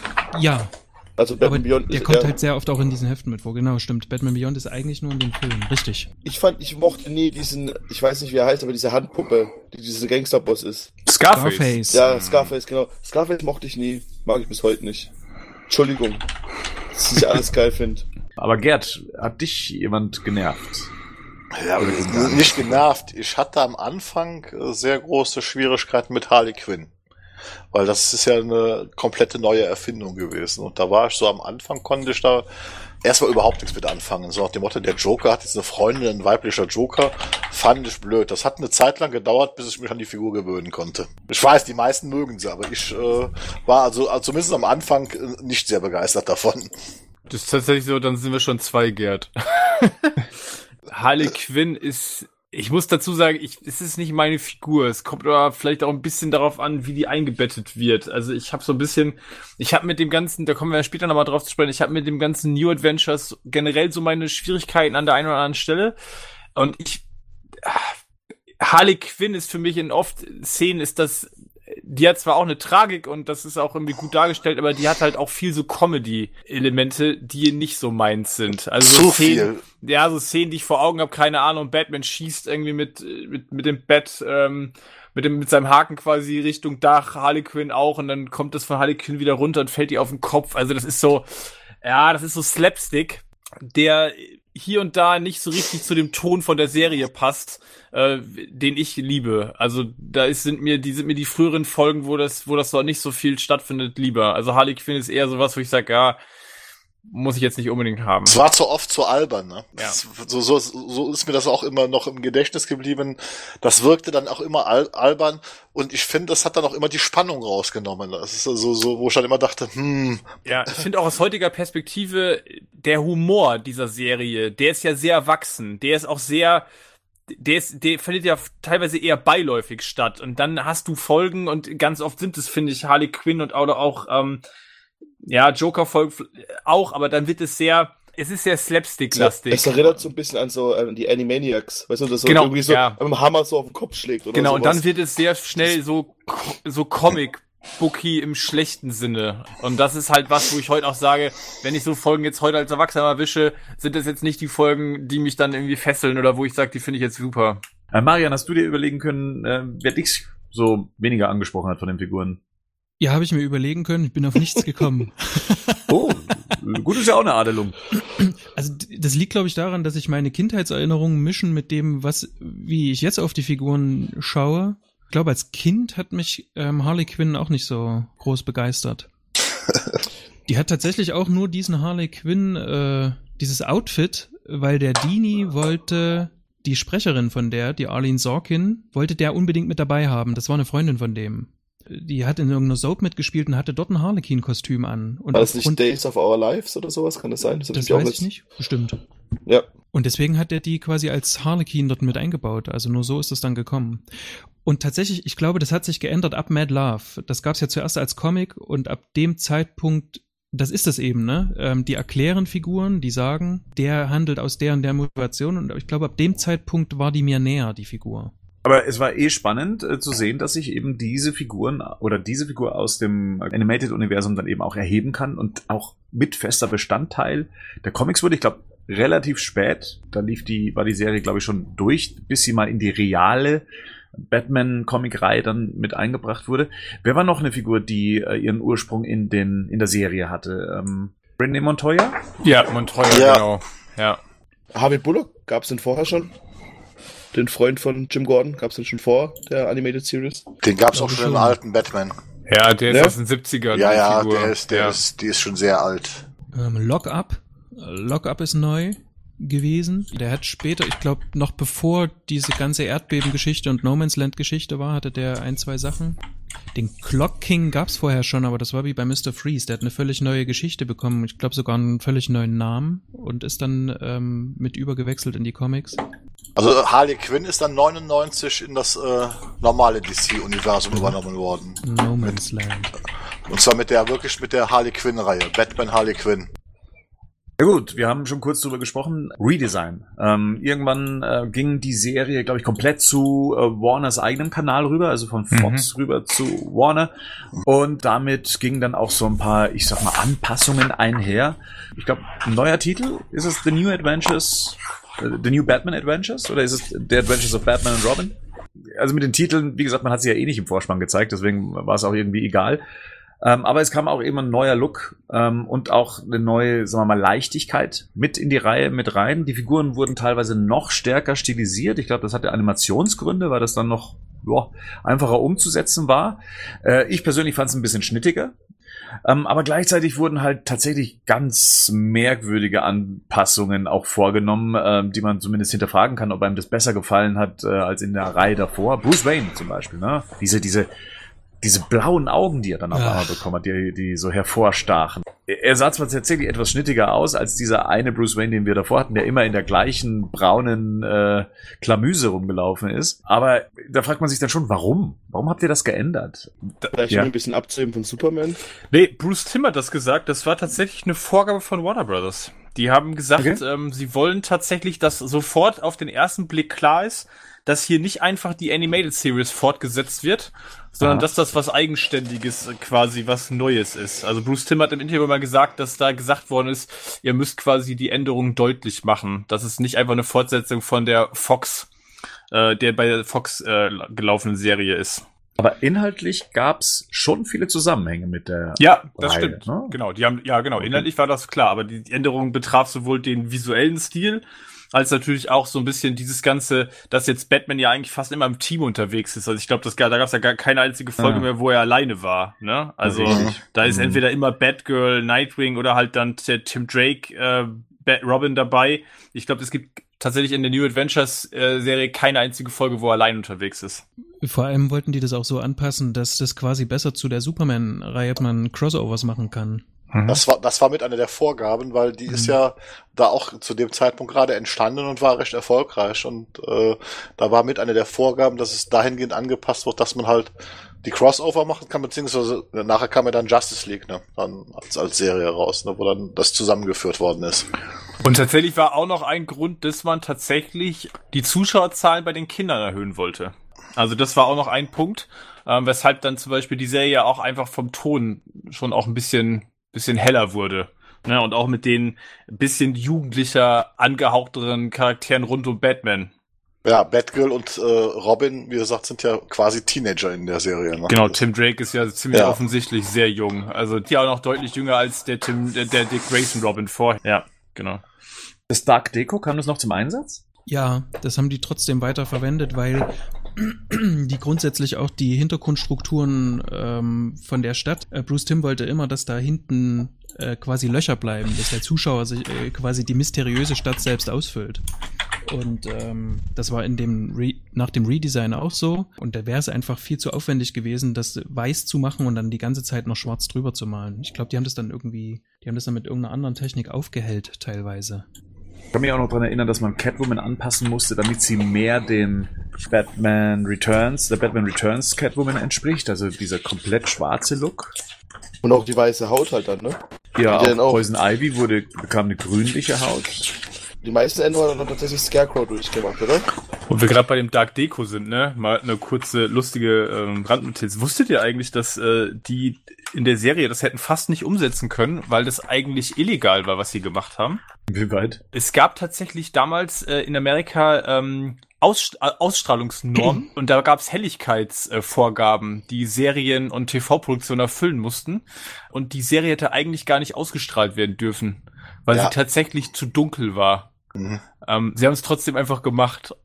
Ja, Also aber Batman Beyond der ist kommt eher, halt sehr oft auch in diesen Heften mit vor. Genau, stimmt. Batman Beyond ist eigentlich nur in den Filmen. Richtig. ich fand, ich mochte nie diesen, ich weiß nicht, wie er heißt, aber diese Handpuppe, die dieser Gangsterboss ist. Scarface. Scarface. Ja, Scarface, genau. Scarface mochte ich nie. Mag ich bis heute nicht. Entschuldigung. Dass ich alles geil finde. Aber Gerd, hat dich jemand genervt? Ja, aber nicht genervt. Ich hatte am Anfang äh, sehr große Schwierigkeiten mit Harley Quinn. Weil das ist ja eine komplette neue Erfindung gewesen. Und da war ich so am Anfang, konnte ich da erstmal überhaupt nichts mit anfangen. So nach dem Motto, der Joker hat jetzt eine Freundin, ein weiblicher Joker, fand ich blöd. Das hat eine Zeit lang gedauert, bis ich mich an die Figur gewöhnen konnte. Ich weiß, die meisten mögen sie, aber ich äh, war also, also zumindest am Anfang äh, nicht sehr begeistert davon. Das ist tatsächlich so, dann sind wir schon zwei, Gerd. Harley Quinn ist, ich muss dazu sagen, ich, es ist nicht meine Figur. Es kommt aber vielleicht auch ein bisschen darauf an, wie die eingebettet wird. Also ich habe so ein bisschen, ich habe mit dem ganzen, da kommen wir später nochmal drauf zu sprechen, ich habe mit dem ganzen New Adventures generell so meine Schwierigkeiten an der einen oder anderen Stelle. Und ich, Harley Quinn ist für mich in oft Szenen ist das, die hat zwar auch eine Tragik und das ist auch irgendwie gut dargestellt, aber die hat halt auch viel so Comedy-Elemente, die nicht so meins sind. Also so Zu Szenen, viel. ja, so Szenen, die ich vor Augen habe, keine Ahnung, Batman schießt irgendwie mit mit mit dem Bett, ähm, mit dem mit seinem Haken quasi Richtung Dach, Harley Quinn auch und dann kommt das von Harley Quinn wieder runter und fällt ihr auf den Kopf. Also das ist so, ja, das ist so Slapstick, der hier und da nicht so richtig zu dem Ton von der Serie passt, äh, den ich liebe. Also da ist, sind mir die sind mir die früheren Folgen, wo das wo das so nicht so viel stattfindet, lieber. Also Harley Quinn ist eher sowas, wo ich sage, ja, muss ich jetzt nicht unbedingt haben. Es war zu oft zu albern, ne? Ja. Das, so, so, so ist mir das auch immer noch im Gedächtnis geblieben. Das wirkte dann auch immer al albern und ich finde, das hat dann auch immer die Spannung rausgenommen. Das ist so, so wo ich dann immer dachte, hm. Ja, ich finde auch aus heutiger Perspektive der Humor dieser Serie, der ist ja sehr erwachsen. Der ist auch sehr, der ist, der findet ja teilweise eher beiläufig statt. Und dann hast du Folgen und ganz oft sind es, finde ich, Harley Quinn und oder auch, ähm, ja, Joker-Folgen auch, aber dann wird es sehr, es ist sehr slapstick-lastig. Es erinnert so ein bisschen an so an die Animaniacs, weißt du, das so Genau, irgendwie so ja. mit dem Hammer so auf den Kopf schlägt oder Genau, sowas. und dann wird es sehr schnell so, so Comic-Booky im schlechten Sinne. Und das ist halt was, wo ich heute auch sage, wenn ich so Folgen jetzt heute als Erwachsener erwische, sind das jetzt nicht die Folgen, die mich dann irgendwie fesseln oder wo ich sage, die finde ich jetzt super. Äh, Marian, hast du dir überlegen können, äh, wer dich so weniger angesprochen hat von den Figuren? Ja, habe ich mir überlegen können. Ich bin auf nichts gekommen. Oh, gut ist ja auch eine Adelung. Also d- das liegt, glaube ich, daran, dass ich meine Kindheitserinnerungen mischen mit dem, was, wie ich jetzt auf die Figuren schaue. Ich glaube, als Kind hat mich ähm, Harley Quinn auch nicht so groß begeistert. Die hat tatsächlich auch nur diesen Harley Quinn, äh, dieses Outfit weil der Dini wollte, die Sprecherin von der, die Arlene Sorkin, wollte der unbedingt mit dabei haben. Das war eine Freundin von dem. Die hat in irgendeiner Soap mitgespielt und hatte dort ein Harlequin-Kostüm an. Und war das nicht Days of Our Lives oder sowas? Kann das sein? Das, das weiß ich nicht. Bestimmt. Ja. Und deswegen hat er die quasi als Harlequin dort mit eingebaut. Also nur so ist es dann gekommen. Und tatsächlich, ich glaube, das hat sich geändert ab Mad Love. Das gab es ja zuerst als Comic und ab dem Zeitpunkt, das ist es eben, ne? Ähm, die erklären Figuren, die sagen, der handelt aus der und der Motivation. Und ich glaube, ab dem Zeitpunkt war die mir näher, die Figur. Aber es war eh spannend äh, zu sehen, dass sich eben diese Figuren oder diese Figur aus dem Animated-Universum dann eben auch erheben kann und auch mit fester Bestandteil der Comics wurde. Ich glaube, relativ spät, da lief die, war die Serie, glaube ich, schon durch, bis sie mal in die reale Batman-Comic-Reihe dann mit eingebracht wurde. Wer war noch eine Figur, die äh, ihren Ursprung in den in der Serie hatte? Ähm, Renee Montoya? Ja, Montoya, Ja. genau. Ja. Harvey Bullock, gab's den vorher schon? Den Freund von Jim Gordon, gab's den schon vor der Animated Series? Den gab's auch Glaube schon im schon. alten Batman. Ja, der ist Ja? aus den siebzigern. Ja, die ja, Figur. der ist, der ja. ist, die ist schon sehr alt. Ähm, Lock-Up. Lock-Up ist neu gewesen. Der hat später, ich glaube, noch bevor diese ganze Erdbebengeschichte und No Man's Land Geschichte war, hatte der ein, zwei Sachen. Den Clock King gab's vorher schon, aber das war wie bei Mister Freeze. Der hat eine völlig neue Geschichte bekommen. Ich glaube sogar einen völlig neuen Namen und ist dann ähm, mit übergewechselt in die Comics. Also Harley Quinn ist dann neunundneunzig in das äh, normale D C-Universum übernommen worden. No Man's Land. Und zwar mit der, wirklich mit der Harley Quinn-Reihe. Batman Harley Quinn. Ja gut, wir haben schon kurz drüber gesprochen. Redesign. Ähm, irgendwann äh, ging die Serie, glaube ich, komplett zu äh, Warners eigenem Kanal rüber, also von Fox mhm. rüber zu Warner. Und damit gingen dann auch so ein paar, ich sag mal, Anpassungen einher. Ich glaube, ein neuer Titel, ist es The New Adventures, äh, The New Batman Adventures? Oder ist es The Adventures of Batman and Robin? Also mit den Titeln, wie gesagt, man hat sie ja eh nicht im Vorspann gezeigt, deswegen war es auch irgendwie egal. Ähm, aber es kam auch eben ein neuer Look ähm, und auch eine neue, sagen wir mal, Leichtigkeit mit in die Reihe mit rein. Die Figuren wurden teilweise noch stärker stilisiert. Ich glaube, das hatte Animationsgründe, weil das dann noch ja, einfacher umzusetzen war. Äh, ich persönlich fand es ein bisschen schnittiger. Ähm, aber gleichzeitig wurden halt tatsächlich ganz merkwürdige Anpassungen auch vorgenommen, ähm, die man zumindest hinterfragen kann, ob einem das besser gefallen hat äh, als in der Reihe davor. Bruce Wayne zum Beispiel, ne? Diese, diese Diese blauen Augen, die er dann auf einmal bekommen hat, die, die so hervorstachen. Er sah zwar tatsächlich etwas schnittiger aus als dieser eine Bruce Wayne, den wir davor hatten, der immer in der gleichen braunen äh, Klamüse rumgelaufen ist. Aber da fragt man sich dann schon, warum? Warum habt ihr das geändert? Vielleicht Ja. ein bisschen abzuheben von Superman. Nee, Bruce Timm hat das gesagt. Das war tatsächlich eine Vorgabe von Warner Brothers. Die haben gesagt, Okay. ähm, sie wollen tatsächlich, dass sofort auf den ersten Blick klar ist, dass hier nicht einfach die Animated Series fortgesetzt wird, sondern Aha. dass das was Eigenständiges, quasi was Neues ist. Also Bruce Timm hat im Interview mal gesagt, dass da gesagt worden ist, ihr müsst quasi die Änderungen deutlich machen. Das ist nicht einfach eine Fortsetzung von der Fox, äh, der bei der Fox äh, gelaufenen Serie ist. Aber inhaltlich gab's schon viele Zusammenhänge mit der Ja, das Reihe, stimmt. ne? Genau, die haben, ja genau, inhaltlich war das klar, aber die die Änderung betraf sowohl den visuellen Stil, als natürlich auch so ein bisschen dieses Ganze, dass jetzt Batman ja eigentlich fast immer im Team unterwegs ist. Also ich glaube, das da gab es ja gar keine einzige Folge Ah. mehr, wo er alleine war. Ne? Also Richtig. da ist Mhm. entweder immer Batgirl, Nightwing oder halt dann der Tim Drake, äh, Bat Robin dabei. Ich glaube, es gibt tatsächlich in der New Adventures äh, Serie keine einzige Folge, wo er allein unterwegs ist. Vor allem wollten die das auch so anpassen, dass das quasi besser zu der Superman-Reihe man Crossovers machen kann. Das war, das war mit einer der Vorgaben, weil die ist ja da auch zu dem Zeitpunkt gerade entstanden und war recht erfolgreich. Und äh, da war mit einer der Vorgaben, dass es dahingehend angepasst wird, dass man halt die Crossover machen kann, beziehungsweise nachher kam ja dann Justice League, ne, dann als, als Serie raus, ne, wo dann das zusammengeführt worden ist. Und tatsächlich war auch noch ein Grund, dass man tatsächlich die Zuschauerzahlen bei den Kindern erhöhen wollte. Also das war auch noch ein Punkt, ähm, weshalb dann zum Beispiel die Serie auch einfach vom Ton schon auch ein bisschen bisschen heller wurde. Ne? Und auch mit den bisschen jugendlicher, angehauchteren Charakteren rund um Batman. Ja, Batgirl und äh, Robin, wie gesagt, sind ja quasi Teenager in der Serie. Ne? Genau, Tim Drake ist ja ziemlich Ja. offensichtlich sehr jung. Also die auch noch deutlich jünger als der Tim, der, der Dick Grayson Robin vorher. Ja, genau. Das Dark Deco, kam das noch zum Einsatz? Ja, das haben die trotzdem weiter verwendet, weil die grundsätzlich auch die Hintergrundstrukturen ähm, von der Stadt. Äh, Bruce Timm wollte immer, dass da hinten äh, quasi Löcher bleiben, dass der Zuschauer sich äh, quasi die mysteriöse Stadt selbst ausfüllt. Und ähm, das war in dem Re- nach dem Redesign auch so. Und da wäre es einfach viel zu aufwendig gewesen, das weiß zu machen und dann die ganze Zeit noch schwarz drüber zu malen. Ich glaube, die haben das dann irgendwie, die haben das dann mit irgendeiner anderen Technik aufgehellt teilweise. Ich kann mich auch noch daran erinnern, dass man Catwoman anpassen musste, damit sie mehr dem Batman Returns, der Batman Returns Catwoman entspricht. Also dieser komplett schwarze Look. Und auch die weiße Haut halt dann, ne? Ja, Die auch dann auch- Poison Ivy wurde, bekam eine grünliche Haut. Die meisten Änderungen haben dann tatsächlich Scarecrow durchgemacht, oder? Wo wir gerade bei dem Dark Deco sind, ne? Mal eine kurze, lustige ähm, Randnotiz. Wusstet ihr eigentlich, dass äh, die in der Serie das hätten fast nicht umsetzen können, weil das eigentlich illegal war, was sie gemacht haben? Wie weit? Es gab tatsächlich damals äh, in Amerika ähm, Aus, äh, Ausstrahlungsnormen und da gab es Helligkeitsvorgaben, äh, die Serien- und T V-Produktionen erfüllen mussten. Und die Serie hätte eigentlich gar nicht ausgestrahlt werden dürfen, weil Ja. sie tatsächlich zu dunkel war. Mhm. Ähm, sie haben es trotzdem einfach gemacht.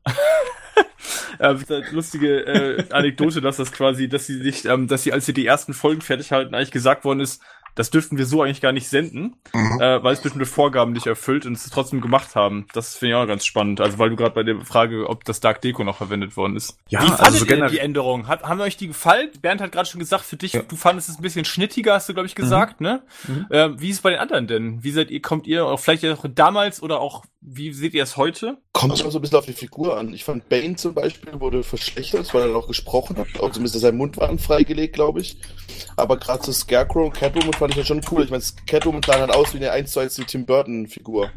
äh, lustige äh, Anekdote, dass das quasi, dass sie sich, ähm, dass sie, als sie die ersten Folgen fertig halten, eigentlich gesagt worden ist, das dürften wir so eigentlich gar nicht senden, Mhm. äh, weil es bestimmte Vorgaben nicht erfüllt und es trotzdem gemacht haben. Das finde ich auch ganz spannend. Also weil du gerade bei der Frage, ob das Dark Deco noch verwendet worden ist. Ja, Wie also fandet so ihr generell- die Änderungen? Hat, haben euch die gefallen? Bernd hat gerade schon gesagt, für dich, Ja. du fandest es ein bisschen schnittiger, hast du, glaube ich, gesagt, ne? Mhm. Äh, wie ist es bei den anderen denn? Wie seid ihr, kommt ihr auch vielleicht auch damals oder auch, wie seht ihr es heute? Kommt immer so ein bisschen auf die Figur an. Ich fand Bane zum Beispiel wurde verschlechtert, weil er noch gesprochen hat. Auch zumindest sein Mund war freigelegt, glaube ich. Aber gerade so Scarecrow und Catwoman fand ich ja schon cool. Ich meine, Catwoman sah dann aus wie eine eins zu eins die Tim Burton-Figur.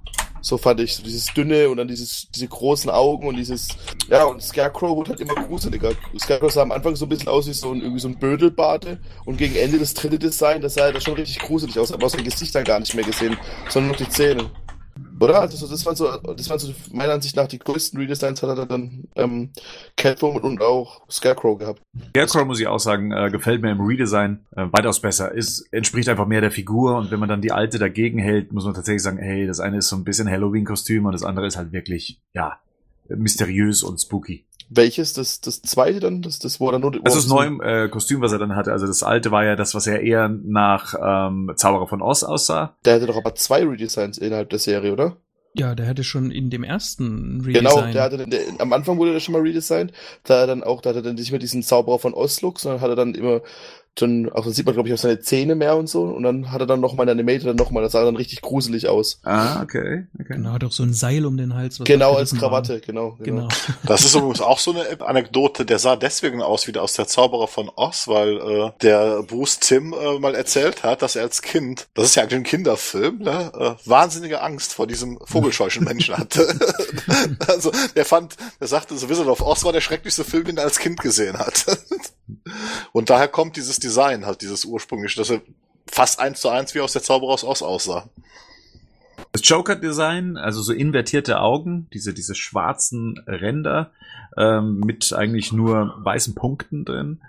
So fand ich, so dieses dünne und dann dieses, diese großen Augen und dieses, ja, und Scarecrow wurde halt immer gruseliger. Scarecrow sah am Anfang so ein bisschen aus wie so ein, irgendwie so ein Bödelbarte und gegen Ende das dritte Design, das sah halt schon richtig gruselig aus, aber sein Gesicht dann gar nicht mehr gesehen, sondern nur die Zähne. Oder? Also das waren so, das waren so meiner Ansicht nach die größten Redesigns hat er dann ähm, Catwoman und auch Scarecrow gehabt. Scarecrow, muss ich auch sagen, äh, gefällt mir im Redesign äh, weitaus besser. Ist, entspricht einfach mehr der Figur und wenn man dann die alte dagegen hält, muss man tatsächlich sagen, hey, das eine ist so ein bisschen Halloween-Kostüm und das andere ist halt wirklich, ja, mysteriös und spooky. Welches? Das, das zweite dann? Das, das wo er dann nur... Das ist das neue äh, Kostüm, was er dann hatte. Also das alte war ja das, was er eher nach ähm, Zauberer von Oz aussah. Der hatte doch aber zwei Redesigns innerhalb der Serie, oder? Ja, der hatte schon in dem ersten Redesign. Genau, der hatte der, am Anfang wurde der schon mal redesigned, da er dann auch, da hat er dann nicht mehr diesen Zauberer von Oz-Look, sondern hat er dann immer schon, auch dann sieht man, glaube ich, auch seine Zähne mehr und so, und dann hat er dann nochmal in Animated dann nochmal, das sah dann richtig gruselig aus. Ah, okay. okay. Genau, hat auch so ein Seil um den Hals. Was Genau, als abgerissen war. Krawatte, genau, genau. Genau. Das ist übrigens auch so eine Anekdote, der sah deswegen aus wie der aus der Zauberer von Oz, weil äh, der Bruce Timm äh, mal erzählt hat, dass er als Kind, das ist ja eigentlich ein Kinderfilm, ne, äh, wahnsinnige Angst vor diesem vogelscheuchen Menschen hatte. Also der fand, der sagte, so Wizard of Oz war der schrecklichste Film, den er als Kind gesehen hat. Und daher kommt dieses Design halt, dieses ursprüngliche, dass er fast eins zu eins wie aus der Zauberer aus Oz aussah. Das Joker-Design, also so invertierte Augen, diese, diese schwarzen Ränder ähm, mit eigentlich nur weißen Punkten drin.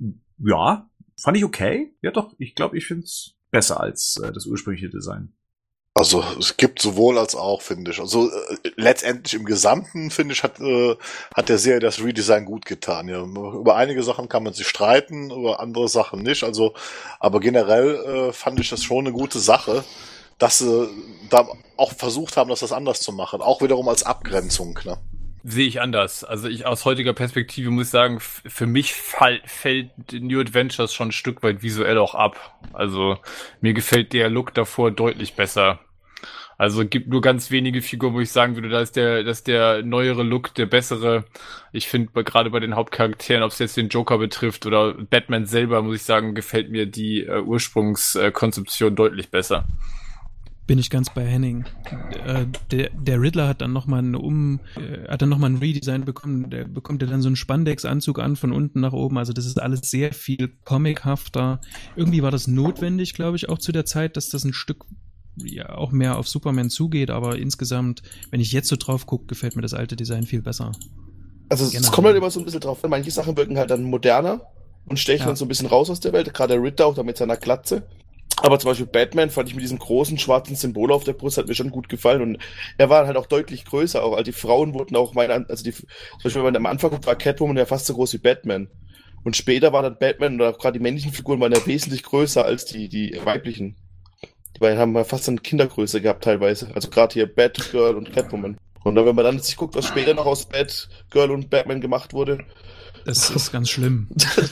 Ja, fand ich okay. Ja doch, ich glaube, ich finde es besser als äh, das ursprüngliche Design. Also es gibt sowohl als auch, finde ich. Also äh, letztendlich im Gesamten, finde ich, hat, äh, hat der Serie das Redesign gut getan. Ja, über einige Sachen kann man sich streiten, über andere Sachen nicht. Also, aber generell äh, fand ich das schon eine gute Sache, dass sie da auch versucht haben, das anders zu machen. Auch wiederum als Abgrenzung. Ne? Sehe ich anders. Also ich aus heutiger Perspektive muss sagen, f- für mich fall, fällt New Adventures schon ein Stück weit visuell auch ab. Also mir gefällt der Look davor deutlich besser. Also gibt nur ganz wenige Figuren, wo ich sagen würde, da ist der, dass der neuere Look der bessere. Ich finde gerade bei den Hauptcharakteren, ob es jetzt den Joker betrifft oder Batman selber, muss ich sagen, gefällt mir die äh, Ursprungskonzeption äh, deutlich besser. Bin ich ganz bei Henning. Äh, der, der Riddler hat dann nochmal ein um, äh, hat dann noch mal ein Redesign bekommen. Der bekommt ja dann so einen Spandex-Anzug an von unten nach oben. Also das ist alles sehr viel comichafter. Irgendwie war das notwendig, glaube ich, auch zu der Zeit, dass das ein Stück ja auch mehr auf Superman zugeht. Aber insgesamt, wenn ich jetzt so drauf gucke, gefällt mir das alte Design viel besser. Also es Genau. kommt halt immer so ein bisschen drauf an. Manche Sachen wirken halt dann moderner und stechen Ja. dann so ein bisschen raus aus der Welt. Gerade der Riddler auch da mit seiner Glatze. Aber zum Beispiel Batman fand ich mit diesem großen schwarzen Symbol auf der Brust, hat mir schon gut gefallen. Und er war halt auch deutlich größer. Auch. Also die Frauen wurden auch meine, also die, zum Beispiel, wenn man am Anfang guckt, war Catwoman ja fast so groß wie Batman. Und später war dann Batman oder gerade die männlichen Figuren waren ja wesentlich größer als die, die weiblichen. Die beiden haben ja fast eine Kindergröße gehabt teilweise. Also gerade hier Batgirl und Catwoman. Und dann, wenn man dann sich guckt, was später noch aus Batgirl und Batman gemacht wurde. Das ist ganz schlimm.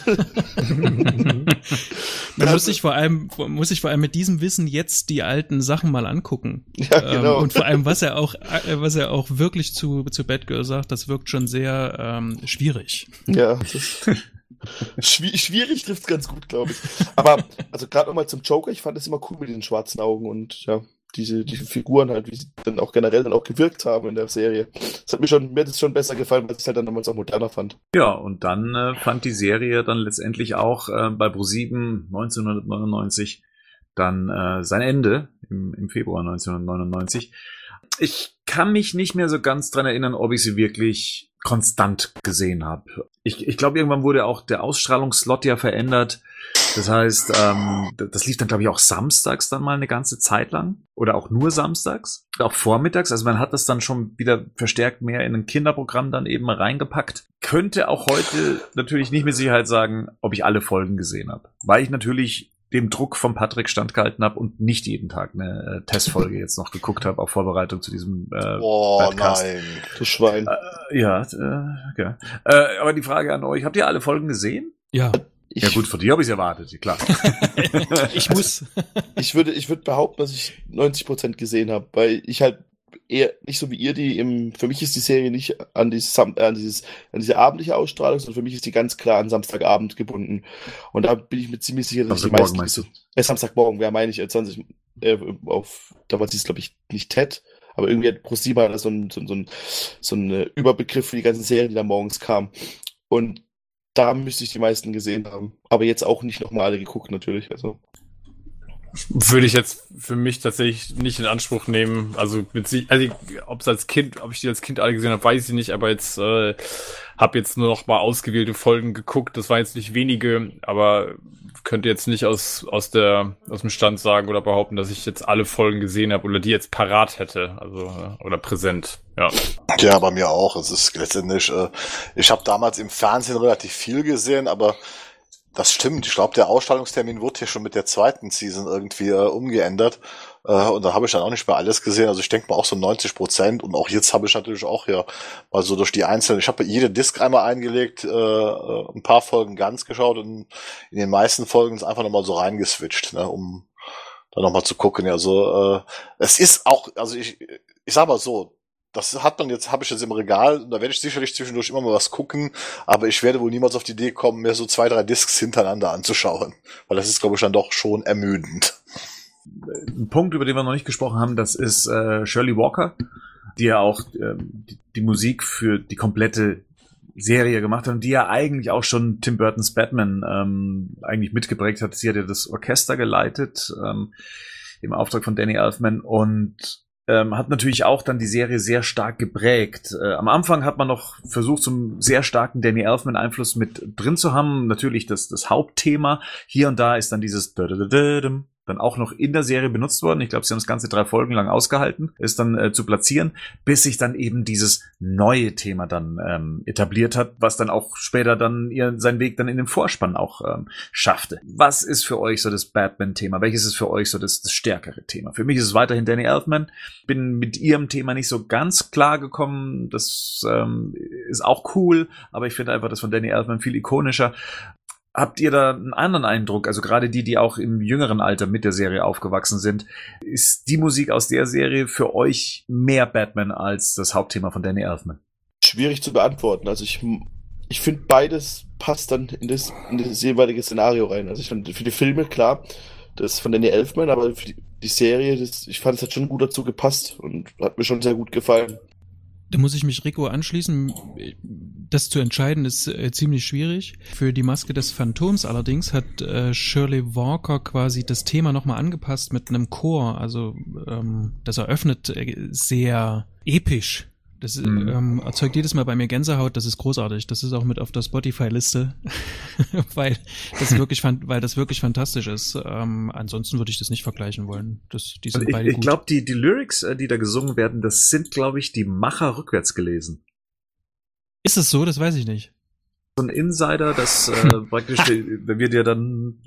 Man muss sich vor allem, muss sich vor allem mit diesem Wissen jetzt die alten Sachen mal angucken. Ja, genau. Ähm, und vor allem, was er auch, was er auch wirklich zu, zu Batgirl sagt, das wirkt schon sehr ähm, schwierig. Ja, das Schwi- schwierig trifft's ganz gut, glaube ich. Aber, also gerade nochmal zum Joker, ich fand es immer cool mit den schwarzen Augen und ja, diese, diese Figuren halt, wie sie dann auch generell dann auch gewirkt haben in der Serie. Das hat mir schon, mir hat es schon besser gefallen, weil ich es halt dann damals auch moderner fand. Ja, und dann äh, fand die Serie dann letztendlich auch äh, bei ProSieben neunzehnhundertneunundneunzig dann äh, sein Ende im, im Februar neunzehnhundertneunundneunzig. Ich kann mich nicht mehr so ganz dran erinnern, ob ich sie wirklich konstant gesehen habe. Ich, ich glaube, irgendwann wurde auch der Ausstrahlungsslot ja verändert. Das heißt, ähm, das lief dann, glaube ich, auch samstags dann mal eine ganze Zeit lang. Oder auch nur samstags. Auch vormittags. Also man hat das dann schon wieder verstärkt mehr in ein Kinderprogramm dann eben reingepackt. Könnte auch heute natürlich nicht mit Sicherheit sagen, ob ich alle Folgen gesehen habe. Weil ich natürlich dem Druck von Patrick standgehalten habe und nicht jeden Tag eine äh, Testfolge jetzt noch geguckt habe, auf Vorbereitung zu diesem äh, Oh Podcast. nein. Du Schwein. Äh, ja, äh, okay. Äh, aber die Frage an euch, habt ihr alle Folgen gesehen? Ja. Ich, Ja gut, von dir habe ich es erwartet, klar. Ich muss. ich würde, ich würde behaupten, dass ich neunzig Prozent gesehen habe, weil ich halt eher nicht so wie ihr die im, für mich ist die Serie nicht an dieses, äh, an dieses, an diese abendliche Ausstrahlung, sondern für mich ist die ganz klar an Samstagabend gebunden. Und da bin ich mir ziemlich sicher, dass ich die meisten meinst du? Äh, Samstagmorgen, wer meine ich, äh, zwanzig, äh, auf, damals hieß es, glaube ich, nicht Ted, aber irgendwie hat ProSieben so ein, so ein, so ein, so ein äh, Überbegriff für die ganzen Serien, die da morgens kamen. Und da müsste ich die meisten gesehen haben. Aber jetzt auch nicht nochmal alle geguckt, natürlich, also. Würde ich jetzt für mich tatsächlich nicht in Anspruch nehmen. Also, mit sich, also ob es als Kind, ob ich die als Kind alle gesehen habe, weiß ich nicht. Aber jetzt äh, habe jetzt nur noch mal ausgewählte Folgen geguckt. Das waren jetzt nicht wenige, aber könnte jetzt nicht aus aus der aus dem Stand sagen oder behaupten, dass ich jetzt alle Folgen gesehen habe oder die jetzt parat hätte, also oder präsent. Ja. Ja, bei mir auch. Es ist letztendlich. Äh, ich habe damals im Fernsehen relativ viel gesehen, aber das stimmt. Ich glaube, der Ausstrahlungstermin wurde hier schon mit der zweiten Season irgendwie äh, umgeändert. Äh, und da habe ich dann auch nicht mehr alles gesehen. Also ich denke mal auch so neunzig Prozent. Und auch jetzt habe ich natürlich auch hier mal so durch die einzelnen. Ich habe jede Disc einmal eingelegt, äh, ein paar Folgen ganz geschaut und in den meisten Folgen ist einfach nochmal so reingeswitcht, ne, um dann nochmal zu gucken. Also äh, es ist auch, also ich, ich sag mal so, das hat man jetzt, habe ich jetzt im Regal, da werde ich sicherlich zwischendurch immer mal was gucken, aber ich werde wohl niemals auf die Idee kommen, mir so zwei, drei Discs hintereinander anzuschauen, weil das ist, glaube ich, dann doch schon ermüdend. Ein Punkt, über den wir noch nicht gesprochen haben, das ist äh, Shirley Walker, die ja auch ähm, die, die Musik für die komplette Serie gemacht hat und die ja eigentlich auch schon Tim Burtons Batman ähm, eigentlich mitgeprägt hat. Sie hat ja das Orchester geleitet ähm, im Auftrag von Danny Elfman und Ähm, hat natürlich auch dann die Serie sehr stark geprägt. Äh, am Anfang hat man noch versucht, so einen sehr starken Danny Elfman-Einfluss mit drin zu haben. Natürlich das, das Hauptthema. Hier und da ist dann dieses dann auch noch in der Serie benutzt worden. Ich glaube, sie haben das ganze drei Folgen lang ausgehalten, ist dann äh, zu platzieren, bis sich dann eben dieses neue Thema dann ähm, etabliert hat, was dann auch später dann ihr, seinen Weg dann in den Vorspann auch ähm, schaffte. Was ist für euch so das Batman-Thema? Welches ist für euch so das, das stärkere Thema? Für mich ist es weiterhin Danny Elfman. Bin mit ihrem Thema nicht so ganz klar gekommen. Das ähm, ist auch cool, aber ich finde einfach das von Danny Elfman viel ikonischer. Habt ihr da einen anderen Eindruck? Also gerade die, die auch im jüngeren Alter mit der Serie aufgewachsen sind. Ist die Musik aus der Serie für euch mehr Batman als das Hauptthema von Danny Elfman? Schwierig zu beantworten. Also ich, ich finde, beides passt dann in das, in das jeweilige Szenario rein. Also ich fand für die Filme, klar, das von Danny Elfman, aber für die, die Serie, das, ich fand, es hat schon gut dazu gepasst und hat mir schon sehr gut gefallen. Da muss ich mich Rico anschließen. Das zu entscheiden ist äh, ziemlich schwierig. Für die Maske des Phantoms allerdings hat äh, Shirley Walker quasi das Thema nochmal angepasst mit einem Chor. Also ähm, das eröffnet äh, sehr episch Das Mhm. ähm, erzeugt jedes Mal bei mir Gänsehaut, das ist großartig. Das ist auch mit auf der Spotify-Liste, weil das wirklich fan- weil das wirklich fantastisch ist. Ähm, ansonsten würde ich das nicht vergleichen wollen. Das, die sind Also ich beide ich gut. glaube, die, die Lyrics, äh, die da gesungen werden, das sind, glaube ich, die Macher rückwärts gelesen. Ist es so? Das weiß ich nicht. So ein Insider, das äh, praktisch, wenn wir dir dann,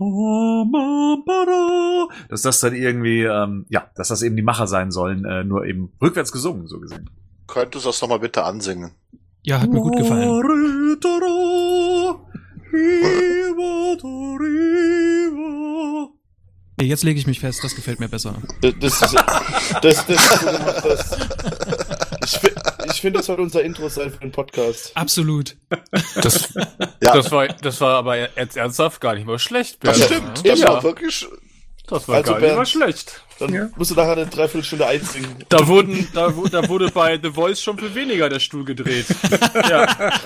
dass das dann irgendwie, ähm, ja, dass das eben die Macher sein sollen, äh, nur eben rückwärts gesungen, so gesehen. Könntest du das nochmal bitte ansingen? Ja, hat mir gut gefallen. Nee, jetzt lege ich mich fest, das gefällt mir besser. Das, das ist, das, das, das, ich, fi- ich finde, das soll unser Intro sein für den Podcast. Absolut. Das, Ja, das war, das war aber jetzt ernsthaft gar nicht mal schlecht. das Bernd. stimmt. Ja. Das war wirklich. Das war Also, gar nicht Bernd. mal schlecht. Dann Ja. musst du nachher eine Dreiviertelstunde einsingen. Da wurden, da, wu- da wurde bei The Voice schon für weniger der Stuhl gedreht. Ja.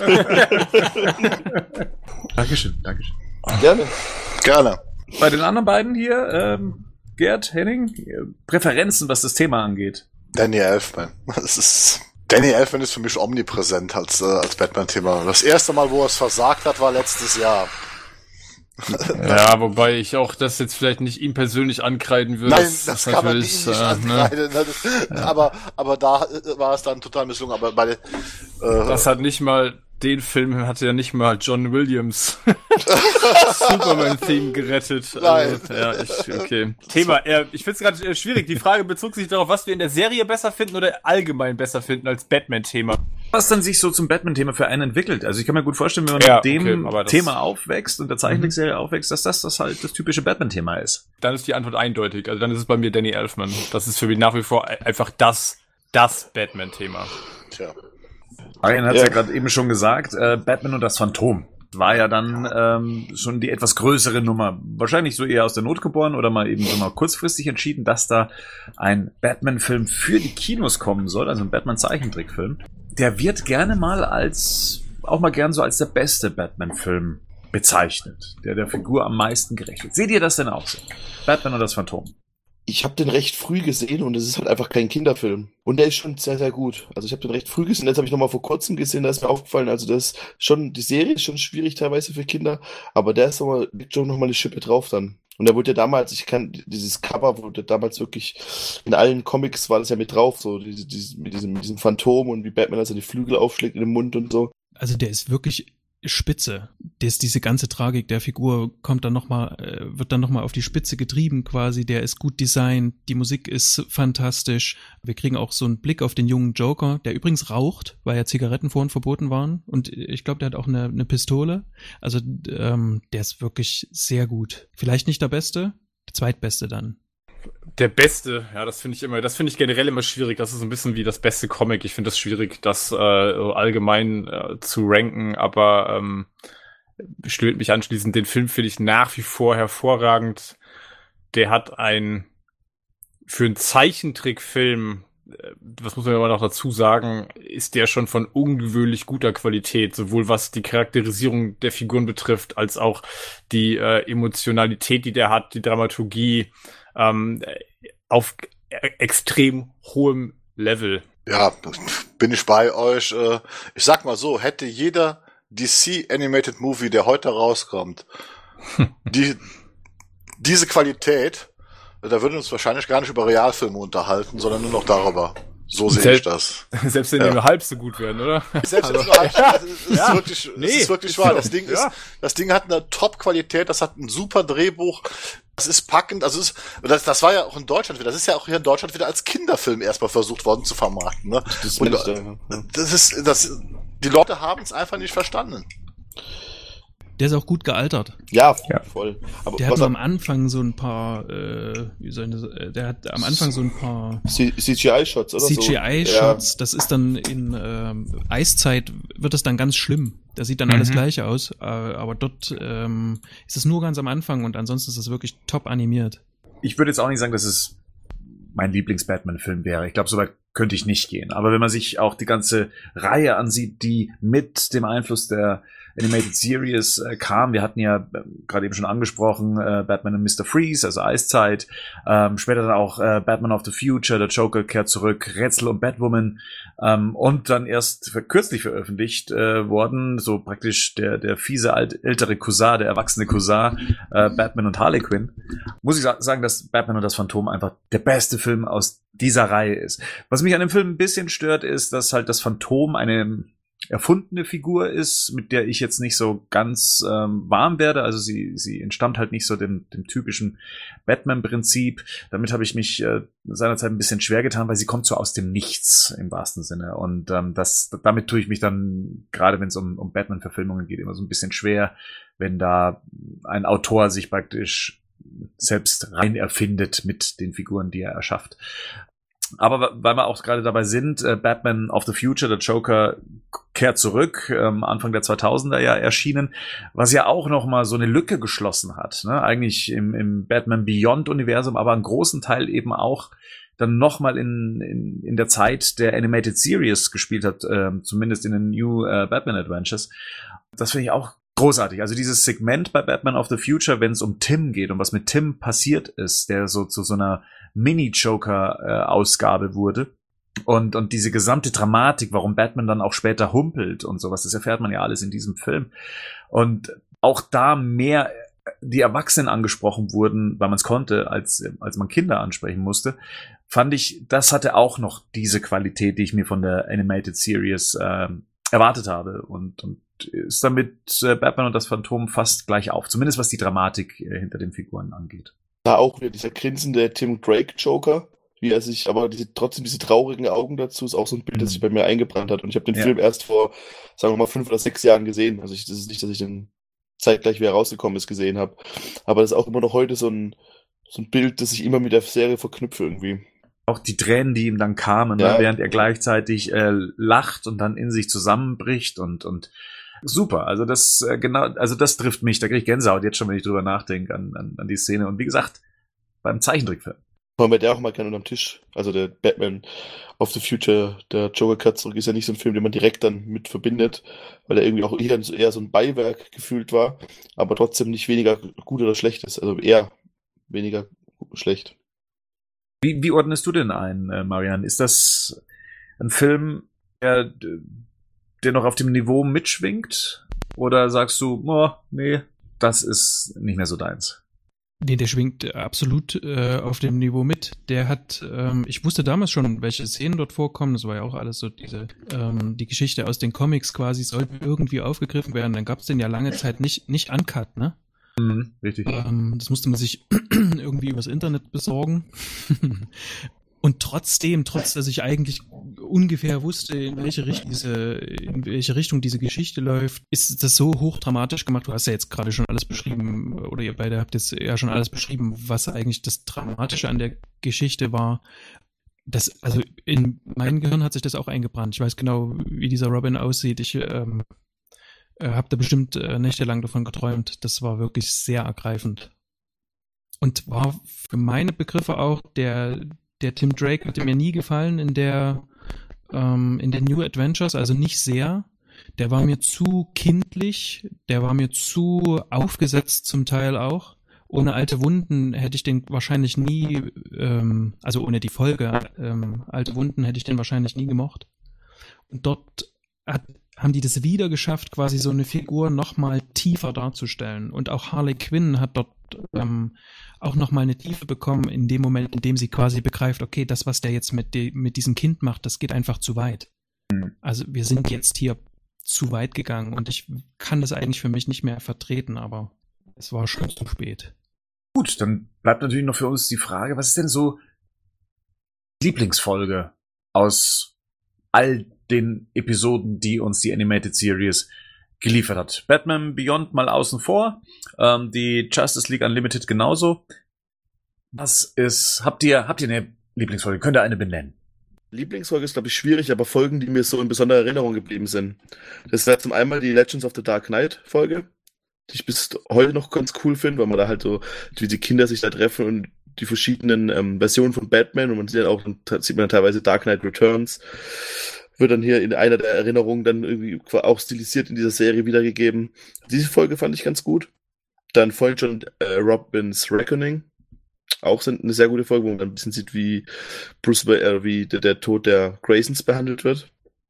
Dankeschön, Dankeschön. Gerne. Gerne. Bei den anderen beiden hier, ähm, Gerd, Henning, äh, Präferenzen, was das Thema angeht. Danny Elfman. Das ist. Danny Elfman ist für mich omnipräsent als, äh, als Batman-Thema. Das erste Mal, wo er es versagt hat, war letztes Jahr. Ja, wobei ich auch das jetzt vielleicht nicht ihm persönlich ankreiden würde. Nein, das kann man natürlich, ihm nicht äh, ne? ankreiden. Das, aber, aber da äh, war es dann total misslungen. Aber bei, äh, Das hat nicht mal, den Film hatte ja nicht mal John Williams Superman-Theme gerettet. Nein. Also, ja, ich, okay. Thema, äh, ich finde es gerade äh, schwierig. Die Frage bezog sich darauf, was wir in der Serie besser finden oder allgemein besser finden als Batman-Thema. Was dann sich so zum Batman-Thema für einen entwickelt. Also ich kann mir gut vorstellen, wenn man Ja, mit dem okay, aber das- Thema aufwächst und der Zeichentrickserie aufwächst, dass das, das halt das typische Batman-Thema ist. Dann ist die Antwort eindeutig. Also dann ist es bei mir Danny Elfman. Das ist für mich nach wie vor einfach das, das Batman-Thema. tja. Arian hat es Ja. ja gerade eben schon gesagt, äh, Batman und das Phantom war ja dann ähm, schon die etwas größere Nummer. Wahrscheinlich so eher aus der Not geboren oder mal eben so mal kurzfristig entschieden, dass da ein Batman-Film für die Kinos kommen soll, also ein Batman-Zeichentrickfilm. Der wird gerne mal als, auch mal gern so als der beste Batman-Film bezeichnet, der der Figur am meisten gerecht wird. Seht ihr das denn auch so? Batman und das Phantom. Ich habe den recht früh gesehen und es ist halt einfach kein Kinderfilm. Und der ist schon sehr, sehr gut. Also ich habe den recht früh gesehen, jetzt habe ich nochmal vor kurzem gesehen, da ist mir aufgefallen, also das ist schon, die Serie ist schon schwierig teilweise für Kinder, aber der ist nochmal, liegt schon nochmal eine Schippe drauf dann. Und da wurde ja damals, ich kann, dieses Cover wurde damals wirklich, in allen Comics war das ja mit drauf, so, diese, diese, mit diesem, mit diesem Phantom und wie Batman also die Flügel aufschlägt in den Mund und so. Also der ist wirklich spitze. Das, diese ganze Tragik der Figur kommt dann noch mal, äh, wird dann nochmal auf die Spitze getrieben quasi. Der ist gut designt, die Musik ist fantastisch. Wir kriegen auch so einen Blick auf den jungen Joker, der übrigens raucht, weil ja Zigaretten vorhin verboten waren. Und ich glaube, der hat auch eine, eine Pistole. Also ähm, der ist wirklich sehr gut. Vielleicht nicht der Beste, der Zweitbeste dann. Der Beste, ja, das finde ich immer, das finde ich generell immer schwierig. Das ist so ein bisschen wie das beste Comic. Ich finde das schwierig, das äh, allgemein äh, zu ranken, aber ähm, ich will mich anschließen. Den Film finde ich nach wie vor hervorragend. Der hat ein, für einen Zeichentrickfilm, äh, was muss man aber noch dazu sagen, ist der schon von ungewöhnlich guter Qualität, sowohl was die Charakterisierung der Figuren betrifft, als auch die äh, Emotionalität, die der hat, die Dramaturgie, ähm, auf e- extrem hohem Level. Ja, bin ich bei euch. Äh, Ich sag mal so, hätte jeder D C Animated Movie, der heute rauskommt, die, diese Qualität, da würden wir uns wahrscheinlich gar nicht über Realfilme unterhalten, sondern nur noch darüber. So sehe ich das. Selbst wenn Ja. die nur halb so gut werden, oder? Selbst wenn es nur halb- das ist, das ist Ja. wirklich, das Nee, ist wirklich ist wahr. so. Das Ding ist, Ja. das Ding hat eine Top-Qualität, das hat ein super Drehbuch, das ist packend, also es ist, das, das war ja auch in Deutschland wieder, das ist ja auch hier in Deutschland wieder als Kinderfilm erstmal versucht worden zu vermarkten, ne? Das Und, meine ich da, ja. das ist, das, die Leute haben es einfach nicht verstanden. Der ist auch gut gealtert. Ja, Ja. voll. Aber Der hat was nur am Anfang so ein paar, äh, wie soll ich das, äh, der hat am Anfang so ein paar C G I-Shots oder C so. G I-Shots, das ist dann in ähm, Eiszeit wird das dann ganz schlimm. Da sieht dann alles Mhm. gleich aus, äh, aber dort ähm, ist es nur ganz am Anfang und ansonsten ist es wirklich top animiert. Ich würde jetzt auch nicht sagen, dass es mein Lieblings-Batman-Film wäre. Ich glaube, so weit könnte ich nicht gehen. Aber wenn man sich auch die ganze Reihe ansieht, die mit dem Einfluss der Animated Series äh, kam. Wir hatten ja äh, gerade eben schon angesprochen, äh, Batman und Mister Freeze, also Eiszeit. Ähm, später dann auch äh, Batman of the Future, der Joker kehrt zurück, Rätsel und Batwoman. Ähm, und dann erst für, kürzlich veröffentlicht äh, worden, so praktisch der der fiese alt, ältere Cousin, der erwachsene Cousin, äh, Batman und Harley Quinn. Muss ich sa- sagen, dass Batman und das Phantom einfach der beste Film aus dieser Reihe ist. Was mich an dem Film ein bisschen stört, ist, dass halt das Phantom eine erfundene Figur ist, mit der ich jetzt nicht so ganz ähm, warm werde. Also sie sie entstammt halt nicht so dem, dem typischen Batman-Prinzip. Damit habe ich mich äh, seinerzeit ein bisschen schwer getan, weil sie kommt so aus dem Nichts im wahrsten Sinne. Und ähm, das damit tue ich mich dann, gerade wenn es um, um Batman-Verfilmungen geht, immer so ein bisschen schwer, wenn da ein Autor sich praktisch selbst rein erfindet mit den Figuren, die er erschafft. Aber weil wir auch gerade dabei sind, äh, Batman of the Future, der Joker kehrt zurück, ähm, Anfang der zweitausender ja erschienen, was ja auch noch mal so eine Lücke geschlossen hat, ne? Eigentlich im, im Batman Beyond Universum, aber einen großen Teil eben auch dann noch mal in, in, in der Zeit der Animated Series gespielt hat, äh, zumindest in den New äh, Batman Adventures. Das finde ich auch großartig. Also dieses Segment bei Batman of the Future, wenn es um Tim geht und was mit Tim passiert ist, der so zu so einer Mini-Joker-Ausgabe wurde. Und, und diese gesamte Dramatik, warum Batman dann auch später humpelt und sowas, das erfährt man ja alles in diesem Film. Und auch da mehr die Erwachsenen angesprochen wurden, weil man es konnte, als, als man Kinder ansprechen musste, fand ich, das hatte auch noch diese Qualität, die ich mir von der Animated Series äh, erwartet habe. Und, und ist damit äh, Batman und das Phantom fast gleich auf. Zumindest was die Dramatik äh, hinter den Figuren angeht. Da auch wieder dieser grinsende Tim Drake Joker, wie er sich, aber diese, trotzdem diese traurigen Augen dazu, ist auch so ein Bild, das sich bei mir eingebrannt hat. Und ich habe den Ja. Film erst vor, sagen wir mal, fünf oder sechs Jahren gesehen. Also ich, das ist nicht, dass ich den zeitgleich, wie er rausgekommen ist, gesehen habe. Aber das ist auch immer noch heute so ein, so ein Bild, das ich immer mit der Serie verknüpfe irgendwie. Auch die Tränen, die ihm dann kamen, Ja. ne, während er gleichzeitig äh, lacht und dann in sich zusammenbricht und und super. Also das äh, genau, also das trifft mich. Da kriege ich Gänsehaut jetzt schon, wenn ich drüber nachdenke an, an, an die Szene. Und wie gesagt, beim Zeichentrickfilm. Wollen wir der auch mal gerne unterm Tisch. Also der Batman of the Future, der Joker kehrt zurück, ist ja nicht so ein Film, den man direkt dann mit verbindet, weil er irgendwie auch eher, eher so ein Beiwerk gefühlt war, aber trotzdem nicht weniger gut oder schlecht ist. Also eher weniger schlecht. Wie, wie ordnest du denn ein, äh, Marian? Ist das ein Film, der, der noch auf dem Niveau mitschwingt? Oder sagst du, oh, nee, das ist nicht mehr so deins? Nee, der schwingt absolut äh, auf dem Niveau mit. Der hat, ähm, ich wusste damals schon, welche Szenen dort vorkommen. Das war ja auch alles so diese, ähm, die Geschichte aus den Comics quasi sollte irgendwie aufgegriffen werden. Dann gab es den ja lange Zeit nicht, nicht uncut, ne? Mhm, richtig. Ähm, das musste man sich irgendwie übers Internet besorgen. Und trotzdem, trotz dass ich eigentlich ungefähr wusste, in welche Richtung diese, in welche Richtung diese Geschichte läuft, ist das so hochdramatisch gemacht. Du hast ja jetzt gerade schon alles beschrieben, oder ihr beide habt jetzt ja schon alles beschrieben, was eigentlich das Dramatische an der Geschichte war. Das, also in meinem Gehirn hat sich das auch eingebrannt. Ich weiß genau, wie dieser Robin aussieht. Ich ähm, habe da bestimmt äh, nächtelang davon geträumt. Das war wirklich sehr ergreifend. Und war für meine Begriffe auch der Der Tim Drake hatte mir nie gefallen in der ähm, in den New Adventures, also nicht sehr. Der war mir zu kindlich, der war mir zu aufgesetzt zum Teil auch. Ohne alte Wunden hätte ich den wahrscheinlich nie, ähm, also ohne die Folge ähm, alte Wunden hätte ich den wahrscheinlich nie gemocht. Und dort hat, haben die das wieder geschafft, quasi so eine Figur nochmal tiefer darzustellen. Und auch Harley Quinn hat dort ähm, auch nochmal eine Tiefe bekommen in dem Moment, in dem sie quasi begreift, okay, das, was der jetzt mit, de- mit diesem Kind macht, das geht einfach zu weit. Also wir sind jetzt hier zu weit gegangen und ich kann das eigentlich für mich nicht mehr vertreten, aber es war schon zu spät. Gut, dann bleibt natürlich noch für uns die Frage, was ist denn so die Lieblingsfolge aus all den Episoden, die uns die Animated Series geliefert hat? Batman Beyond mal außen vor, ähm, die Justice League Unlimited genauso. Was ist, habt ihr, habt ihr eine Lieblingsfolge? Könnt ihr eine benennen? Lieblingsfolge ist, glaube ich, schwierig, aber Folgen, die mir so in besonderer Erinnerung geblieben sind. Das wäre zum einen die Legends of the Dark Knight Folge, die ich bis heute noch ganz cool finde, weil man da halt so, wie die Kinder sich da treffen und die verschiedenen ähm, Versionen von Batman und man sieht ja auch, dann sieht man teilweise Dark Knight Returns. wird dann hier in einer der Erinnerungen dann irgendwie auch stilisiert in dieser Serie wiedergegeben. Diese Folge fand ich ganz gut. Dann vorhin schon äh, Robins Reckoning. Auch sind eine sehr gute Folge, wo man ein bisschen sieht, wie Bruce, äh, wie der, der Tod der Graysons behandelt wird.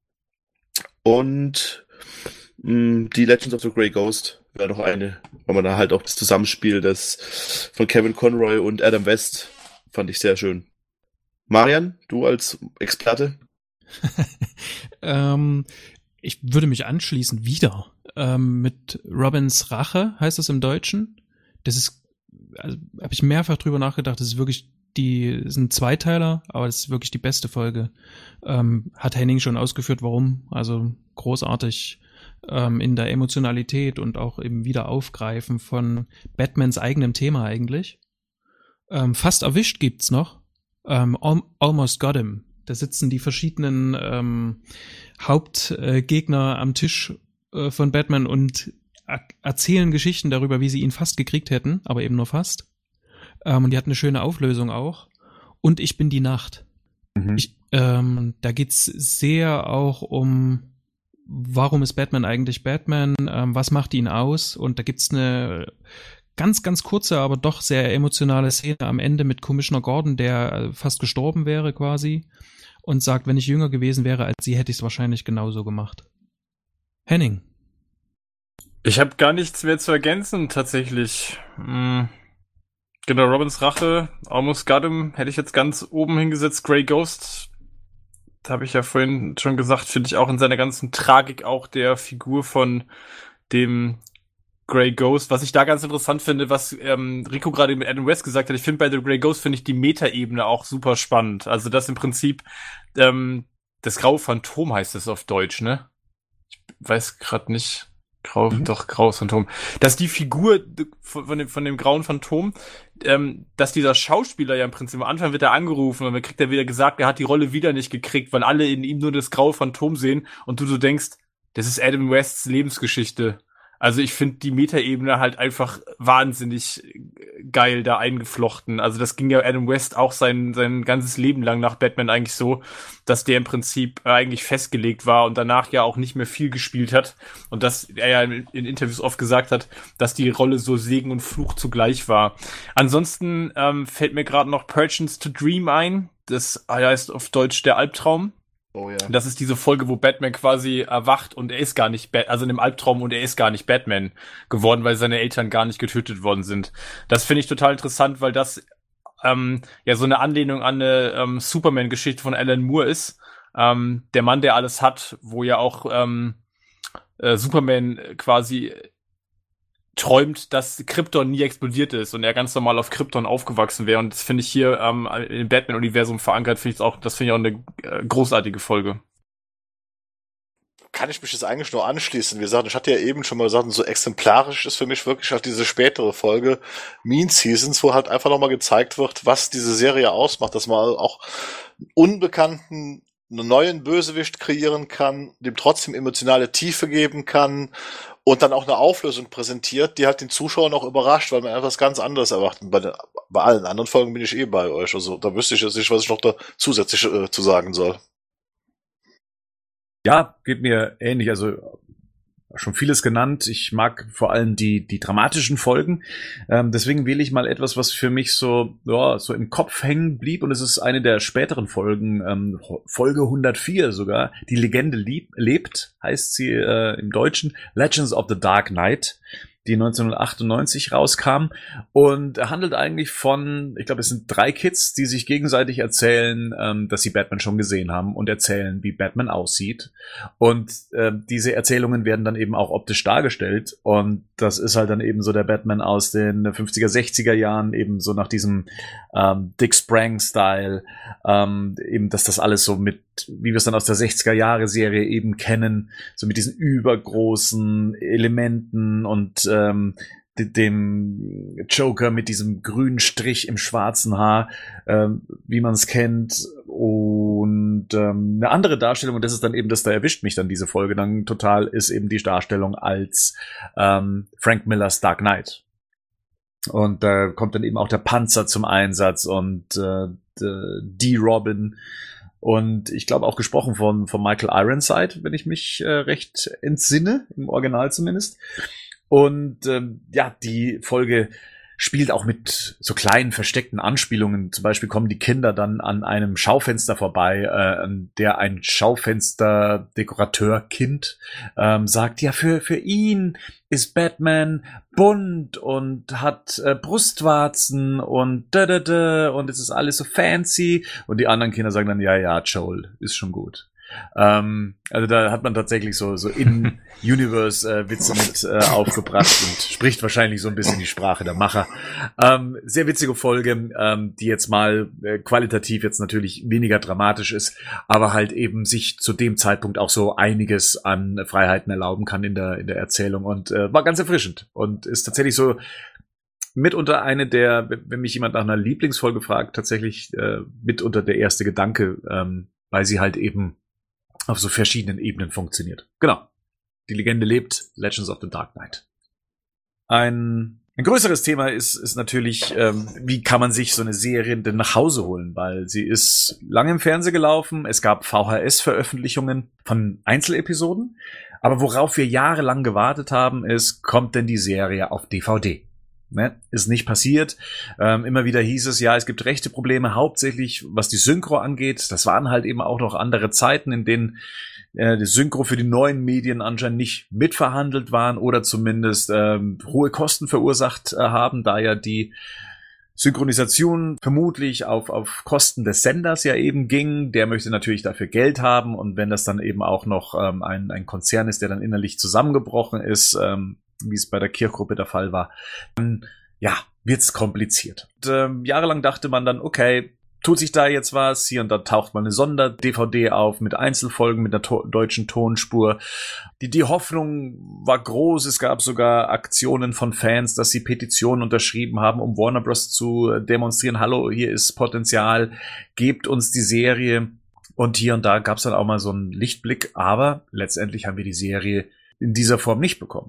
Und mh, die Legends of the Grey Ghost wäre noch eine, weil man da halt auch das Zusammenspiel des von Kevin Conroy und Adam West fand ich sehr schön. Marian, du als Experte? ähm, ich würde mich anschließen wieder ähm, mit Robins Rache, heißt das im Deutschen. Das ist, also habe ich mehrfach drüber nachgedacht, das ist wirklich die, das ist ein Zweiteiler, aber das ist wirklich die beste Folge. Ähm, hat Henning schon ausgeführt, warum. Also großartig ähm, in der Emotionalität und auch im Wiederaufgreifen von Batmans eigenem Thema eigentlich. Ähm, fast erwischt gibt's noch. Ähm, Almost Got Him. Da sitzen die verschiedenen ähm, Hauptgegner äh, am Tisch äh, von Batman und er- erzählen Geschichten darüber, wie sie ihn fast gekriegt hätten, aber eben nur fast. Ähm, und die hat eine schöne Auflösung auch. Und Ich bin die Nacht. Mhm. Ich, ähm, da geht's sehr auch um, warum ist Batman eigentlich Batman? Ähm, was macht ihn aus? Und da gibt's eine ganz, ganz kurze, aber doch sehr emotionale Szene am Ende mit Commissioner Gordon, der fast gestorben wäre quasi und sagt, wenn ich jünger gewesen wäre als sie, hätte ich es wahrscheinlich genauso gemacht. Henning. Ich habe gar nichts mehr zu ergänzen, tatsächlich. Hm. Genau, Robins Rache, Almost Got Him, hätte ich jetzt ganz oben hingesetzt. Grey Ghost, da habe ich ja vorhin schon gesagt, finde ich auch in seiner ganzen Tragik auch der Figur von dem Grey Ghost. Was ich da ganz interessant finde, was ähm, Rico gerade mit Adam West gesagt hat, ich finde bei The Grey Ghost finde ich die Metaebene auch super spannend. Also das im Prinzip ähm, das graue Phantom heißt es auf Deutsch, ne? Ich weiß gerade nicht. Grau, Mhm. doch, graues Phantom. Dass die Figur von, von, dem, von dem grauen Phantom, ähm, dass dieser Schauspieler ja im Prinzip am Anfang wird er angerufen und dann kriegt er wieder gesagt, er hat die Rolle wieder nicht gekriegt, weil alle in ihm nur das graue Phantom sehen und du so denkst, das ist Adam Wests Lebensgeschichte. Also ich finde die Metaebene halt einfach wahnsinnig geil da eingeflochten. Also das ging ja Adam West auch sein sein ganzes Leben lang nach Batman eigentlich so, dass der im Prinzip eigentlich festgelegt war und danach ja auch nicht mehr viel gespielt hat. Und dass er ja in, in Interviews oft gesagt hat, dass die Rolle so Segen und Fluch zugleich war. Ansonsten ähm, fällt mir gerade noch Perchance to Dream ein. Das heißt auf Deutsch der Albtraum. Oh ja. Das ist diese Folge, wo Batman quasi erwacht und er ist gar nicht, Bat- also in dem Albtraum und er ist gar nicht Batman geworden, weil seine Eltern gar nicht getötet worden sind. Das finde ich total interessant, weil das ähm, ja so eine Anlehnung an eine ähm, Superman-Geschichte von Alan Moore ist. Ähm, der Mann, der alles hat, wo ja auch ähm, äh, Superman quasi träumt, dass Krypton nie explodiert ist und er ganz normal auf Krypton aufgewachsen wäre. Und das finde ich hier ähm, im Batman-Universum verankert, finde ich auch, das finde ich auch eine äh, großartige Folge. Kann ich mich jetzt eigentlich nur anschließen. Wie gesagt, ich hatte ja eben schon mal gesagt, so exemplarisch ist für mich wirklich halt diese spätere Folge Mean Seasons, wo halt einfach nochmal gezeigt wird, was diese Serie ausmacht, dass man auch unbekannten einen neuen Bösewicht kreieren kann, dem trotzdem emotionale Tiefe geben kann und dann auch eine Auflösung präsentiert, die halt den Zuschauer noch überrascht, weil man etwas ganz anderes erwartet. Bei, den, bei allen anderen Folgen bin ich eh bei euch. Also da wüsste ich jetzt nicht, was ich noch da zusätzlich äh, zu sagen soll. Ja, geht mir ähnlich. Also schon vieles genannt. Ich mag vor allem die die dramatischen Folgen. Ähm, deswegen wähle ich mal etwas, was für mich so ja so im Kopf hängen blieb. Und es ist eine der späteren Folgen, ähm, Folge hundertvier sogar. Die Legende lieb, lebt, heißt sie äh, im Deutschen. Legends of the Dark Knight, die neunzehnhundertachtundneunzig rauskam und handelt eigentlich von, ich glaube, es sind drei Kids, die sich gegenseitig erzählen, ähm, dass sie Batman schon gesehen haben und erzählen, wie Batman aussieht. Und äh, diese Erzählungen werden dann eben auch optisch dargestellt und das ist halt dann eben so der Batman aus den fünfziger, sechziger Jahren, eben so nach diesem ähm, Dick Sprang-Style, ähm, eben, dass das alles so mit, wie wir es dann aus der sechziger-Jahre-Serie eben kennen, so mit diesen übergroßen Elementen und ähm, dem Joker mit diesem grünen Strich im schwarzen Haar, ähm, wie man es kennt. Und ähm, eine andere Darstellung, und das ist dann eben, das da erwischt mich dann diese Folge dann total, ist eben die Darstellung als ähm, Frank Millers Dark Knight. Und da kommt dann eben auch der Panzer zum Einsatz und äh, die Robin. Und ich glaube auch gesprochen von, von Michael Ironside, wenn ich mich äh, recht entsinne, im Original zumindest. Und ähm, ja, die Folge spielt auch mit so kleinen versteckten Anspielungen. Zum Beispiel kommen die Kinder dann an einem Schaufenster vorbei, äh, an der ein Schaufenster-Dekorateur-Kind ähm, sagt, ja, für für ihn ist Batman bunt und hat äh, Brustwarzen und da da da und es ist alles so fancy. Und die anderen Kinder sagen dann, ja, ja, Joel, ist schon gut. Ähm, also da hat man tatsächlich so so In-Universe-Witze äh, mit äh, aufgebracht und spricht wahrscheinlich so ein bisschen die Sprache der Macher. Ähm, sehr witzige Folge, ähm, die jetzt mal äh, qualitativ jetzt natürlich weniger dramatisch ist, aber halt eben sich zu dem Zeitpunkt auch so einiges an Freiheiten erlauben kann in der in der Erzählung und äh, war ganz erfrischend und ist tatsächlich so mitunter eine der, wenn mich jemand nach einer Lieblingsfolge fragt, tatsächlich äh, mitunter der erste Gedanke, ähm, weil sie halt eben auf so verschiedenen Ebenen funktioniert. Genau. Die Legende lebt. Legends of the Dark Knight. Ein, ein größeres Thema ist, ist natürlich, ähm, wie kann man sich so eine Serie denn nach Hause holen? Weil sie ist lange im Fernsehen gelaufen. Es gab V H S-Veröffentlichungen von Einzelepisoden. Aber worauf wir jahrelang gewartet haben, ist, kommt denn die Serie auf D V D? Ne, ist nicht passiert. Ähm, immer wieder hieß es, ja, es gibt rechte Probleme, hauptsächlich was die Synchro angeht. Das waren halt eben auch noch andere Zeiten, in denen äh, die Synchro für die neuen Medien anscheinend nicht mitverhandelt waren oder zumindest ähm, hohe Kosten verursacht äh, haben, da ja die Synchronisation vermutlich auf, auf Kosten des Senders ja eben ging. Der möchte natürlich dafür Geld haben und wenn das dann eben auch noch ähm, ein, ein Konzern ist, der dann innerlich zusammengebrochen ist, ähm, wie es bei der Kirchgruppe der Fall war, dann, ja, wird's kompliziert. Und, ähm, jahrelang dachte man dann, okay, tut sich da jetzt was, hier und da taucht mal eine Sonder-D V D auf mit Einzelfolgen, mit einer to- deutschen Tonspur. Die, die Hoffnung war groß, es gab sogar Aktionen von Fans, dass sie Petitionen unterschrieben haben, um Warner Bros. Zu demonstrieren, hallo, hier ist Potenzial, gebt uns die Serie. Und hier und da gab's dann auch mal so einen Lichtblick, aber letztendlich haben wir die Serie in dieser Form nicht bekommen.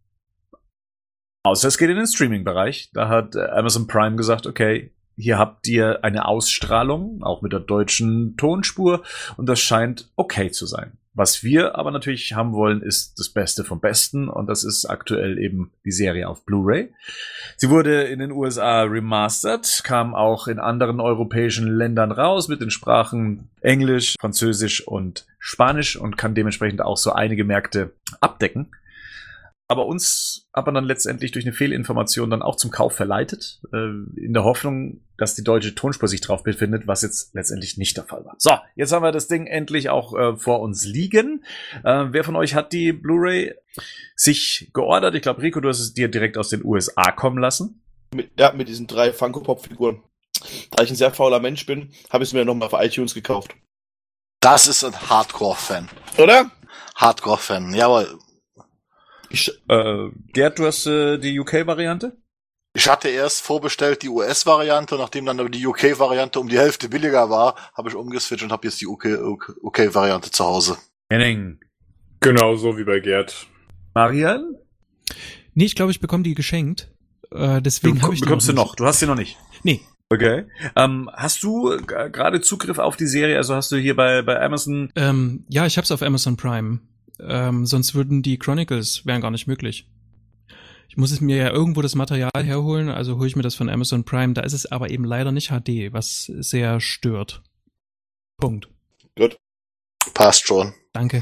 Außer es geht in den Streaming-Bereich. Da hat Amazon Prime gesagt, okay, hier habt ihr eine Ausstrahlung, auch mit der deutschen Tonspur, und das scheint okay zu sein. Was wir aber natürlich haben wollen, ist das Beste vom Besten, und das ist aktuell eben die Serie auf Blu-ray. Sie wurde in den U S A remastered, kam auch in anderen europäischen Ländern raus mit den Sprachen Englisch, Französisch und Spanisch und kann dementsprechend auch so einige Märkte abdecken. Aber uns hat man dann letztendlich durch eine Fehlinformation dann auch zum Kauf verleitet, äh, in der Hoffnung, dass die deutsche Tonspur sich drauf befindet, was jetzt letztendlich nicht der Fall war. So, jetzt haben wir das Ding endlich auch äh, vor uns liegen. Äh, wer von euch hat die Blu-ray sich geordert? Ich glaube, Rico, du hast es dir direkt aus den U S A kommen lassen. Mit, ja, mit diesen drei Funko-Pop-Figuren. Da ich ein sehr fauler Mensch bin, habe ich es mir nochmal auf iTunes gekauft. Das ist ein Hardcore-Fan. Oder? Hardcore-Fan, jawohl. Ich, äh, Gerd, du hast äh, die U K-Variante? Ich hatte erst vorbestellt die U S-Variante, nachdem dann die U K-Variante um die Hälfte billiger war, habe ich umgeswitcht und habe jetzt die U K-Variante zu Hause. Henning. Genau, so wie bei Gerd. Marian? Nee, ich glaube, ich bekomme die geschenkt. Äh, deswegen habe ich die bekommst noch du nicht. noch. Du hast sie noch nicht. Nee. Okay. Ähm, hast du g- gerade Zugriff auf die Serie? Also hast du hier bei, bei Amazon... Ähm, ja, ich hab's auf Amazon Prime. Ähm, sonst würden die Chronicles, wären gar nicht möglich. Ich muss es mir ja irgendwo das Material herholen, also hole ich mir das von Amazon Prime. Da ist es aber eben leider nicht H D, was sehr stört. Punkt. Gut. Passt schon. Danke.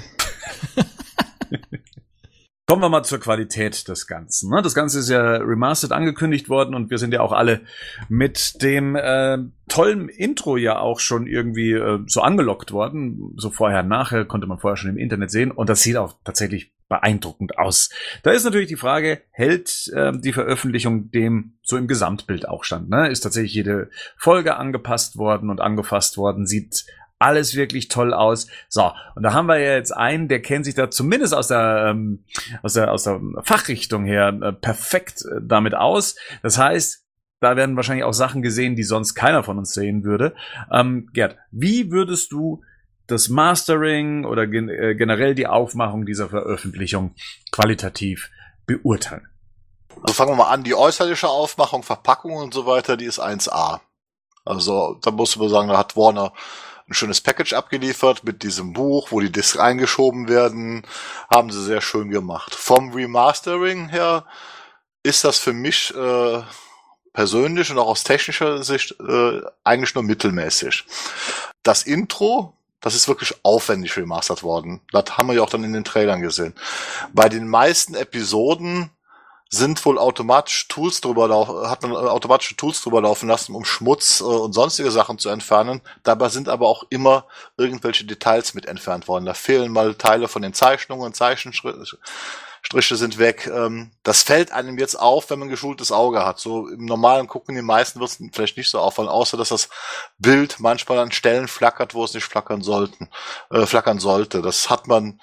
Kommen wir mal zur Qualität des Ganzen. Ne? Das Ganze ist ja remastered angekündigt worden und wir sind ja auch alle mit dem äh, tollen Intro ja auch schon irgendwie äh, so angelockt worden. So vorher, nachher konnte man vorher schon im Internet sehen und das sieht auch tatsächlich beeindruckend aus. Da ist natürlich die Frage, hält äh, die Veröffentlichung dem so im Gesamtbild auch stand? Ne? Ist tatsächlich jede Folge angepasst worden und angefasst worden, sieht alles wirklich toll aus. So, und da haben wir ja jetzt einen, der kennt sich da zumindest aus der ähm, aus der aus der Fachrichtung her äh, perfekt äh, damit aus. Das heißt, da werden wahrscheinlich auch Sachen gesehen, die sonst keiner von uns sehen würde. Ähm, Gerd, wie würdest du das Mastering oder gen- äh, generell die Aufmachung dieser Veröffentlichung qualitativ beurteilen? Also fangen wir mal an, die äußerliche Aufmachung, Verpackung und so weiter, die ist eins A. Also da muss man sagen, da hat Warner ein schönes Package abgeliefert mit diesem Buch, wo die Discs eingeschoben werden. Haben sie sehr schön gemacht. Vom Remastering her ist das für mich äh, persönlich und auch aus technischer Sicht äh, eigentlich nur mittelmäßig. Das Intro, das ist wirklich aufwendig remastert worden. Das haben wir ja auch dann in den Trailern gesehen. Bei den meisten Episoden sind wohl automatisch Tools drüber laufen, hat man automatische Tools drüber laufen lassen, um Schmutz äh, und sonstige Sachen zu entfernen. Dabei sind aber auch immer irgendwelche Details mit entfernt worden. Da fehlen mal Teile von den Zeichnungen und Zeichenstriche sind weg. Ähm, das fällt einem jetzt auf, wenn man ein geschultes Auge hat. So im normalen Gucken, den meisten wird es vielleicht nicht so auffallen, außer dass das Bild manchmal an Stellen flackert, wo es nicht flackern sollten, äh, flackern sollte. Das hat man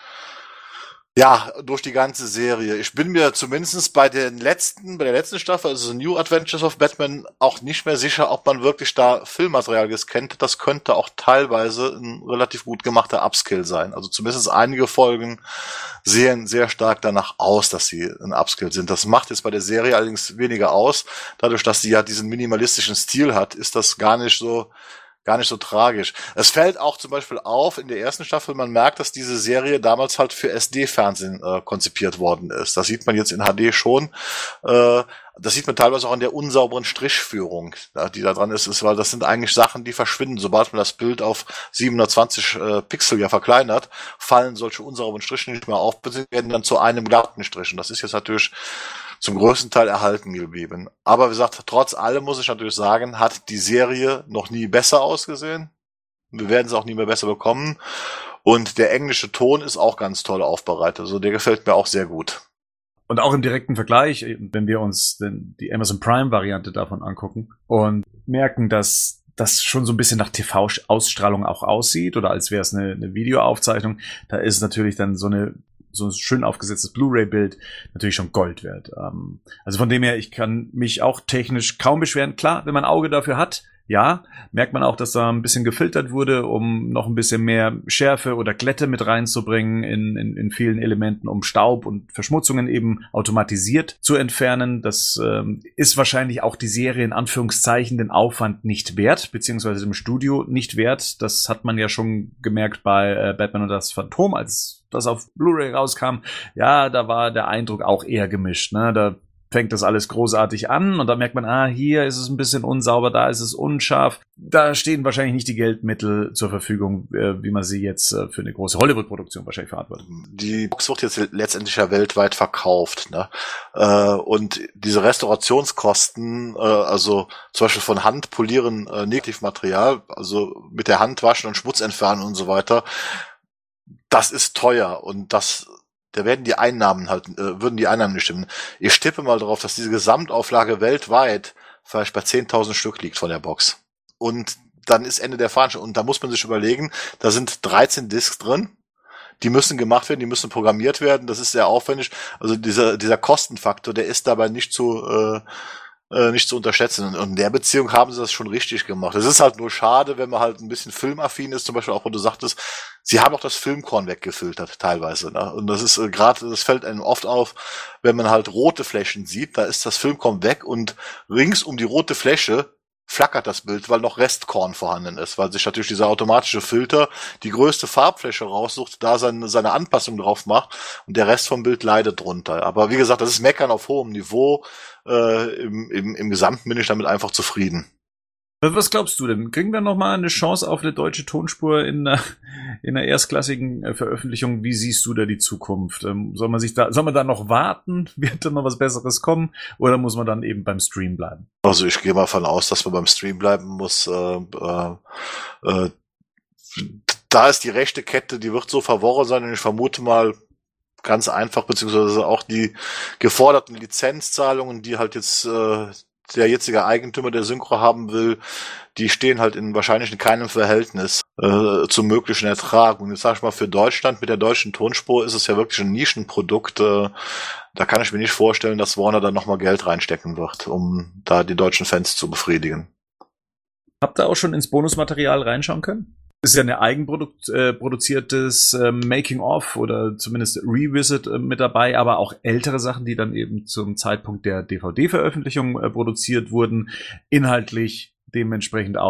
ja durch die ganze Serie. Ich bin mir zumindest bei den letzten, bei der letzten Staffel, also The New Adventures of Batman, auch nicht mehr sicher, ob man wirklich da Filmmaterial gescannt. Das könnte auch teilweise ein relativ gut gemachter Upscale sein. Also zumindest einige Folgen sehen sehr stark danach aus, dass sie ein Upscale sind. Das macht jetzt bei der Serie allerdings weniger aus. Dadurch, dass sie ja diesen minimalistischen Stil hat, ist das gar nicht so gar nicht so tragisch. Es fällt auch zum Beispiel auf, in der ersten Staffel, man merkt, dass diese Serie damals halt für S D-Fernsehen äh, konzipiert worden ist. Das sieht man jetzt in H D schon. Äh, das sieht man teilweise auch an der unsauberen Strichführung, die da dran ist, ist, weil das sind eigentlich Sachen, die verschwinden. Sobald man das Bild auf siebenhundertzwanzig äh, Pixel ja verkleinert, fallen solche unsauberen Striche nicht mehr auf, sie werden dann zu einem glatten Strich. Und das ist jetzt natürlich zum größten Teil erhalten geblieben. Aber wie gesagt, trotz allem muss ich natürlich sagen, hat die Serie noch nie besser ausgesehen. Wir werden es auch nie mehr besser bekommen. Und der englische Ton ist auch ganz toll aufbereitet. Also der gefällt mir auch sehr gut. Und auch im direkten Vergleich, wenn wir uns den, die Amazon Prime-Variante davon angucken und merken, dass das schon so ein bisschen nach T V-Ausstrahlung auch aussieht oder als wäre es eine, eine Videoaufzeichnung, da ist natürlich dann so eine so ein schön aufgesetztes Blu-ray-Bild natürlich schon Gold wert. Ähm, also von dem her, ich kann mich auch technisch kaum beschweren. Klar, wenn man ein Auge dafür hat, ja, merkt man auch, dass da ein bisschen gefiltert wurde, um noch ein bisschen mehr Schärfe oder Glätte mit reinzubringen in, in, in vielen Elementen, um Staub und Verschmutzungen eben automatisiert zu entfernen. Das ähm, ist wahrscheinlich auch die Serie in Anführungszeichen den Aufwand nicht wert, beziehungsweise dem Studio nicht wert. Das hat man ja schon gemerkt bei äh, Batman und das Phantom, als das auf Blu-ray rauskam. Ja, da war der Eindruck auch eher gemischt, ne? Da fängt das alles großartig an und da merkt man, ah, hier ist es ein bisschen unsauber, da ist es unscharf. Da stehen wahrscheinlich nicht die Geldmittel zur Verfügung, wie man sie jetzt für eine große Hollywood-Produktion wahrscheinlich verantwortet. Die Box wird jetzt letztendlich ja weltweit verkauft, ne? Und diese Restaurationskosten, also zum Beispiel von Hand polieren Negativmaterial, also mit der Hand waschen und Schmutz entfernen und so weiter, das ist teuer und das da werden die Einnahmen halt, äh, würden die Einnahmen nicht stimmen. Ich tippe mal darauf, dass diese Gesamtauflage weltweit vielleicht bei zehntausend Stück liegt von der Box. Und dann ist Ende der Fahnenstange. Und da muss man sich überlegen, da sind dreizehn Discs drin. Die müssen gemacht werden, die müssen programmiert werden. Das ist sehr aufwendig. Also dieser, dieser Kostenfaktor, der ist dabei nicht zu, äh, äh, nicht zu unterschätzen. Und in der Beziehung haben sie das schon richtig gemacht. Es ist halt nur schade, wenn man halt ein bisschen filmaffin ist, zum Beispiel auch, wo du sagtest, sie haben auch das Filmkorn weggefiltert, teilweise. Ne? Und das ist äh, gerade, das fällt einem oft auf, wenn man halt rote Flächen sieht, da ist das Filmkorn weg und rings um die rote Fläche flackert das Bild, weil noch Restkorn vorhanden ist, weil sich natürlich dieser automatische Filter die größte Farbfläche raussucht, da seine, seine Anpassung drauf macht und der Rest vom Bild leidet drunter. Aber wie gesagt, das ist Meckern auf hohem Niveau. Äh, im, im, Im Gesamten bin ich damit einfach zufrieden. Was glaubst du denn? Kriegen wir noch mal eine Chance auf eine deutsche Tonspur in einer, in einer erstklassigen Veröffentlichung? Wie siehst du da die Zukunft? Ähm, soll man sich da, soll man da noch warten? Wird da noch was Besseres kommen? Oder muss man dann eben beim Stream bleiben? Also ich gehe mal davon aus, dass man beim Stream bleiben muss. Äh, äh, äh, da ist die rechte Kette, die wird so verworren sein und ich vermute mal ganz einfach, beziehungsweise auch die geforderten Lizenzzahlungen, die halt jetzt äh, der jetzige Eigentümer der Synchro haben will, die stehen halt in wahrscheinlich in keinem Verhältnis äh, zum möglichen Ertrag. Und jetzt sag ich mal, für Deutschland mit der deutschen Tonspur ist es ja wirklich ein Nischenprodukt. Äh, da kann ich mir nicht vorstellen, dass Warner da nochmal Geld reinstecken wird, um da die deutschen Fans zu befriedigen. Habt ihr auch schon ins Bonusmaterial reinschauen können? Das ist ja ein eigenproduziertes äh, Making-of oder zumindest Revisit äh, mit dabei, aber auch ältere Sachen, die dann eben zum Zeitpunkt der D V D-Veröffentlichung äh, produziert wurden, inhaltlich dementsprechend auch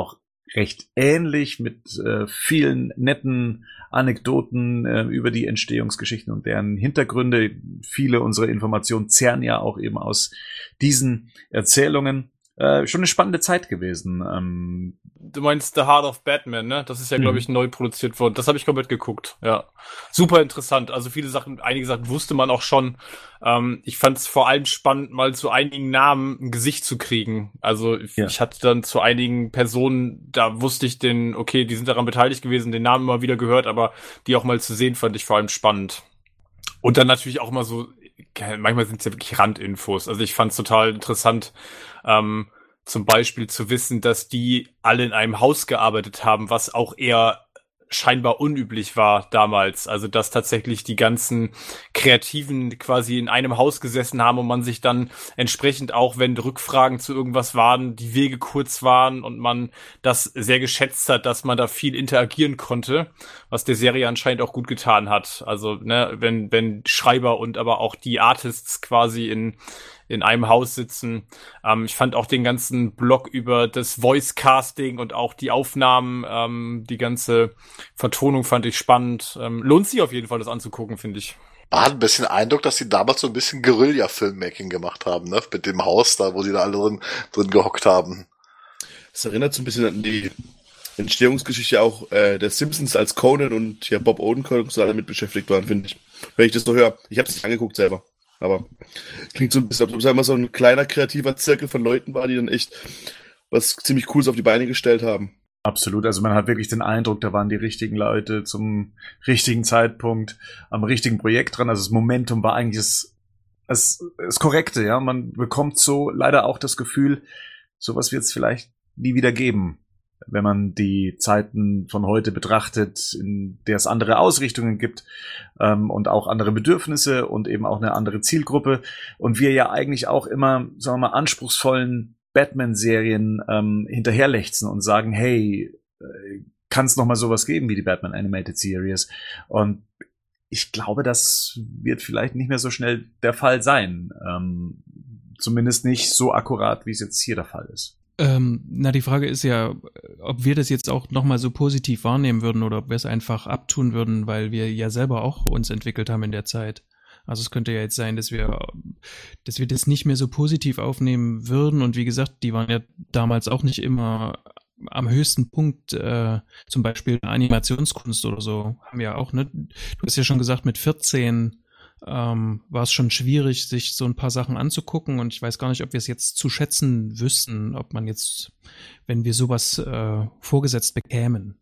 recht ähnlich mit äh, vielen netten Anekdoten äh, über die Entstehungsgeschichten und deren Hintergründe. Viele unserer Informationen zehren ja auch eben aus diesen Erzählungen. Äh, schon eine spannende Zeit gewesen. Ähm, Du meinst The Heart of Batman, ne? Das ist ja, glaube ich, neu produziert worden. Das habe ich komplett geguckt, ja. Super interessant. Also viele Sachen, einige Sachen wusste man auch schon. Ähm, ich fand es vor allem spannend, mal zu einigen Namen ein Gesicht zu kriegen. Also Ja. ich hatte dann zu einigen Personen, da wusste ich den, okay, die sind daran beteiligt gewesen, den Namen immer wieder gehört, aber die auch mal zu sehen, fand ich vor allem spannend. Und dann natürlich auch immer so, manchmal sind es ja wirklich Randinfos. Also ich fand es total interessant, ähm, zum Beispiel zu wissen, dass die alle in einem Haus gearbeitet haben, was auch eher scheinbar unüblich war damals. Also dass tatsächlich die ganzen Kreativen quasi in einem Haus gesessen haben und man sich dann entsprechend auch, wenn Rückfragen zu irgendwas waren, die Wege kurz waren und man das sehr geschätzt hat, dass man da viel interagieren konnte, was der Serie anscheinend auch gut getan hat. Also ne, wenn wenn Schreiber und aber auch die Artists quasi in in einem Haus sitzen. Ähm, ich fand auch den ganzen Blog über das Voice Casting und auch die Aufnahmen, ähm, die ganze Vertonung fand ich spannend. Ähm, lohnt sich auf jeden Fall, das anzugucken, finde ich. Man hat ein bisschen Eindruck, dass die damals so ein bisschen Guerilla-Filmmaking gemacht haben, ne? Mit dem Haus da, wo die da alle drin, drin gehockt haben. Das erinnert so ein bisschen an die Entstehungsgeschichte auch äh, der Simpsons, als Conan und ja Bob Odenkirk so alle mit beschäftigt waren, finde ich. Wenn ich das so höre. Ich habe es nicht angeguckt selber. Aber klingt so ein bisschen, als ob es immer so ein kleiner kreativer Zirkel von Leuten war, die dann echt was ziemlich Cooles auf die Beine gestellt haben. Absolut, also man hat wirklich den Eindruck, da waren die richtigen Leute zum richtigen Zeitpunkt am richtigen Projekt dran. Also das Momentum war eigentlich das, das, das Korrekte, ja. Man bekommt so leider auch das Gefühl, sowas wird es vielleicht nie wieder geben, wenn man die Zeiten von heute betrachtet, in der es andere Ausrichtungen gibt ähm, und auch andere Bedürfnisse und eben auch eine andere Zielgruppe. Und wir ja eigentlich auch immer, sagen wir mal, anspruchsvollen Batman-Serien ähm, hinterherlechzen und sagen, hey, äh, kann es noch mal sowas geben wie die Batman Animated Series? Und ich glaube, das wird vielleicht nicht mehr so schnell der Fall sein. Ähm, zumindest nicht so akkurat, wie es jetzt hier der Fall ist. Ähm, na, die Frage ist ja, ob wir das jetzt auch nochmal so positiv wahrnehmen würden oder ob wir es einfach abtun würden, weil wir ja selber auch uns entwickelt haben in der Zeit. Also es könnte ja jetzt sein, dass wir, dass wir das nicht mehr so positiv aufnehmen würden. Und wie gesagt, die waren ja damals auch nicht immer am höchsten Punkt, äh, zum Beispiel Animationskunst oder so, haben wir ja auch, ne? Du hast ja schon gesagt, mit vierzehn ähm, war es schon schwierig, sich so ein paar Sachen anzugucken. Und ich weiß gar nicht, ob wir es jetzt zu schätzen wüssten, ob man jetzt, wenn wir sowas äh, vorgesetzt bekämen.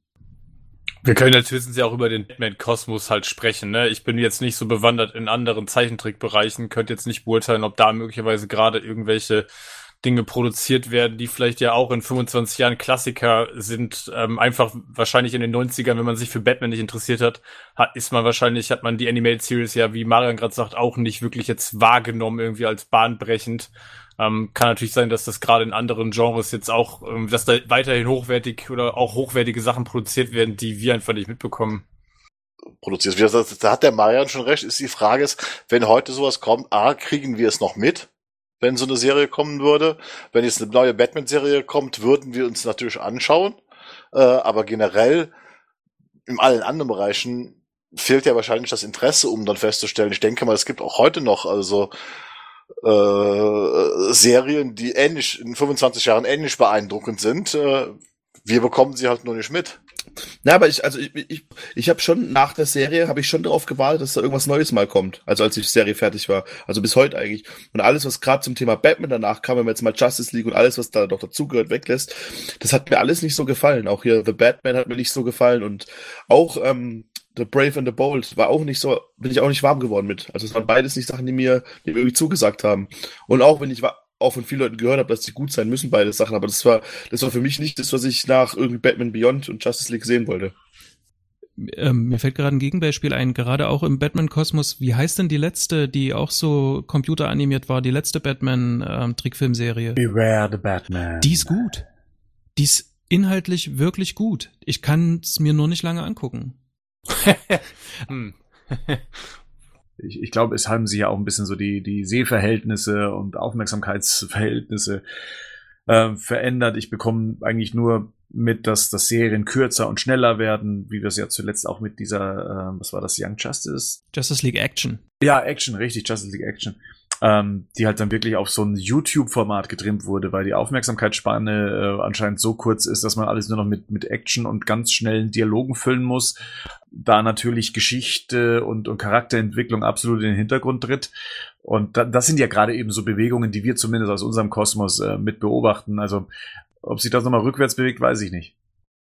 Wir können natürlich ja auch über den Batman-Kosmos halt sprechen, ne? Ich bin jetzt nicht so bewandert in anderen Zeichentrickbereichen, könnte jetzt nicht beurteilen, ob da möglicherweise gerade irgendwelche Dinge produziert werden, die vielleicht ja auch in fünfundzwanzig Jahren Klassiker sind. Ähm, einfach wahrscheinlich in den neunzigern, wenn man sich für Batman nicht interessiert hat, hat ist man wahrscheinlich, hat man die Animated Series ja, wie Marian gerade sagt, auch nicht wirklich jetzt wahrgenommen, irgendwie als bahnbrechend. Ähm, kann natürlich sein, dass das gerade in anderen Genres jetzt auch, ähm, dass da weiterhin hochwertig oder auch hochwertige Sachen produziert werden, die wir einfach nicht mitbekommen. Produziert. Da hat der Marian schon recht, ist die Frage ist, wenn heute sowas kommt, A, kriegen wir es noch mit, wenn so eine Serie kommen würde. Wenn jetzt eine neue Batman-Serie kommt, würden wir uns natürlich anschauen. Äh, aber generell in allen anderen Bereichen fehlt ja wahrscheinlich das Interesse, um dann festzustellen. Ich denke mal, es gibt auch heute noch also äh, Serien, die ähnlich in fünfundzwanzig Jahren ähnlich beeindruckend sind. Äh, wir bekommen sie halt nur nicht mit. Na, aber ich, also ich, ich, ich habe schon nach der Serie, habe ich schon darauf gewartet, dass da irgendwas Neues mal kommt. Also als die Serie fertig war. Also bis heute eigentlich. Und alles, was gerade zum Thema Batman danach kam, wenn man jetzt mal Justice League und alles, was da noch dazugehört, weglässt, das hat mir alles nicht so gefallen. Auch hier The Batman hat mir nicht so gefallen und auch ähm, The Brave and the Bold war auch nicht so, bin ich auch nicht warm geworden mit. Also es waren beides nicht Sachen, die mir, die mir irgendwie zugesagt haben. Und auch wenn ich war, auch von vielen Leuten gehört habe, dass die gut sein müssen, beide Sachen, aber das war, das war für mich nicht das, was ich nach irgendwie Batman Beyond und Justice League sehen wollte. Ähm, mir fällt gerade ein Gegenbeispiel ein, gerade auch im Batman-Kosmos. Wie heißt denn die letzte, die auch so computeranimiert war, die letzte Batman-Trickfilmserie? Beware the Batman. Die ist gut. Die ist inhaltlich wirklich gut. Ich kann es mir nur nicht lange angucken. hm. Ich, ich glaube, es haben sich ja auch ein bisschen so die, die Sehverhältnisse und Aufmerksamkeitsverhältnisse äh, verändert. Ich bekomme eigentlich nur mit, dass, dass Serien kürzer und schneller werden, wie wir es ja zuletzt auch mit dieser, äh, was war das, Young Justice? Justice League Action. Ja, Action, richtig, Justice League Action. Ähm, die halt dann wirklich auf so ein YouTube-Format getrimmt wurde, weil die Aufmerksamkeitsspanne äh, anscheinend so kurz ist, dass man alles nur noch mit, mit Action und ganz schnellen Dialogen füllen muss. Da natürlich Geschichte und, und Charakterentwicklung absolut in den Hintergrund tritt. Und da, das sind ja gerade eben so Bewegungen, die wir zumindest aus unserem Kosmos äh, mit beobachten. Also, ob sich das nochmal rückwärts bewegt, weiß ich nicht.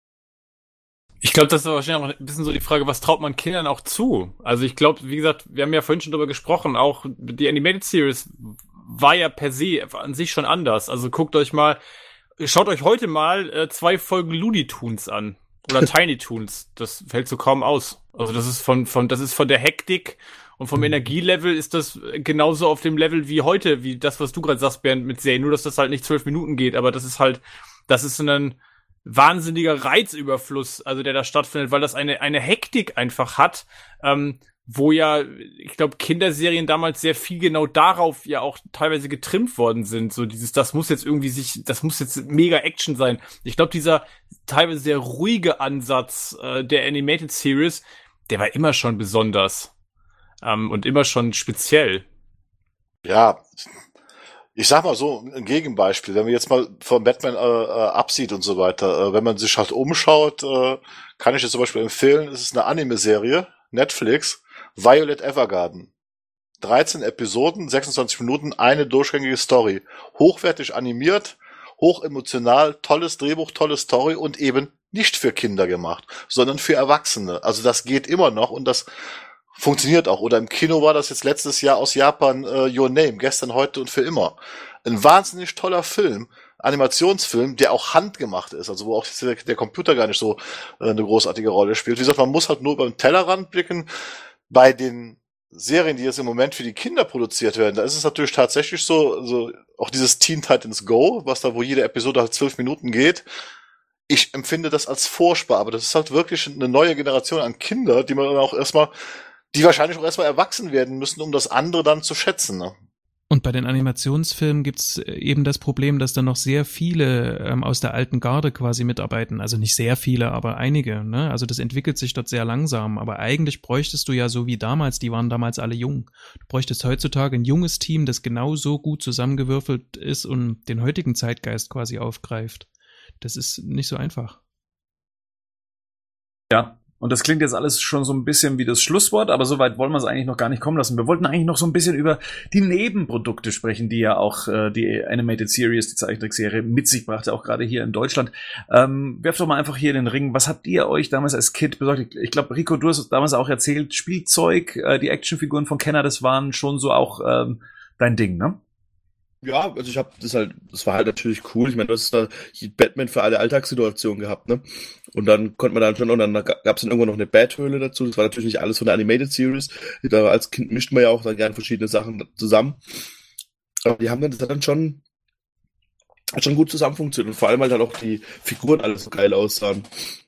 Ich glaube, das ist wahrscheinlich auch ein bisschen so die Frage, was traut man Kindern auch zu? Also ich glaube, wie gesagt, wir haben ja vorhin schon drüber gesprochen, auch die Animated Series war ja per se an sich schon anders. Also guckt euch mal, schaut euch heute mal äh, zwei Folgen Looney Tunes an. Oder Tiny Toons. Das fällt so kaum aus. Also das ist von, von, das ist von der Hektik und vom Energielevel ist das genauso auf dem Level wie heute, wie das, was du gerade sagst, Bernd, mit Serien. Nur, dass das halt nicht zwölf Minuten geht, aber das ist halt, das ist so ein wahnsinniger Reizüberfluss, also der da stattfindet, weil das eine eine Hektik einfach hat, ähm, wo ja, ich glaube, Kinderserien damals sehr viel genau darauf ja auch teilweise getrimmt worden sind, so dieses, das muss jetzt irgendwie sich, das muss jetzt mega Action sein. Ich glaube, dieser teilweise sehr ruhige Ansatz äh, der Animated Series, der war immer schon besonders ähm, und immer schon speziell. Ja, ich sag mal so, ein Gegenbeispiel, wenn man jetzt mal von Batman äh, äh, absieht und so weiter, äh, wenn man sich halt umschaut, äh, kann ich dir zum Beispiel empfehlen, es ist eine Anime-Serie, Netflix, Violet Evergarden. dreizehn Episoden, sechsundzwanzig Minuten, eine durchgängige Story. Hochwertig animiert, hochemotional, tolles Drehbuch, tolle Story und eben nicht für Kinder gemacht, sondern für Erwachsene. Also das geht immer noch und das funktioniert auch. Oder im Kino war das jetzt letztes Jahr aus Japan uh, Your Name, gestern, heute und für immer. Ein wahnsinnig toller Film, Animationsfilm, der auch handgemacht ist, also wo auch der, der Computer gar nicht so äh, eine großartige Rolle spielt. Wie gesagt, man muss halt nur beim Tellerrand blicken. Bei den Serien, die jetzt im Moment für die Kinder produziert werden, da ist es natürlich tatsächlich so, so auch dieses Teen Titans Go, was da, wo jede Episode halt zwölf Minuten geht. Ich empfinde das als Vorspar, aber das ist halt wirklich eine neue Generation an Kinder, die man dann auch erstmal die wahrscheinlich auch erstmal erwachsen werden müssen, um das andere dann zu schätzen. Ne? Und bei den Animationsfilmen gibt's eben das Problem, dass da noch sehr viele ähm, aus der alten Garde quasi mitarbeiten. Also nicht sehr viele, aber einige. Ne? Also das entwickelt sich dort sehr langsam. Aber eigentlich bräuchtest du ja so wie damals, die waren damals alle jung. Du bräuchtest heutzutage ein junges Team, das genauso gut zusammengewürfelt ist und den heutigen Zeitgeist quasi aufgreift. Das ist nicht so einfach. Ja. Und das klingt jetzt alles schon so ein bisschen wie das Schlusswort, aber so weit wollen wir es eigentlich noch gar nicht kommen lassen. Wir wollten eigentlich noch so ein bisschen über die Nebenprodukte sprechen, die ja auch äh, die Animated Series, die Zeichentrickserie mit sich brachte, auch gerade hier in Deutschland. Ähm, werft doch mal einfach hier in den Ring. Was habt ihr euch damals als Kind besorgt? Ich, ich glaube, Rico, du hast damals auch erzählt, Spielzeug, äh, die Actionfiguren von Kenner, das waren schon so auch ähm, dein Ding, ne? Ja, also ich habe das halt, das war halt natürlich cool. Ich meine, du hast da Batman für alle Alltagssituationen gehabt, ne? Und dann konnte man dann schon, und dann gab es dann irgendwann noch eine Bathöhle dazu. Das war natürlich nicht alles von der Animated Series. Da als Kind mischt man ja auch dann gerne verschiedene Sachen zusammen. Aber die haben dann, das hat dann schon, hat schon gut zusammen funktioniert. Und vor allem, weil dann auch die Figuren alles so geil aussahen.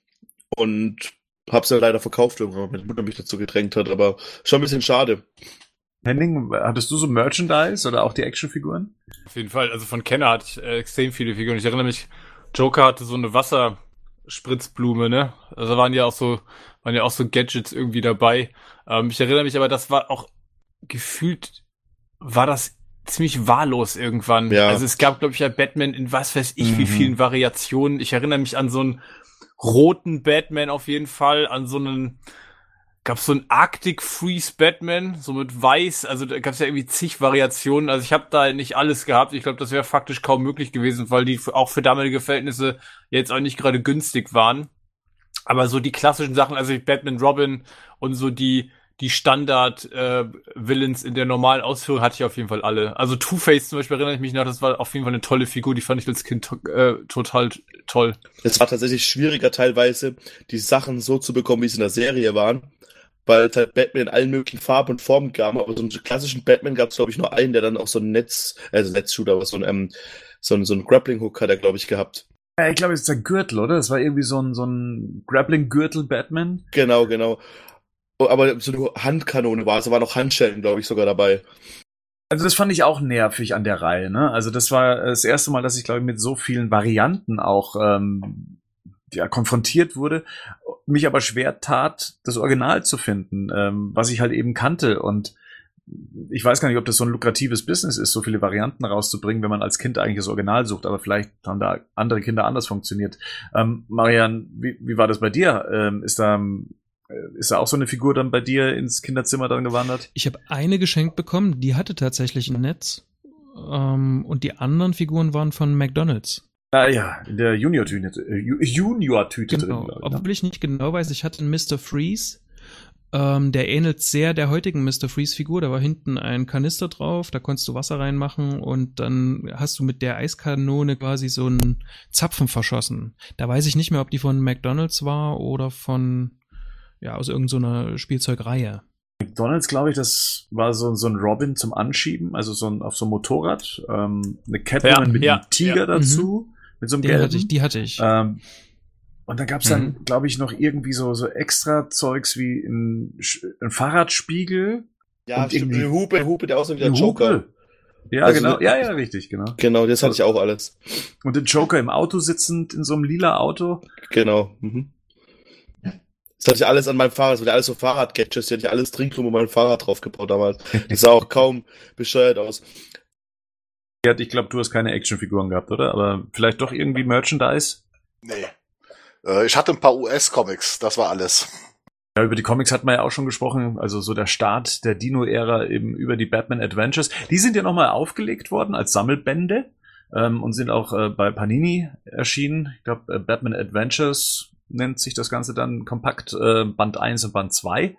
Und hab's ja leider verkauft, irgendwann, weil meine Mutter mich dazu gedrängt hat, aber schon ein bisschen schade. Henning, hattest du so Merchandise oder auch die Actionfiguren? Auf jeden Fall, also von Kenner hatte ich äh, extrem viele Figuren. Ich erinnere mich, Joker hatte so eine Wasserspritzblume, ne? Also waren ja auch so, waren ja auch so Gadgets irgendwie dabei. Ähm, ich erinnere mich aber, das war auch gefühlt, war das ziemlich wahllos irgendwann. Ja. Also es gab, glaube ich, ja Batman in was weiß ich Mhm. wie vielen Variationen. Ich erinnere mich an so einen roten Batman auf jeden Fall, an so einen gab so einen Arctic Freeze Batman, so mit weiß, also da gab es ja irgendwie zig Variationen, also ich habe da nicht alles gehabt, ich glaube, das wäre faktisch kaum möglich gewesen, weil die auch für damalige Verhältnisse jetzt auch nicht gerade günstig waren, aber so die klassischen Sachen, also Batman, Robin und so die die Standard-Villains äh, in der normalen Ausführung hatte ich auf jeden Fall alle. Also Two-Face zum Beispiel erinnere ich mich noch, das war auf jeden Fall eine tolle Figur, die fand ich als Kind to- äh, total t- toll. Es war tatsächlich schwieriger teilweise, die Sachen so zu bekommen, wie sie in der Serie waren, weil es halt Batman in allen möglichen Farben und Formen gab, aber so einen klassischen Batman gab es, glaube ich, nur einen, der dann auch so ein Netz, also Netzshooter, aber so ein, ähm, so ein, so ein Grappling-Hook hat er, glaube ich, gehabt. Ja, ich glaube, es ist der Gürtel, oder? Das war irgendwie so ein, so ein Grappling-Gürtel-Batman. Genau, genau. Aber so eine Handkanone war es, da waren noch Handschellen, glaube ich, sogar dabei. Also das fand ich auch nervig an der Reihe, ne? Also das war das erste Mal, dass ich, glaube ich, mit so vielen Varianten auch ähm, ja, konfrontiert wurde, mich aber schwer tat, das Original zu finden, ähm, was ich halt eben kannte. Und ich weiß gar nicht, ob das so ein lukratives Business ist, so viele Varianten rauszubringen, wenn man als Kind eigentlich das Original sucht, aber vielleicht haben da andere Kinder anders funktioniert. Ähm, Marian, wie, wie war das bei dir? Ähm, ist da ist da auch so eine Figur dann bei dir ins Kinderzimmer dann gewandert? Ich habe eine geschenkt bekommen, die hatte tatsächlich ein Netz. Ähm, und die anderen Figuren waren von McDonald's. Ah ja, in der Junior-Tüte, äh, Junior-Tüte Genau. drin. Obwohl ich nicht genau weiß, ich hatte einen Mister Freeze. Ähm, der ähnelt sehr der heutigen Mister Freeze-Figur. Da war hinten ein Kanister drauf, da konntest du Wasser reinmachen und dann hast du mit der Eiskanone quasi so einen Zapfen verschossen. Da weiß ich nicht mehr, ob die von McDonald's war oder von, ja, aus irgendeiner Spielzeugreihe. McDonald's, glaube ich, das war so, so ein Robin zum Anschieben, also so ein, auf so einem Motorrad, ähm, eine Catwoman Ja, mit ja, einem Tiger ja. dazu, mit so einem Den gelben. hatte ich, die hatte ich. Ähm, und da gab's dann, Mhm. glaube ich, noch irgendwie so, so extra Zeugs wie ein, Sch- ein Fahrradspiegel. Ja, Und stimmt. irgendwie- Eine Hupe, eine Hupe, der aussieht wie der Ein Joker. Hupe. Ja, Also genau. eine- Ja, ja, richtig, genau. Genau, das hatte ich auch alles. Und den Joker im Auto sitzend, in so einem lila Auto. Genau. Mhm. Das hatte ich alles an meinem Fahrrad, das war ja alles so Fahrrad-Gadgets, die hatte ich alles drin um mein Fahrrad draufgebaut damals. Das sah auch kaum bescheuert aus. Ich glaube, du hast keine Actionfiguren gehabt, oder? Aber vielleicht doch irgendwie Merchandise? Nee. Äh, ich hatte ein paar U S-Comics, das war alles. Ja, über die Comics hat man ja auch schon gesprochen, also so der Start der Dino-Ära eben über die Batman Adventures. Die sind ja nochmal aufgelegt worden als Sammelbände ähm, und sind auch äh, bei Panini erschienen. Ich glaube, äh, Batman Adventures nennt sich das Ganze dann kompakt, äh, Band eins und Band zwei.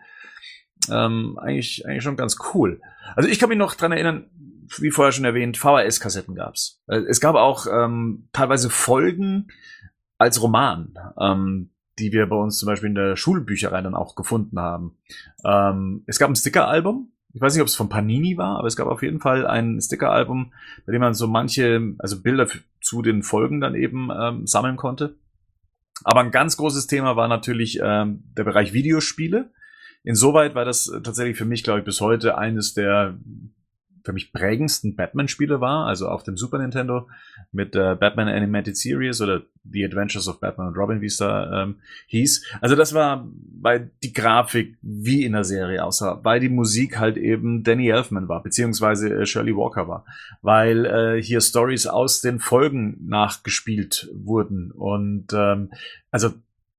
Ähm, eigentlich, eigentlich schon ganz cool. Also ich kann mich noch dran erinnern, wie vorher schon erwähnt, V H S-Kassetten gab's. Äh, es gab auch ähm, teilweise Folgen als Roman, ähm, die wir bei uns zum Beispiel in der Schulbücherei dann auch gefunden haben. Ähm, es gab ein Sticker-Album. Ich weiß nicht, ob es von Panini war, aber es gab auf jeden Fall ein Sticker-Album, bei dem man so manche, also Bilder f- zu den Folgen dann eben ähm, sammeln konnte. Aber ein ganz großes Thema war natürlich ähm, der Bereich Videospiele. Insoweit war das äh, tatsächlich für mich, glaube ich, bis heute eines der für mich prägendsten Batman-Spiele war, also auf dem Super Nintendo mit äh, Batman Animated Series oder The Adventures of Batman und Robin, wie es da ähm, hieß. Also das war, weil die Grafik wie in der Serie aussah, weil die Musik halt eben Danny Elfman war, beziehungsweise äh, Shirley Walker war, weil äh, hier Stories aus den Folgen nachgespielt wurden und ähm, also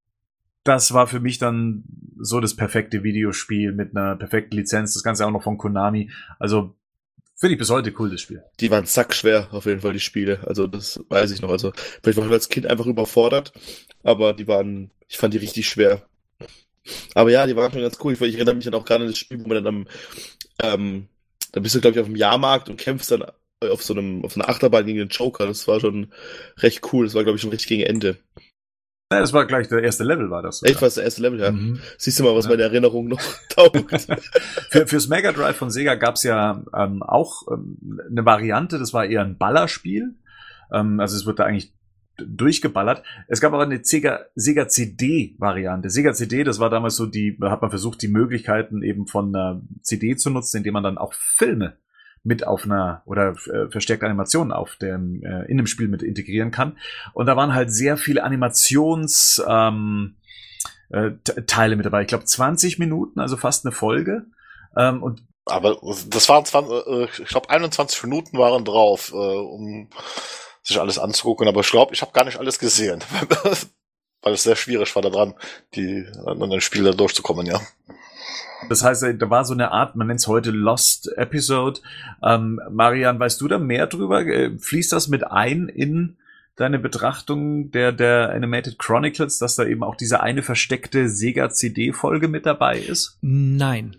das war für mich dann so das perfekte Videospiel mit einer perfekten Lizenz, das Ganze auch noch von Konami, also finde ich bis heute cool, das Spiel. Die waren sackschwer, auf jeden Fall, die Spiele. Also, das weiß ich noch. Also, vielleicht war ich als Kind einfach überfordert, aber die waren, ich fand die richtig schwer. Aber ja, die waren schon ganz cool. Ich, ich erinnere mich dann auch gerade an das Spiel, wo man dann am, ähm, da bist du, glaube ich, auf dem Jahrmarkt und kämpfst dann auf so einem, auf so einer Achterbahn gegen den Joker. Das war schon recht cool. Das war, glaube ich, schon richtig gegen Ende. Ja, das war gleich der erste Level, war das. Echt, war das der erste Level, ja. Mhm. Siehst du mal, was Ja. meine Erinnerung noch taugt. Für, fürs Mega Drive von Sega gab's ja ähm, auch ähm, eine Variante, das war eher ein Ballerspiel. Ähm, also es wird da eigentlich durchgeballert. Es gab aber eine Sega, Sega C D-Variante. Sega C D, das war damals so die, da hat man versucht, die Möglichkeiten eben von einer C D zu nutzen, indem man dann auch Filme mit auf einer oder äh, verstärkte Animationen auf dem äh, in dem Spiel mit integrieren kann. Und da waren halt sehr viele Animations ähm, äh, T- Teile mit dabei. Ich glaube zwanzig Minuten, also fast eine Folge. Ähm, und Aber das waren zwanzig, äh, ich glaube einundzwanzig Minuten waren drauf, äh, um sich alles anzugucken. Aber ich glaube, ich habe gar nicht alles gesehen, weil es sehr schwierig war, da dran, die an den Spiel da durchzukommen, ja. das heißt, da war so eine Art, man nennt es heute Lost Episode. Ähm, Marian, weißt du da mehr drüber? Äh, Fließt das mit ein in deine Betrachtung der, der Animated Chronicles, dass da eben auch diese eine versteckte Sega-C D-Folge mit dabei ist? Nein.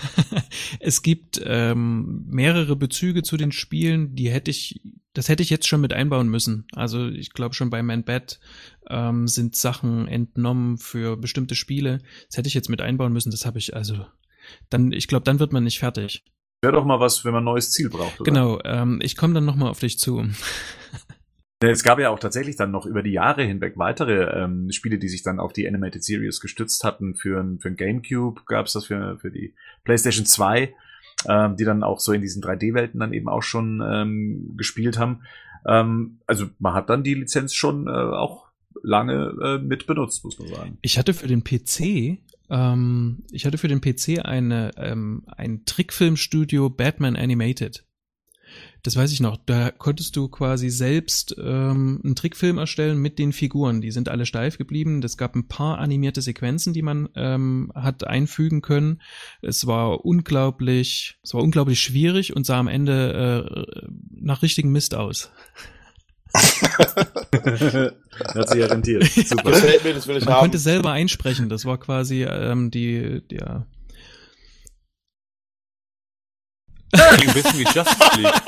Es gibt ähm, mehrere Bezüge zu den Spielen, die hätte ich, das hätte ich jetzt schon mit einbauen müssen. Also ich glaube schon bei Man Bat ähm, sind Sachen entnommen für bestimmte Spiele. Das hätte ich jetzt mit einbauen müssen. Das habe ich also. Dann, ich glaube, dann wird man nicht fertig. Wäre doch mal was, wenn man ein neues Ziel braucht, oder? Genau. Ähm, ich komme dann noch mal auf dich zu. Es gab ja auch tatsächlich dann noch über die Jahre hinweg weitere ähm, Spiele, die sich dann auf die Animated Series gestützt hatten. Für ein, für ein GameCube gab es das, für, für die PlayStation zwei, ähm, die dann auch so in diesen drei D-Welten dann eben auch schon ähm, gespielt haben. Ähm, also man hat dann die Lizenz schon äh, auch lange äh, mit benutzt, muss man sagen. Ich hatte für den P C, ähm, ich hatte für den P C eine, ähm, ein Trickfilmstudio Batman Animated. Das weiß ich noch. Da konntest du quasi selbst ähm, einen Trickfilm erstellen mit den Figuren. Die sind alle steif geblieben. Es gab ein paar animierte Sequenzen, die man ähm, hat einfügen können. Es war unglaublich, es war unglaublich schwierig und sah am Ende äh, nach richtigem Mist aus. Hat sich ja rentiert. Super. Das fällt mir, das will ich Man haben. konnte selber einsprechen. Das war quasi ähm, die, ja. Ein bisschen wie Justice League.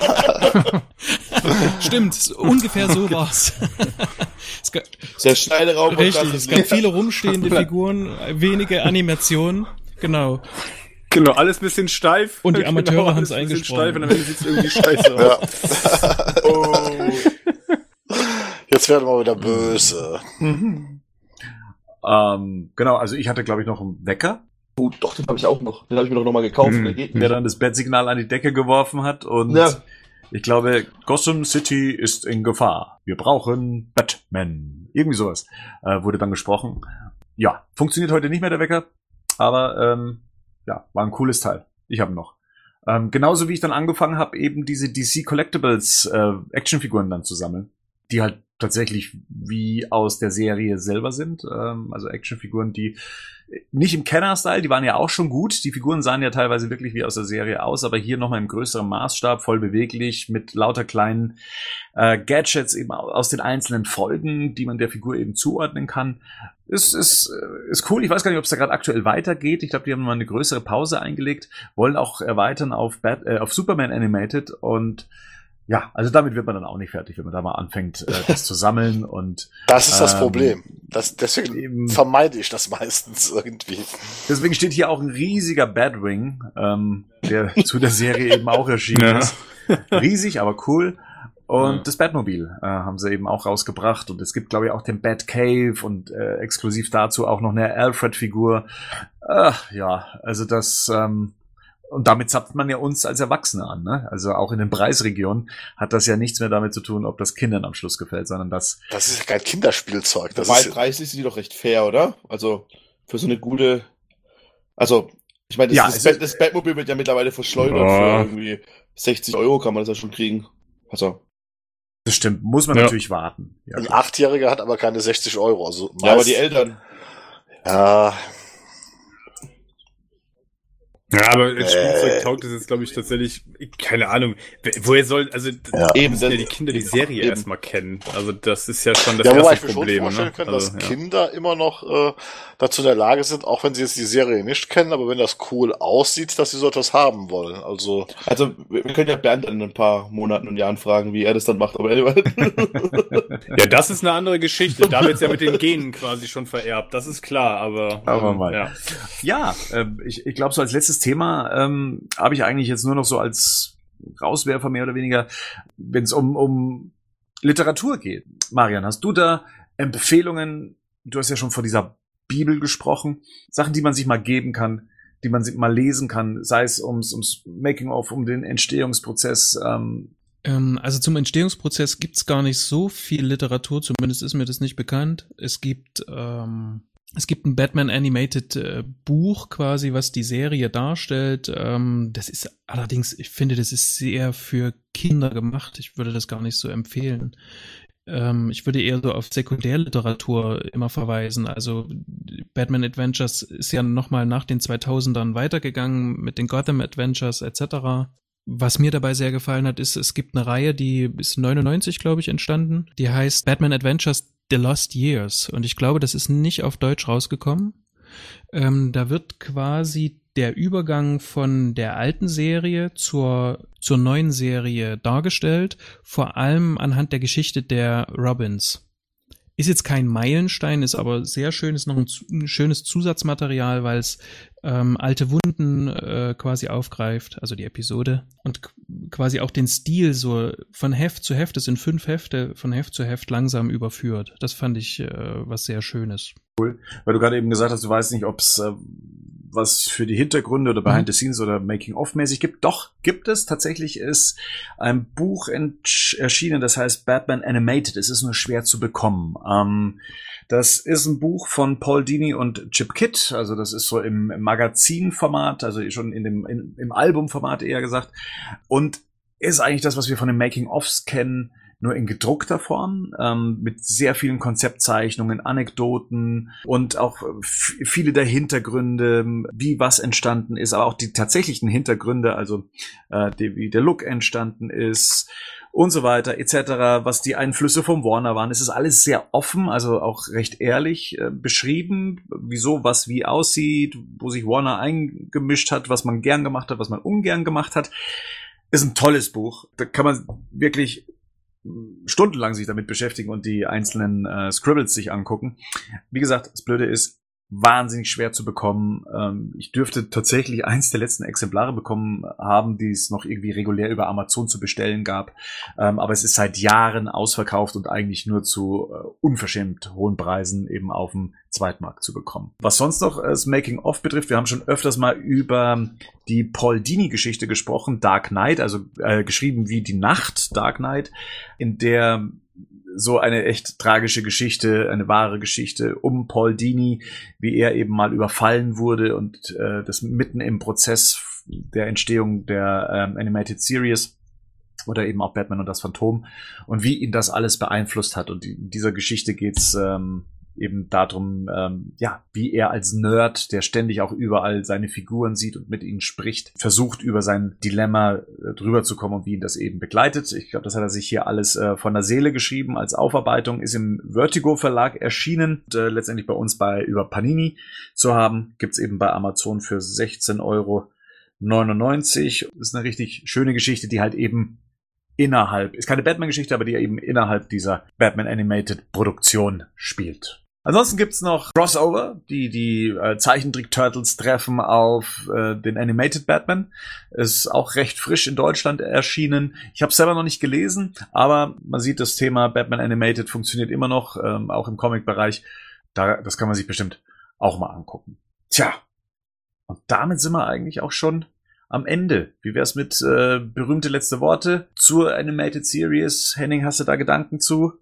Stimmt, ungefähr so war's. Es gab, Der Schneideraum. richtig, es gab viele rumstehende Figuren, wenige Animationen, genau. Genau, alles ein bisschen steif. Und die Amateure genau, haben's alles ein bisschen eingesprochen. steif und am Ende sieht's irgendwie scheiße aus. Ja. Oh. Jetzt werden wir wieder böse. Mhm. Ähm, genau, also ich hatte, glaube ich, noch einen Wecker, Oh, doch, den habe ich auch noch. Den habe ich mir doch noch mal gekauft. Hm. Der geht der nicht. dann das Bettsignal an die Decke geworfen hat und Ja. ich glaube, Gotham City ist in Gefahr. Wir brauchen Batman. Irgendwie sowas äh, wurde dann gesprochen. Ja, funktioniert heute nicht mehr der Wecker, aber ähm, ja, war ein cooles Teil. Ich habe ihn noch. Ähm, genauso wie ich dann angefangen habe, eben diese D C Collectibles äh, Actionfiguren dann zu sammeln, die halt tatsächlich wie aus der Serie selber sind. Ähm, also Actionfiguren, die nicht im Kenner-Style, die waren ja auch schon gut. Die Figuren sahen ja teilweise wirklich wie aus der Serie aus, aber hier nochmal im größeren Maßstab, voll beweglich, mit lauter kleinen äh, Gadgets eben aus den einzelnen Folgen, die man der Figur eben zuordnen kann. Ist, ist, ist cool. Ich weiß gar nicht, ob es da gerade aktuell weitergeht. Ich glaube, die haben mal eine größere Pause eingelegt, wollen auch erweitern auf, Bat- äh, auf Superman Animated und ja, also damit wird man dann auch nicht fertig, wenn man da mal anfängt, äh, das zu sammeln und Das ist das ähm, Problem. Das, deswegen eben- vermeide ich das meistens irgendwie. Deswegen steht hier auch ein riesiger Batwing, ähm, der zu der Serie eben auch erschienen Ja. ist. Riesig, aber cool. Und Ja. das Batmobil äh, haben sie eben auch rausgebracht. Und es gibt, glaube ich, auch den Batcave und äh, exklusiv dazu auch noch eine Alfred-Figur. Äh, ja, also das... Ähm, und damit zapft man ja uns als Erwachsene an, ne? Also auch in den Preisregionen hat das ja nichts mehr damit zu tun, ob das Kindern am Schluss gefällt, sondern das... Das ist ja kein Kinderspielzeug. Das Bei ist, dreißig sind die doch recht fair, oder? Also für so eine gute. Also, ich meine, das, Ja, das, es Bat- ist- das Batmobil wird ja mittlerweile verschleudert. Ja. Für irgendwie sechzig Euro kann man das ja schon kriegen. Also, Das stimmt, muss man Ja. natürlich warten. Ja, ein klar. Achtjähriger hat aber keine sechzig Euro. Also ja, aber meist- die Eltern. Ja, Ja, aber als Äh. Spielzeug taugt es jetzt, glaube ich, tatsächlich, keine Ahnung, wer- woher soll, also, Ja. Eben, müssen ja das- die Kinder die Serie eben. erstmal kennen. Also, das ist ja schon das ja, wobei ich erste mir schon Problem, vorstellen ne? kann, Also, dass ja. Kinder immer noch äh, dazu in der Lage sind, auch wenn sie jetzt die Serie nicht kennen, aber wenn das cool aussieht, dass sie so etwas haben wollen. Also, Also, wir wir können ja Bernd in ein paar Monaten und Jahren fragen, wie er das dann macht. Aber anyway. Ja, das ist eine andere Geschichte. Da wird's ja mit den Genen quasi schon vererbt. Das ist klar, aber. Schauen wir ähm, mal. Ja. Ja, ähm, ich, ich glaube, so als letztes Thema ähm, habe ich eigentlich jetzt nur noch so als Rauswerfer mehr oder weniger, wenn es um, um Literatur geht. Marian, hast du da Empfehlungen? Du hast ja schon von dieser Bibel gesprochen. Sachen, die man sich mal geben kann, die man sich mal lesen kann, sei es ums, ums Making-of, um den Entstehungsprozess. Ähm, Ähm, also zum Entstehungsprozess gibt's gar nicht so viel Literatur, zumindest ist mir das nicht bekannt. Es gibt ähm, es gibt ein Batman Animated äh, Buch quasi, was die Serie darstellt. Ähm, das ist allerdings, ich finde, das ist sehr für Kinder gemacht. Ich würde das gar nicht so empfehlen. Ähm, ich würde eher so auf Sekundärliteratur immer verweisen. Also Batman Adventures ist ja nochmal nach den zweitausendern weitergegangen mit den Gotham Adventures et cetera. Was mir dabei sehr gefallen hat, ist, es gibt eine Reihe, die ist neunundneunzig, glaube ich, entstanden. Die heißt Batman Adventures The Lost Years. Und ich glaube, das ist nicht auf Deutsch rausgekommen. Ähm, da wird quasi der Übergang von der alten Serie zur, zur neuen Serie dargestellt, vor allem anhand der Geschichte der Robins. Ist jetzt kein Meilenstein, ist aber sehr schön, ist noch ein, ein schönes Zusatzmaterial, weil es ähm, alte Wunden äh, quasi aufgreift, also die Episode, und k- quasi auch den Stil so von Heft zu Heft, es sind fünf Hefte, von Heft zu Heft langsam überführt. Das fand ich äh, was sehr Schönes. weil du gerade eben gesagt hast, du weißt nicht, ob es äh, was für die Hintergründe oder Behind the Scenes oder Making-of-mäßig gibt. Doch, gibt es. Tatsächlich ist ein Buch erschienen, das heißt Batman Animated. Es ist nur schwer zu bekommen. Ähm, das ist ein Buch von Paul Dini und Chip Kidd. Also das ist so im, im Magazinformat, also schon in dem in, im Albumformat eher gesagt. Und ist eigentlich das, was wir von den Making-ofs kennen, nur in gedruckter Form, ähm, mit sehr vielen Konzeptzeichnungen, Anekdoten und auch f- viele der Hintergründe, wie was entstanden ist, aber auch die tatsächlichen Hintergründe, also äh, die, wie der Look entstanden ist und so weiter et cetera, was die Einflüsse vom Warner waren. Es ist alles sehr offen, also auch recht ehrlich äh, beschrieben, wieso was wie aussieht, wo sich Warner eingemischt hat, was man gern gemacht hat, was man ungern gemacht hat. Ist ein tolles Buch. Da kann man wirklich stundenlang sich damit beschäftigen und die einzelnen äh, Scribbles sich angucken. Wie gesagt, das Blöde ist, wahnsinnig schwer zu bekommen. Ähm, ich dürfte tatsächlich eins der letzten Exemplare bekommen haben, die es noch irgendwie regulär über Amazon zu bestellen gab. Ähm, aber es ist seit Jahren ausverkauft und eigentlich nur zu äh, unverschämt hohen Preisen eben auf dem Zweitmarkt zu bekommen. Was sonst noch das Making-of betrifft, wir haben schon öfters mal über die Paul Dini-Geschichte gesprochen, Dark Knight, also äh, geschrieben wie die Nacht, Dark Knight, in der so eine echt tragische Geschichte, eine wahre Geschichte um Paul Dini, wie er eben mal überfallen wurde und äh, das mitten im Prozess der Entstehung der ähm, Animated Series oder eben auch Batman und das Phantom und wie ihn das alles beeinflusst hat. Und in dieser Geschichte geht's ähm, eben darum, ähm, ja, wie er als Nerd, der ständig auch überall seine Figuren sieht und mit ihnen spricht, versucht über sein Dilemma äh, drüber zu kommen und wie ihn das eben begleitet. Ich glaube, das hat er sich hier alles äh, von der Seele geschrieben als Aufarbeitung, ist im Vertigo Verlag erschienen und äh, letztendlich bei uns bei über Panini zu haben. Gibt's eben bei Amazon für sechzehn Euro neunundneunzig. Ist eine richtig schöne Geschichte, die halt eben innerhalb, ist keine Batman-Geschichte, aber die eben innerhalb dieser Batman Animated Produktion spielt. Ansonsten gibt's noch Crossover, die die äh, Zeichentrick-Turtles treffen auf äh, den Animated Batman. Ist auch recht frisch in Deutschland erschienen. Ich habe es selber noch nicht gelesen, aber man sieht, das Thema Batman Animated funktioniert immer noch, ähm, auch im Comic-Bereich. Da, das kann man sich bestimmt auch mal angucken. Tja, und damit sind wir eigentlich auch schon am Ende. Wie wär's mit äh, berühmte letzte Worte zur Animated Series? Henning, hast du da Gedanken zu?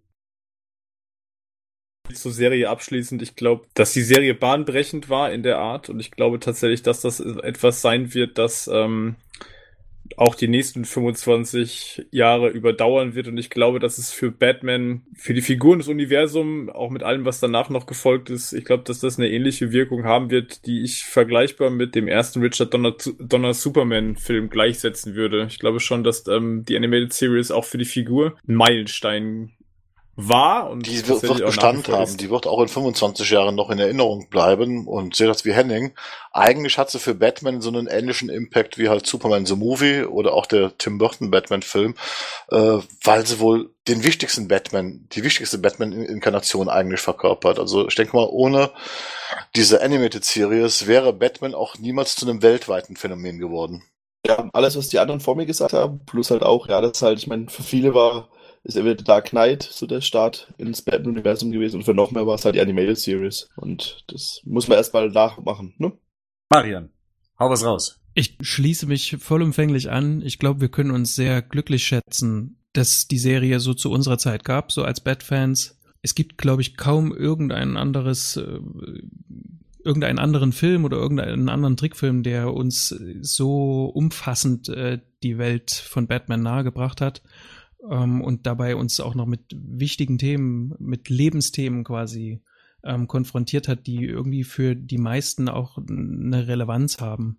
Zur Serie abschließend, ich glaube, dass die Serie bahnbrechend war in der Art und ich glaube tatsächlich, dass das etwas sein wird, das ähm, auch die nächsten fünfundzwanzig Jahre überdauern wird und ich glaube, dass es für Batman, für die Figuren des Universums, auch mit allem, was danach noch gefolgt ist, ich glaube, dass das eine ähnliche Wirkung haben wird, die ich vergleichbar mit dem ersten Richard Donner, Donner Superman-Film gleichsetzen würde. Ich glaube schon, dass ähm, die Animated Series auch für die Figur ein Meilenstein war und die wird, wird Bestand haben, ist. Die wird auch in fünfundzwanzig Jahren noch in Erinnerung bleiben und sehe das wie Henning. Eigentlich hat sie für Batman so einen ähnlichen Impact wie halt Superman the Movie oder auch der Tim Burton Batman-Film, äh, weil sie wohl den wichtigsten Batman, die wichtigste Batman-Inkarnation eigentlich verkörpert. Also ich denke mal, ohne diese Animated Series wäre Batman auch niemals zu einem weltweiten Phänomen geworden. Ja, alles, was die anderen vor mir gesagt haben, plus halt auch, ja, das halt, ich meine, für viele war ist entweder Dark Knight so der Start ins Batman-Universum gewesen und für noch mehr war es halt die Animated Series. Und das muss man erstmal nachmachen, ne? Marian, hau was raus. Ich schließe mich vollumfänglich an. Ich glaube, wir können uns sehr glücklich schätzen, dass die Serie so zu unserer Zeit gab, so als Bat-Fans. Es gibt, glaube ich, kaum irgendein anderes, äh, irgendeinen anderen Film oder irgendeinen anderen Trickfilm, der uns so umfassend äh, die Welt von Batman nahegebracht hat. Um, und dabei uns auch noch mit wichtigen Themen, mit Lebensthemen quasi ähm, konfrontiert hat, die irgendwie für die meisten auch eine Relevanz haben.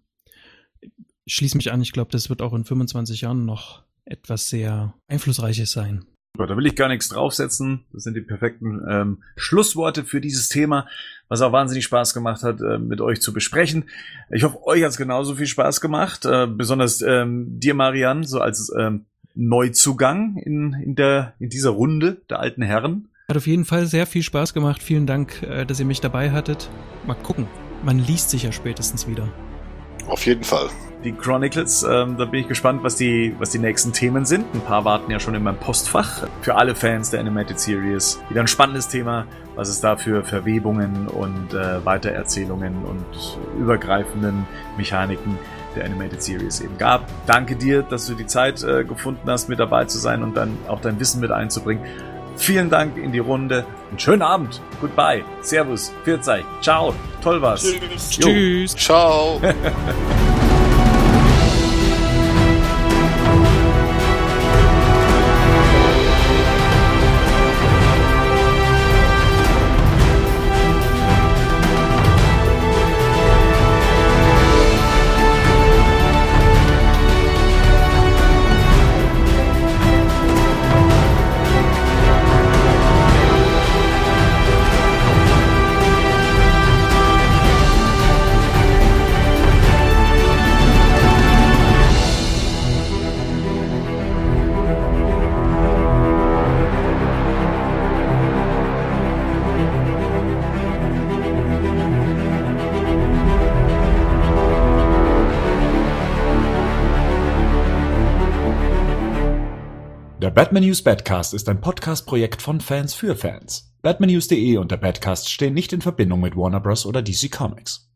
Ich schließe mich an, ich glaube, das wird auch in fünfundzwanzig Jahren noch etwas sehr Einflussreiches sein. Da will ich gar nichts draufsetzen. Das sind die perfekten ähm, Schlussworte für dieses Thema, was auch wahnsinnig Spaß gemacht hat, äh, mit euch zu besprechen. Ich hoffe, euch hat es genauso viel Spaß gemacht, äh, besonders ähm, dir, Marian, so als ähm, Neuzugang in, in, der, in dieser Runde der alten Herren. Hat auf jeden Fall sehr viel Spaß gemacht. Vielen Dank, dass ihr mich dabei hattet. Mal gucken. Man liest sich ja spätestens wieder. Auf jeden Fall. Die Chronicles, ähm, da bin ich gespannt, was die, was die nächsten Themen sind. Ein paar warten ja schon in meinem Postfach. Für alle Fans der Animated Series wieder ein spannendes Thema, was es da für Verwebungen und äh, Weitererzählungen und übergreifenden Mechaniken der Animated Series eben gab. Danke dir, dass du die Zeit äh, gefunden hast, mit dabei zu sein und dann auch dein Wissen mit einzubringen. Vielen Dank in die Runde. Einen schönen Abend. Goodbye. Servus. Pfiat euch. Ciao. Toll war's. Tschüss. Tschüss. Ciao. Der Batman News Badcast ist ein Podcast-Projekt von Fans für Fans. Batman News punkt de und der Badcast stehen nicht in Verbindung mit Warner Bros. Oder D C Comics.